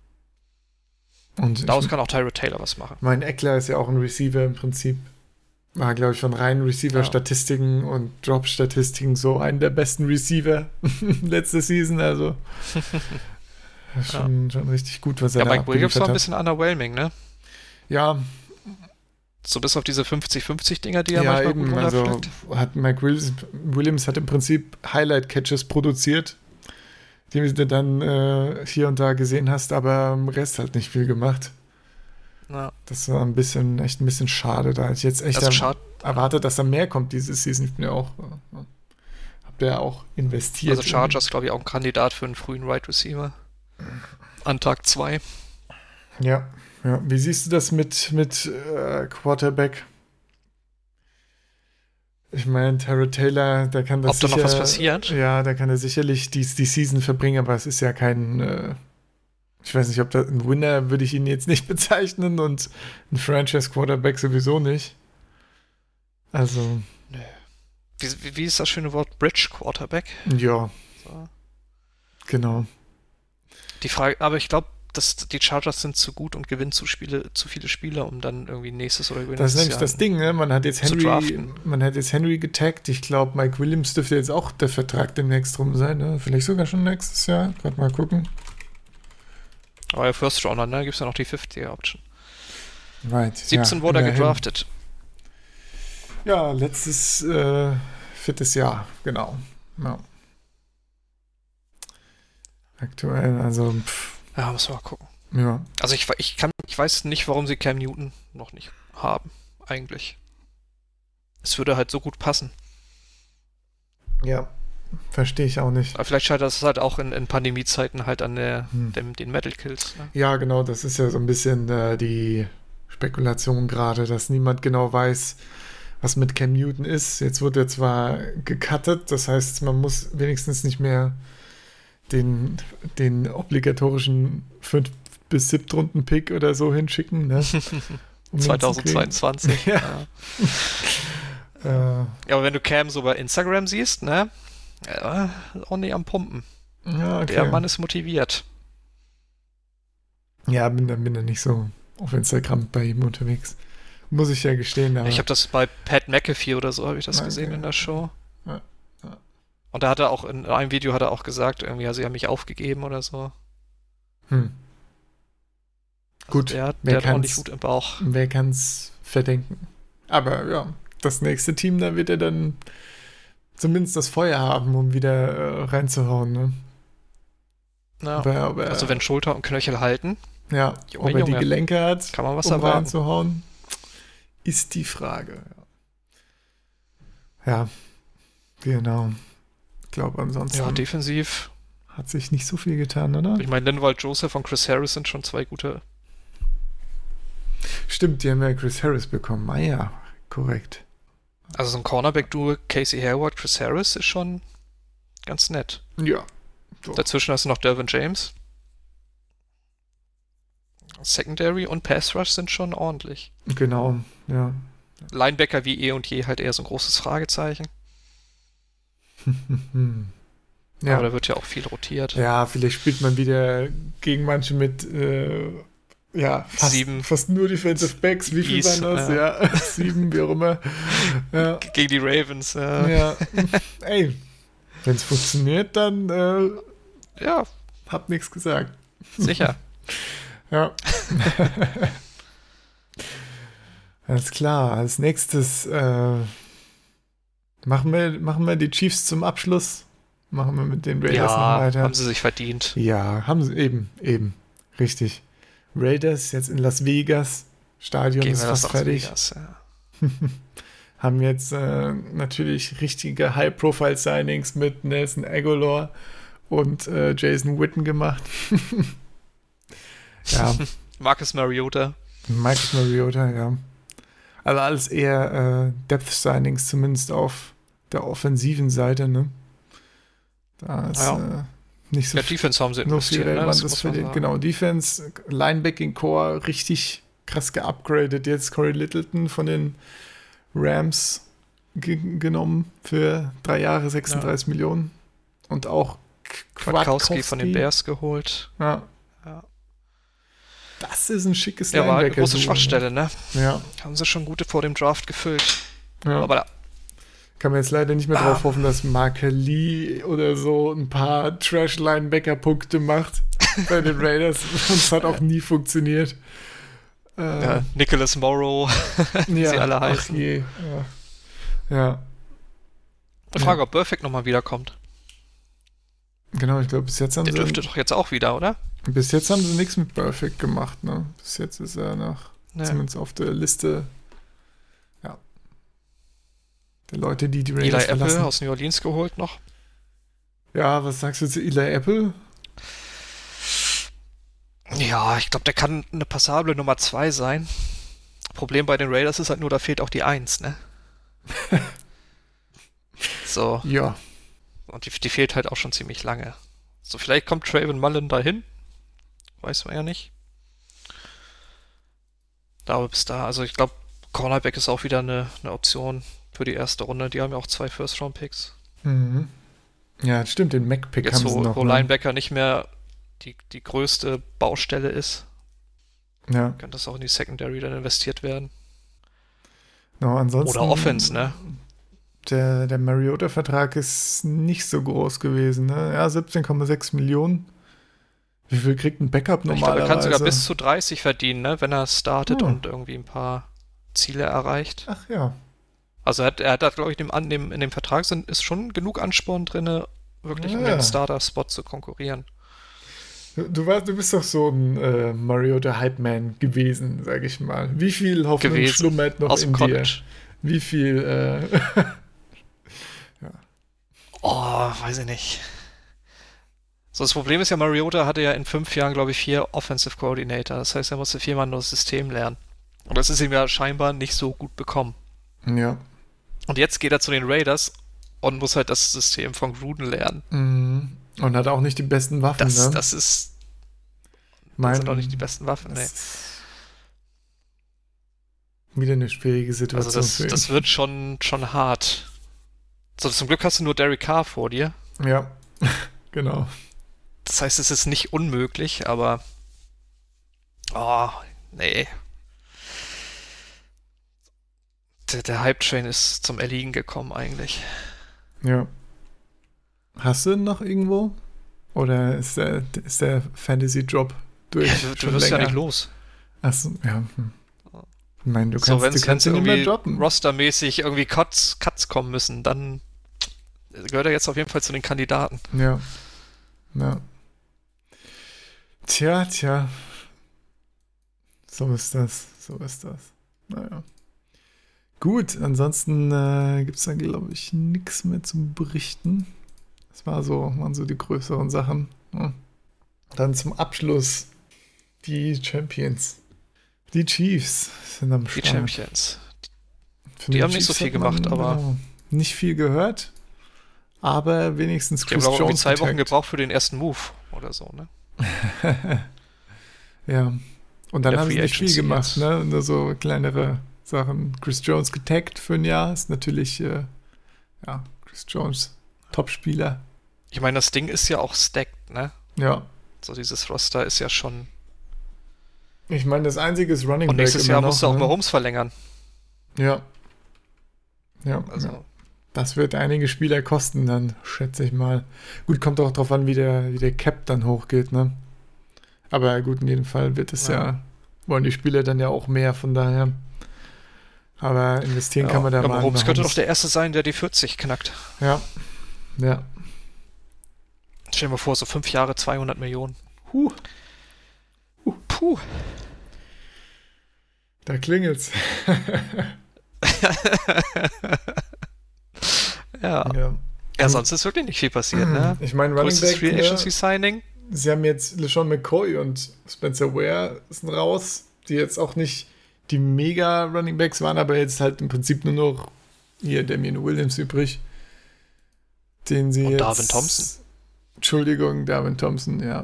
[SPEAKER 1] Und
[SPEAKER 2] daraus kann auch Tyrod Taylor was machen.
[SPEAKER 1] Mein Eckler ist ja auch ein Receiver im Prinzip. War, glaube ich, von reinen Receiver-Statistiken und Drop-Statistiken so einen der besten Receiver letzte Season. Also schon richtig gut, was er da
[SPEAKER 2] Mike Williams war ein
[SPEAKER 1] hat.
[SPEAKER 2] bisschen underwhelming, ne?
[SPEAKER 1] Ja.
[SPEAKER 2] So bis auf diese 50-50-Dinger, die er
[SPEAKER 1] Ja,
[SPEAKER 2] manchmal
[SPEAKER 1] eben.
[SPEAKER 2] gut
[SPEAKER 1] Also
[SPEAKER 2] runterpflückt.
[SPEAKER 1] hat Mike Williams hat im Prinzip Highlight-Catches produziert, die du dann hier und da gesehen hast, aber im Rest halt nicht viel gemacht.
[SPEAKER 2] Ja.
[SPEAKER 1] Das war echt ein bisschen schade. Da hätte ich jetzt echt erwartet, dass da mehr kommt diese Season. Ich bin ja auch, hab ja auch investiert.
[SPEAKER 2] Also Chargers, glaube ich, auch ein Kandidat für einen frühen Wide Receiver. An Tag 2.
[SPEAKER 1] Ja. Wie siehst du das mit Quarterback? Ich meine, Tyrod Taylor, da kann das
[SPEAKER 2] Ob da noch was passiert?
[SPEAKER 1] Ja, da kann er sicherlich die Season verbringen, aber es ist ja kein... ich weiß nicht, ob da ein Winner würde ich ihn jetzt nicht bezeichnen und ein Franchise-Quarterback sowieso nicht. Also.
[SPEAKER 2] Nö. Wie ist das schöne Wort? Bridge Quarterback?
[SPEAKER 1] Ja.
[SPEAKER 2] So.
[SPEAKER 1] Genau.
[SPEAKER 2] Die Frage, aber ich glaube, die Chargers sind zu gut und gewinnen zu viele Spiele, um dann irgendwie nächstes oder
[SPEAKER 1] Das ist
[SPEAKER 2] übernächstes
[SPEAKER 1] nämlich
[SPEAKER 2] Jahr
[SPEAKER 1] das Ding, ne?
[SPEAKER 2] zu draften.
[SPEAKER 1] Man hat jetzt Henry getaggt. Ich glaube, Mike Williams dürfte jetzt auch der Vertrag demnächst rum sein, ne? Vielleicht sogar schon nächstes Jahr. Gerade mal gucken.
[SPEAKER 2] Aber ja, First Rounder, ne? Gibt es ja noch die 50er-Option.
[SPEAKER 1] Right.
[SPEAKER 2] 17 wurde er gedraftet.
[SPEAKER 1] Ja, letztes 4. Jahr, genau. Ja. Aktuell, also.
[SPEAKER 2] Ja, müssen wir mal gucken.
[SPEAKER 1] Ja.
[SPEAKER 2] Also ich weiß nicht, warum sie Cam Newton noch nicht haben, eigentlich. Es würde halt so gut passen.
[SPEAKER 1] Ja, verstehe ich auch nicht.
[SPEAKER 2] Aber vielleicht scheitert das halt auch in Pandemiezeiten halt an den Metal Kills. Ne?
[SPEAKER 1] Ja, genau, das ist ja so ein bisschen die Spekulation gerade, dass niemand genau weiß, was mit Cam Newton ist. Jetzt wird er zwar gecuttet, das heißt, man muss wenigstens nicht mehr den obligatorischen 5. bis 7. Runden-Pick oder so hinschicken, ne?
[SPEAKER 2] 2022.
[SPEAKER 1] Ja.
[SPEAKER 2] Ja, aber wenn du Cam so bei Instagram siehst, ne? Auch nicht am Pumpen.
[SPEAKER 1] Ja, okay.
[SPEAKER 2] Der Mann ist motiviert.
[SPEAKER 1] Ja, bin da nicht so auf Instagram bei ihm unterwegs. Muss ich ja gestehen. Aber
[SPEAKER 2] ich habe das bei Pat McAfee oder so, habe ich das gesehen in der Show.
[SPEAKER 1] Ja.
[SPEAKER 2] Und da hat er auch, in einem Video hat er auch gesagt, irgendwie, ja, sie haben mich aufgegeben oder so.
[SPEAKER 1] Also gut,
[SPEAKER 2] der hat ordentlich Wut im Bauch.
[SPEAKER 1] Wer kann's verdenken? Aber ja, das nächste Team, da wird er dann zumindest das Feuer haben, um wieder reinzuhauen, ne?
[SPEAKER 2] Ja. Aber, also wenn Schulter und Knöchel halten,
[SPEAKER 1] ja, ob er die Gelenke hat,
[SPEAKER 2] kann man was
[SPEAKER 1] um reinzuhauen, ist die Frage. Ja, genau. Ich glaube, ansonsten
[SPEAKER 2] defensiv
[SPEAKER 1] hat sich nicht so viel getan, oder?
[SPEAKER 2] Ich meine, Linval Joseph und Chris Harris sind schon 2 gute.
[SPEAKER 1] Stimmt, die haben ja Chris Harris bekommen. Ah ja, korrekt.
[SPEAKER 2] Also so ein Cornerback-Duo, Casey Hayward, Chris Harris ist schon ganz nett.
[SPEAKER 1] Ja.
[SPEAKER 2] So. Dazwischen hast du noch Derwin James. Secondary und Pass Rush sind schon ordentlich.
[SPEAKER 1] Genau, ja.
[SPEAKER 2] Linebacker wie eh und je halt eher so ein großes Fragezeichen.
[SPEAKER 1] Ja.
[SPEAKER 2] Aber da wird ja auch viel rotiert.
[SPEAKER 1] Ja, vielleicht spielt man wieder gegen manche mit fast nur Defensive Backs. Wie viel waren das? Ja, 7, wie auch immer. Ja.
[SPEAKER 2] Gegen die Ravens.
[SPEAKER 1] Ja. Ey, wenn es funktioniert, dann hab nichts gesagt.
[SPEAKER 2] Sicher.
[SPEAKER 1] Ja. Alles klar. Als nächstes machen wir die Chiefs zum Abschluss. Machen wir mit den Raiders noch weiter.
[SPEAKER 2] Haben sie sich verdient.
[SPEAKER 1] Ja, haben sie eben. Richtig. Raiders jetzt in Las Vegas. Stadion ist fast fertig.
[SPEAKER 2] Vegas, ja.
[SPEAKER 1] Haben jetzt natürlich richtige High-Profile-Signings mit Nelson Aguilar und Jason Witten gemacht. Ja.
[SPEAKER 2] Marcus Mariota,
[SPEAKER 1] ja. Also alles eher Depth-Signings, zumindest auf der offensiven Seite, ne? Da ist nicht so viel.
[SPEAKER 2] Defense haben sie investiert,
[SPEAKER 1] ne? Genau, Defense, Linebacking-Core richtig krass geupgradet. Jetzt Corey Littleton von den Rams genommen für 3 Jahre 36 Millionen. Und auch
[SPEAKER 2] Kwiatkowski von den Bears geholt.
[SPEAKER 1] Ja. Das ist ein schickes
[SPEAKER 2] Linebacker. Ja, war eine große Schwachstelle, ne?
[SPEAKER 1] Ja.
[SPEAKER 2] Haben sie schon gute vor dem Draft gefüllt.
[SPEAKER 1] Ja.
[SPEAKER 2] Aber
[SPEAKER 1] kann man jetzt leider nicht mehr drauf hoffen, dass Marker Lee oder so ein paar Trash-Linebacker-Punkte macht bei den Raiders. Und es hat auch nie funktioniert.
[SPEAKER 2] Nicholas Morrow, wie sie alle heißen.
[SPEAKER 1] Ach je. Ja.
[SPEAKER 2] Eine Frage, ob Burfict nochmal wiederkommt.
[SPEAKER 1] Genau, ich glaube, bis jetzt haben
[SPEAKER 2] Der dürfte doch jetzt auch wieder, oder?
[SPEAKER 1] Bis jetzt haben sie nichts mit Burfict gemacht, ne? Bis jetzt ist er zumindest auf der Liste, der Leute, die Raiders
[SPEAKER 2] verlassen. Eli Apple aus New Orleans geholt noch.
[SPEAKER 1] Ja, was sagst du zu Eli Apple?
[SPEAKER 2] Ja, ich glaube, der kann eine passable Nummer 2 sein. Problem bei den Raiders ist halt nur, da fehlt auch die 1, ne? So.
[SPEAKER 1] Ja.
[SPEAKER 2] Und die fehlt halt auch schon ziemlich lange. So, vielleicht kommt Trayvon Mullen dahin. Weiß man ja nicht. Aber bis da, also ich glaube, Cornerback ist auch wieder eine Option für die erste Runde. Die haben ja auch 2 First-Round-Picks.
[SPEAKER 1] Mhm. Ja, stimmt, den Mac-Pick
[SPEAKER 2] Jetzt,
[SPEAKER 1] haben sie noch.
[SPEAKER 2] wo Linebacker nicht mehr die größte Baustelle ist,
[SPEAKER 1] Ja.
[SPEAKER 2] kann das auch in die Secondary dann investiert werden.
[SPEAKER 1] No, ansonsten,
[SPEAKER 2] Oder Offense, ne?
[SPEAKER 1] Der Mariota-Vertrag ist nicht so groß gewesen, ne? Ja, 17,6 Millionen. Wie viel kriegt ein Backup
[SPEAKER 2] Ich glaube,
[SPEAKER 1] normalerweise?
[SPEAKER 2] er kann sogar bis zu 30 verdienen, ne? Wenn er startet
[SPEAKER 1] Ah.
[SPEAKER 2] und irgendwie ein paar Ziele erreicht.
[SPEAKER 1] Ach ja.
[SPEAKER 2] Also er hat glaube ich, in dem Vertrag ist schon genug Ansporn drin, wirklich um
[SPEAKER 1] Ja.
[SPEAKER 2] den Starter-Spot zu konkurrieren.
[SPEAKER 1] Du bist doch so ein Mariota-Hype-Man gewesen, sag ich mal. Wie viel Hoffnung schlummert noch
[SPEAKER 2] aus
[SPEAKER 1] in
[SPEAKER 2] dem College.
[SPEAKER 1] dir? Wie viel,
[SPEAKER 2] Oh, weiß ich nicht. So, das Problem ist ja, Mariota hatte ja in 5 Jahren, glaube ich, 4 Offensive Coordinator. Das heißt, er musste 4-mal nur das System lernen. Und das ist ihm ja scheinbar nicht so gut bekommen.
[SPEAKER 1] Ja.
[SPEAKER 2] Und jetzt geht er zu den Raiders und muss halt das System von Gruden lernen.
[SPEAKER 1] Mhm. Und hat auch nicht die besten Waffen,
[SPEAKER 2] Das
[SPEAKER 1] ne?
[SPEAKER 2] sind auch nicht die besten Waffen, ne.
[SPEAKER 1] Wieder eine schwierige Situation
[SPEAKER 2] Also das wird schon hart. So, zum Glück hast du nur Derek Carr vor dir.
[SPEAKER 1] Ja, genau.
[SPEAKER 2] Das heißt, es ist nicht unmöglich, aber oh, nee. Der Hype-Train ist zum Erliegen gekommen eigentlich.
[SPEAKER 1] Ja. Hast du ihn noch irgendwo? Oder ist der Fantasy-Job durch?
[SPEAKER 2] Du wirst ja nicht los.
[SPEAKER 1] Achso, ja. Ich meine, du
[SPEAKER 2] Wenn
[SPEAKER 1] kannst ihn immer
[SPEAKER 2] irgendwie
[SPEAKER 1] droppen.
[SPEAKER 2] rostermäßig irgendwie Cuts kommen müssen, dann gehört er jetzt auf jeden Fall zu den Kandidaten.
[SPEAKER 1] Ja. Tja. So ist das. Naja. Gut, ansonsten gibt es da, glaube ich, nichts mehr zu berichten. Das waren so die größeren Sachen. Ja. Dann zum Abschluss die Champions. Die Chiefs sind am Start.
[SPEAKER 2] Die Champions.
[SPEAKER 1] Von
[SPEAKER 2] Die
[SPEAKER 1] den
[SPEAKER 2] haben nicht so
[SPEAKER 1] Chiefs
[SPEAKER 2] viel
[SPEAKER 1] hat man,
[SPEAKER 2] gemacht, aber
[SPEAKER 1] genau, nicht viel gehört. Aber wenigstens
[SPEAKER 2] die haben
[SPEAKER 1] Chris
[SPEAKER 2] auch irgendwie
[SPEAKER 1] Jones
[SPEAKER 2] 2 Wochen
[SPEAKER 1] getaggt.
[SPEAKER 2] gebraucht für den ersten Move oder so, ne?
[SPEAKER 1] Ja. Und dann
[SPEAKER 2] Der
[SPEAKER 1] haben sie
[SPEAKER 2] Free
[SPEAKER 1] nicht viel
[SPEAKER 2] Agency
[SPEAKER 1] gemacht,
[SPEAKER 2] jetzt.
[SPEAKER 1] ne? Nur so kleinere Sachen. Chris Jones getaggt für ein Jahr ist natürlich, Chris Jones, Top-Spieler.
[SPEAKER 2] Ich meine, das Ding ist ja auch stacked, ne?
[SPEAKER 1] Ja.
[SPEAKER 2] So dieses Roster ist ja schon.
[SPEAKER 1] Ich meine, das einzige ist Running
[SPEAKER 2] Und
[SPEAKER 1] Back
[SPEAKER 2] nächstes
[SPEAKER 1] immer
[SPEAKER 2] Jahr
[SPEAKER 1] noch,
[SPEAKER 2] musst du auch
[SPEAKER 1] ne?
[SPEAKER 2] Mahomes verlängern.
[SPEAKER 1] Ja.
[SPEAKER 2] Also,
[SPEAKER 1] Ja. Das wird einige Spieler kosten dann, schätze ich mal. Gut, kommt auch drauf an, wie der Cap dann hochgeht, ne? Aber gut, in jedem Fall wird es wollen die Spieler dann ja auch mehr, von daher. Aber investieren kann man da mal.
[SPEAKER 2] Mahomes könnte doch der Erste sein, der die 40 knackt.
[SPEAKER 1] Ja.
[SPEAKER 2] Stell dir mal vor, so 5 Jahre, 200 Millionen.
[SPEAKER 1] Puh. Da klingelt's.
[SPEAKER 2] Ja, sonst ist wirklich nicht viel passiert, ne?
[SPEAKER 1] Ich meine, Running
[SPEAKER 2] Größtes
[SPEAKER 1] Back,
[SPEAKER 2] Free Agency Signing.
[SPEAKER 1] Sie haben jetzt LeSean McCoy und Spencer Ware sind raus, die jetzt auch nicht die mega Running Backs waren, aber jetzt halt im Prinzip nur noch hier Damian Williams übrig. Den sie
[SPEAKER 2] Und
[SPEAKER 1] jetzt...
[SPEAKER 2] Darwin Thompson.
[SPEAKER 1] Entschuldigung, Darwin Thompson, ja.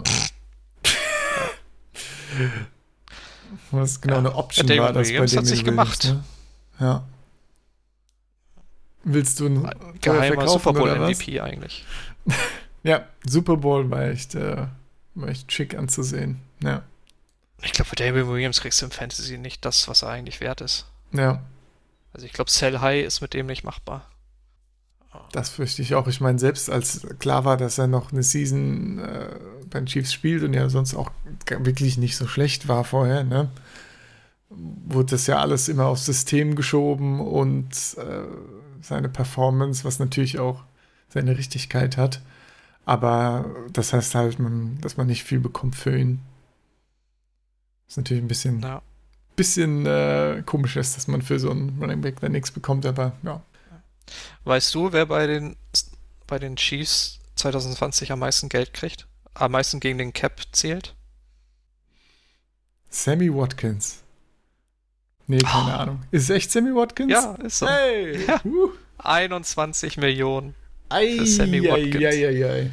[SPEAKER 1] Was genau eine Option
[SPEAKER 2] Damon
[SPEAKER 1] war das
[SPEAKER 2] Williams
[SPEAKER 1] bei
[SPEAKER 2] hat sich
[SPEAKER 1] Damian
[SPEAKER 2] gemacht.
[SPEAKER 1] Williams, ne? Ja. Willst du einen
[SPEAKER 2] Geheimer
[SPEAKER 1] verkaufen,
[SPEAKER 2] Super Bowl
[SPEAKER 1] oder was?
[SPEAKER 2] MVP eigentlich.
[SPEAKER 1] Ja, Super Bowl war echt schick anzusehen. Ja.
[SPEAKER 2] Ich glaube, für Damon Williams kriegst du im Fantasy nicht das, was er eigentlich wert ist.
[SPEAKER 1] Ja,
[SPEAKER 2] Also ich glaube, Sell High ist mit dem nicht machbar.
[SPEAKER 1] das fürchte ich auch. Ich meine, selbst als klar war, dass er noch eine Season bei den Chiefs spielt und ja sonst auch wirklich nicht so schlecht war vorher, ne? Wurde das ja alles immer aufs System geschoben und seine Performance, was natürlich auch seine Richtigkeit hat. Aber das heißt halt, dass man nicht viel bekommt für ihn. Ist natürlich ein bisschen komisch ist, dass man für so einen Running Back dann nichts bekommt, aber ja.
[SPEAKER 2] Weißt du, wer bei den Chiefs 2020 am meisten Geld kriegt? Am meisten gegen den Cap zählt?
[SPEAKER 1] Sammy Watkins. Nee, keine Ahnung. Ist es echt Sammy Watkins?
[SPEAKER 2] Ja, ist so.
[SPEAKER 1] Hey!
[SPEAKER 2] Ja. 21 Millionen.
[SPEAKER 1] Für
[SPEAKER 2] Sammy Watkins.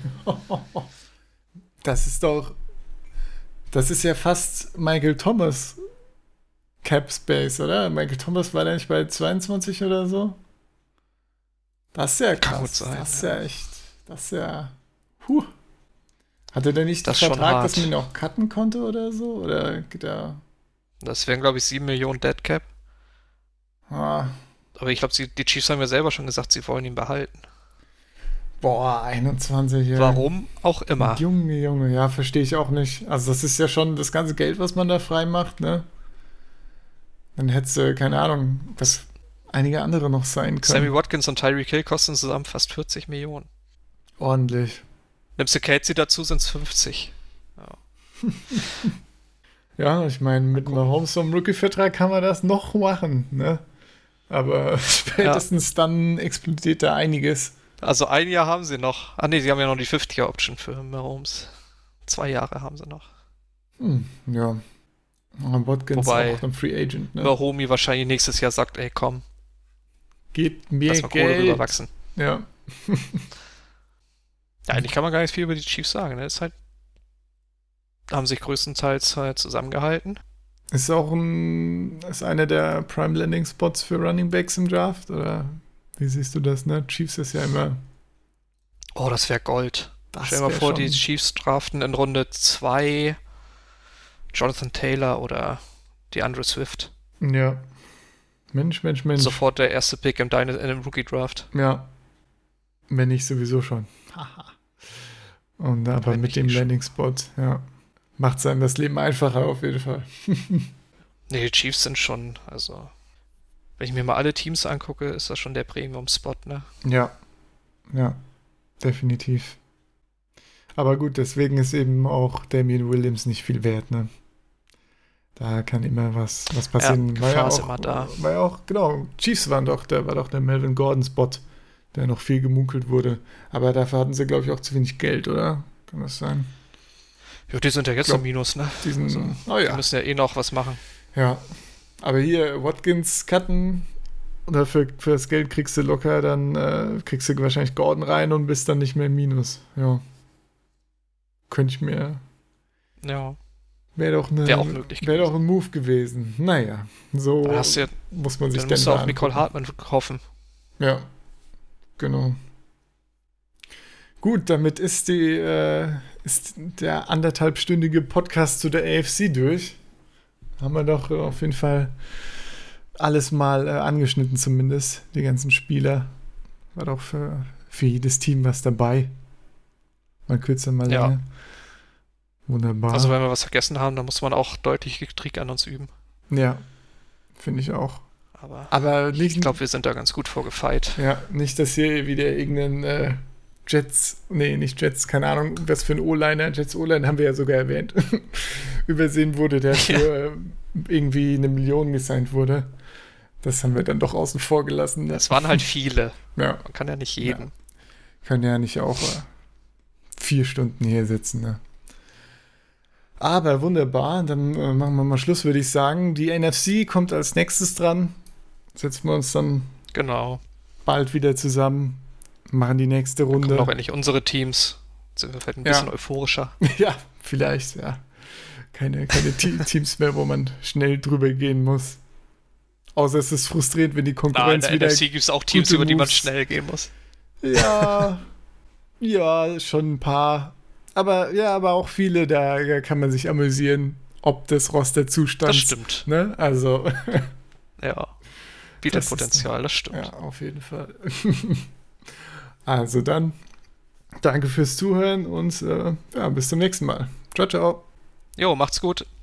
[SPEAKER 1] Das ist ja fast Michael Thomas Cap Space, oder? Michael Thomas war der nicht bei 22 oder so? Das ist ja krass.
[SPEAKER 2] Kann gut sein,
[SPEAKER 1] das ist ja echt. Das ist ja. Hatte der nicht
[SPEAKER 2] Das
[SPEAKER 1] den
[SPEAKER 2] ist schon
[SPEAKER 1] Vertrag,
[SPEAKER 2] hart.
[SPEAKER 1] dass man ihn auch cutten konnte oder so? Oder geht er.
[SPEAKER 2] Das wären, glaube ich, 7 Millionen Dead Cap.
[SPEAKER 1] Ah,
[SPEAKER 2] Aber ich glaube, die Chiefs haben ja selber schon gesagt, sie wollen ihn behalten.
[SPEAKER 1] boah, 21 Jahre.
[SPEAKER 2] Warum auch immer.
[SPEAKER 1] Junge, ja, verstehe ich auch nicht. Also das ist ja schon das ganze Geld, was man da frei macht, ne? Dann hättest du, keine Ahnung, was einige andere noch sein können.
[SPEAKER 2] Sammy Watkins und Tyreek Hill kosten zusammen fast 40 Millionen.
[SPEAKER 1] Ordentlich.
[SPEAKER 2] Nimmst du Kelsey dazu, sind es 50. Ja.
[SPEAKER 1] Ja, ich meine, mit Mahomes so einem Rookie-Vertrag kann man das noch machen, ne? Aber spätestens dann explodiert da einiges.
[SPEAKER 2] Also ein Jahr haben sie noch. Ah ne, sie haben ja noch die 50er-Option für Mahomes. 2 Jahre haben sie noch.
[SPEAKER 1] Ja. Watkins
[SPEAKER 2] Wobei
[SPEAKER 1] auch ein Free Agent, ne?
[SPEAKER 2] Mahomes wahrscheinlich nächstes Jahr sagt, ey komm,
[SPEAKER 1] Geht mir
[SPEAKER 2] lass mal Kohle
[SPEAKER 1] Geld.
[SPEAKER 2] rüberwachsen.
[SPEAKER 1] Ja.
[SPEAKER 2] Ja, eigentlich kann man gar nicht viel über die Chiefs sagen. Ne? Ist halt, haben sich größtenteils halt zusammengehalten.
[SPEAKER 1] Ist einer der Prime Landing Spots für Running Backs im Draft, oder wie siehst du das, ne? Chiefs ist ja immer.
[SPEAKER 2] Oh, das wäre Gold.
[SPEAKER 1] Das
[SPEAKER 2] Stell dir mal
[SPEAKER 1] wär
[SPEAKER 2] vor,
[SPEAKER 1] schon-
[SPEAKER 2] die Chiefs draften in Runde 2 Jonathan Taylor oder DeAndre Swift.
[SPEAKER 1] Ja. Mensch.
[SPEAKER 2] Sofort der erste Pick in dem Rookie-Draft.
[SPEAKER 1] Ja. Wenn nicht sowieso schon. Und aber
[SPEAKER 2] Wenn
[SPEAKER 1] mit
[SPEAKER 2] nicht
[SPEAKER 1] dem
[SPEAKER 2] schon.
[SPEAKER 1] Landing-Spot, ja. Macht es einem das Leben einfacher auf jeden Fall.
[SPEAKER 2] Nee, die Chiefs sind schon, also, wenn ich mir mal alle Teams angucke, ist das schon der Premium-Spot, ne?
[SPEAKER 1] Ja. Ja. Definitiv. Aber gut, deswegen ist eben auch Damian Williams nicht viel wert, ne? Da kann immer was passieren.
[SPEAKER 2] Gefahr ist immer da.
[SPEAKER 1] War ja auch, genau, Chiefs war doch der Melvin Gordon-Spot, der noch viel gemunkelt wurde. Aber dafür hatten sie, glaube ich, auch zu wenig Geld, oder? Kann das sein?
[SPEAKER 2] Ja, die sind ja jetzt
[SPEAKER 1] Glaub,
[SPEAKER 2] im Minus, ne?
[SPEAKER 1] Diesen,
[SPEAKER 2] Die müssen ja eh noch was machen.
[SPEAKER 1] Ja. Aber hier, Watkins cutten, oder für das Geld kriegst du locker, dann kriegst du wahrscheinlich Gordon rein und bist dann nicht mehr im Minus. Ja. Könnte ich mir.
[SPEAKER 2] Ja,
[SPEAKER 1] Wäre doch
[SPEAKER 2] auch möglich
[SPEAKER 1] Wäre
[SPEAKER 2] gewesen.
[SPEAKER 1] doch ein Move gewesen. Naja, so
[SPEAKER 2] Da hast du ja,
[SPEAKER 1] muss man sich
[SPEAKER 2] dann musst du
[SPEAKER 1] da
[SPEAKER 2] auf Nicole
[SPEAKER 1] angucken.
[SPEAKER 2] Hartmann hoffen.
[SPEAKER 1] Ja, genau. Gut, damit ist der 1,5-stündige Podcast zu der AFC durch. Haben wir doch auf jeden Fall alles mal angeschnitten zumindest, die ganzen Spieler. War doch für jedes Team was dabei. Mal kürzer, mal
[SPEAKER 2] Ja.
[SPEAKER 1] länger. Wunderbar.
[SPEAKER 2] Also wenn wir was vergessen haben, dann muss man auch deutlich Kritik an uns üben.
[SPEAKER 1] Ja, finde ich auch.
[SPEAKER 2] Aber
[SPEAKER 1] nicht,
[SPEAKER 2] ich glaube, wir sind da ganz gut vorgefeit.
[SPEAKER 1] Ja, nicht, dass hier wieder irgendein nicht Jets, keine Ahnung, was für ein O-Liner, Jets O-Liner haben wir ja sogar erwähnt, übersehen wurde, der für irgendwie 1 Million gesigned wurde. Das haben wir dann doch außen vor gelassen. Ne?
[SPEAKER 2] Es waren halt viele.
[SPEAKER 1] Ja.
[SPEAKER 2] Man kann ja nicht jeden.
[SPEAKER 1] Ja. Können ja nicht auch 4 Stunden hier sitzen. Ne? Aber wunderbar, dann machen wir mal Schluss, würde ich sagen. Die NFC kommt als nächstes dran. Setzen wir uns dann
[SPEAKER 2] Genau.
[SPEAKER 1] bald wieder zusammen, machen die nächste Runde.
[SPEAKER 2] Kommen auch endlich unsere Teams. Sind wir vielleicht ein bisschen euphorischer.
[SPEAKER 1] Ja, vielleicht, ja. Keine Teams mehr, wo man schnell drüber gehen muss. Außer es ist frustrierend, wenn die Konkurrenz
[SPEAKER 2] in
[SPEAKER 1] wieder.
[SPEAKER 2] der NFC gibt es auch Teams,
[SPEAKER 1] gute
[SPEAKER 2] über die man
[SPEAKER 1] Moves.
[SPEAKER 2] schnell gehen muss.
[SPEAKER 1] Ja, schon ein paar. Aber auch viele, da kann man sich amüsieren, ob des Rosterzustands.
[SPEAKER 2] Das stimmt.
[SPEAKER 1] Ne? Also.
[SPEAKER 2] Ja. Bietet
[SPEAKER 1] Das ist-
[SPEAKER 2] Potenzial, das stimmt.
[SPEAKER 1] Ja, auf jeden Fall. Also dann, danke fürs Zuhören und bis zum nächsten Mal. Ciao, ciao.
[SPEAKER 2] Jo, macht's gut.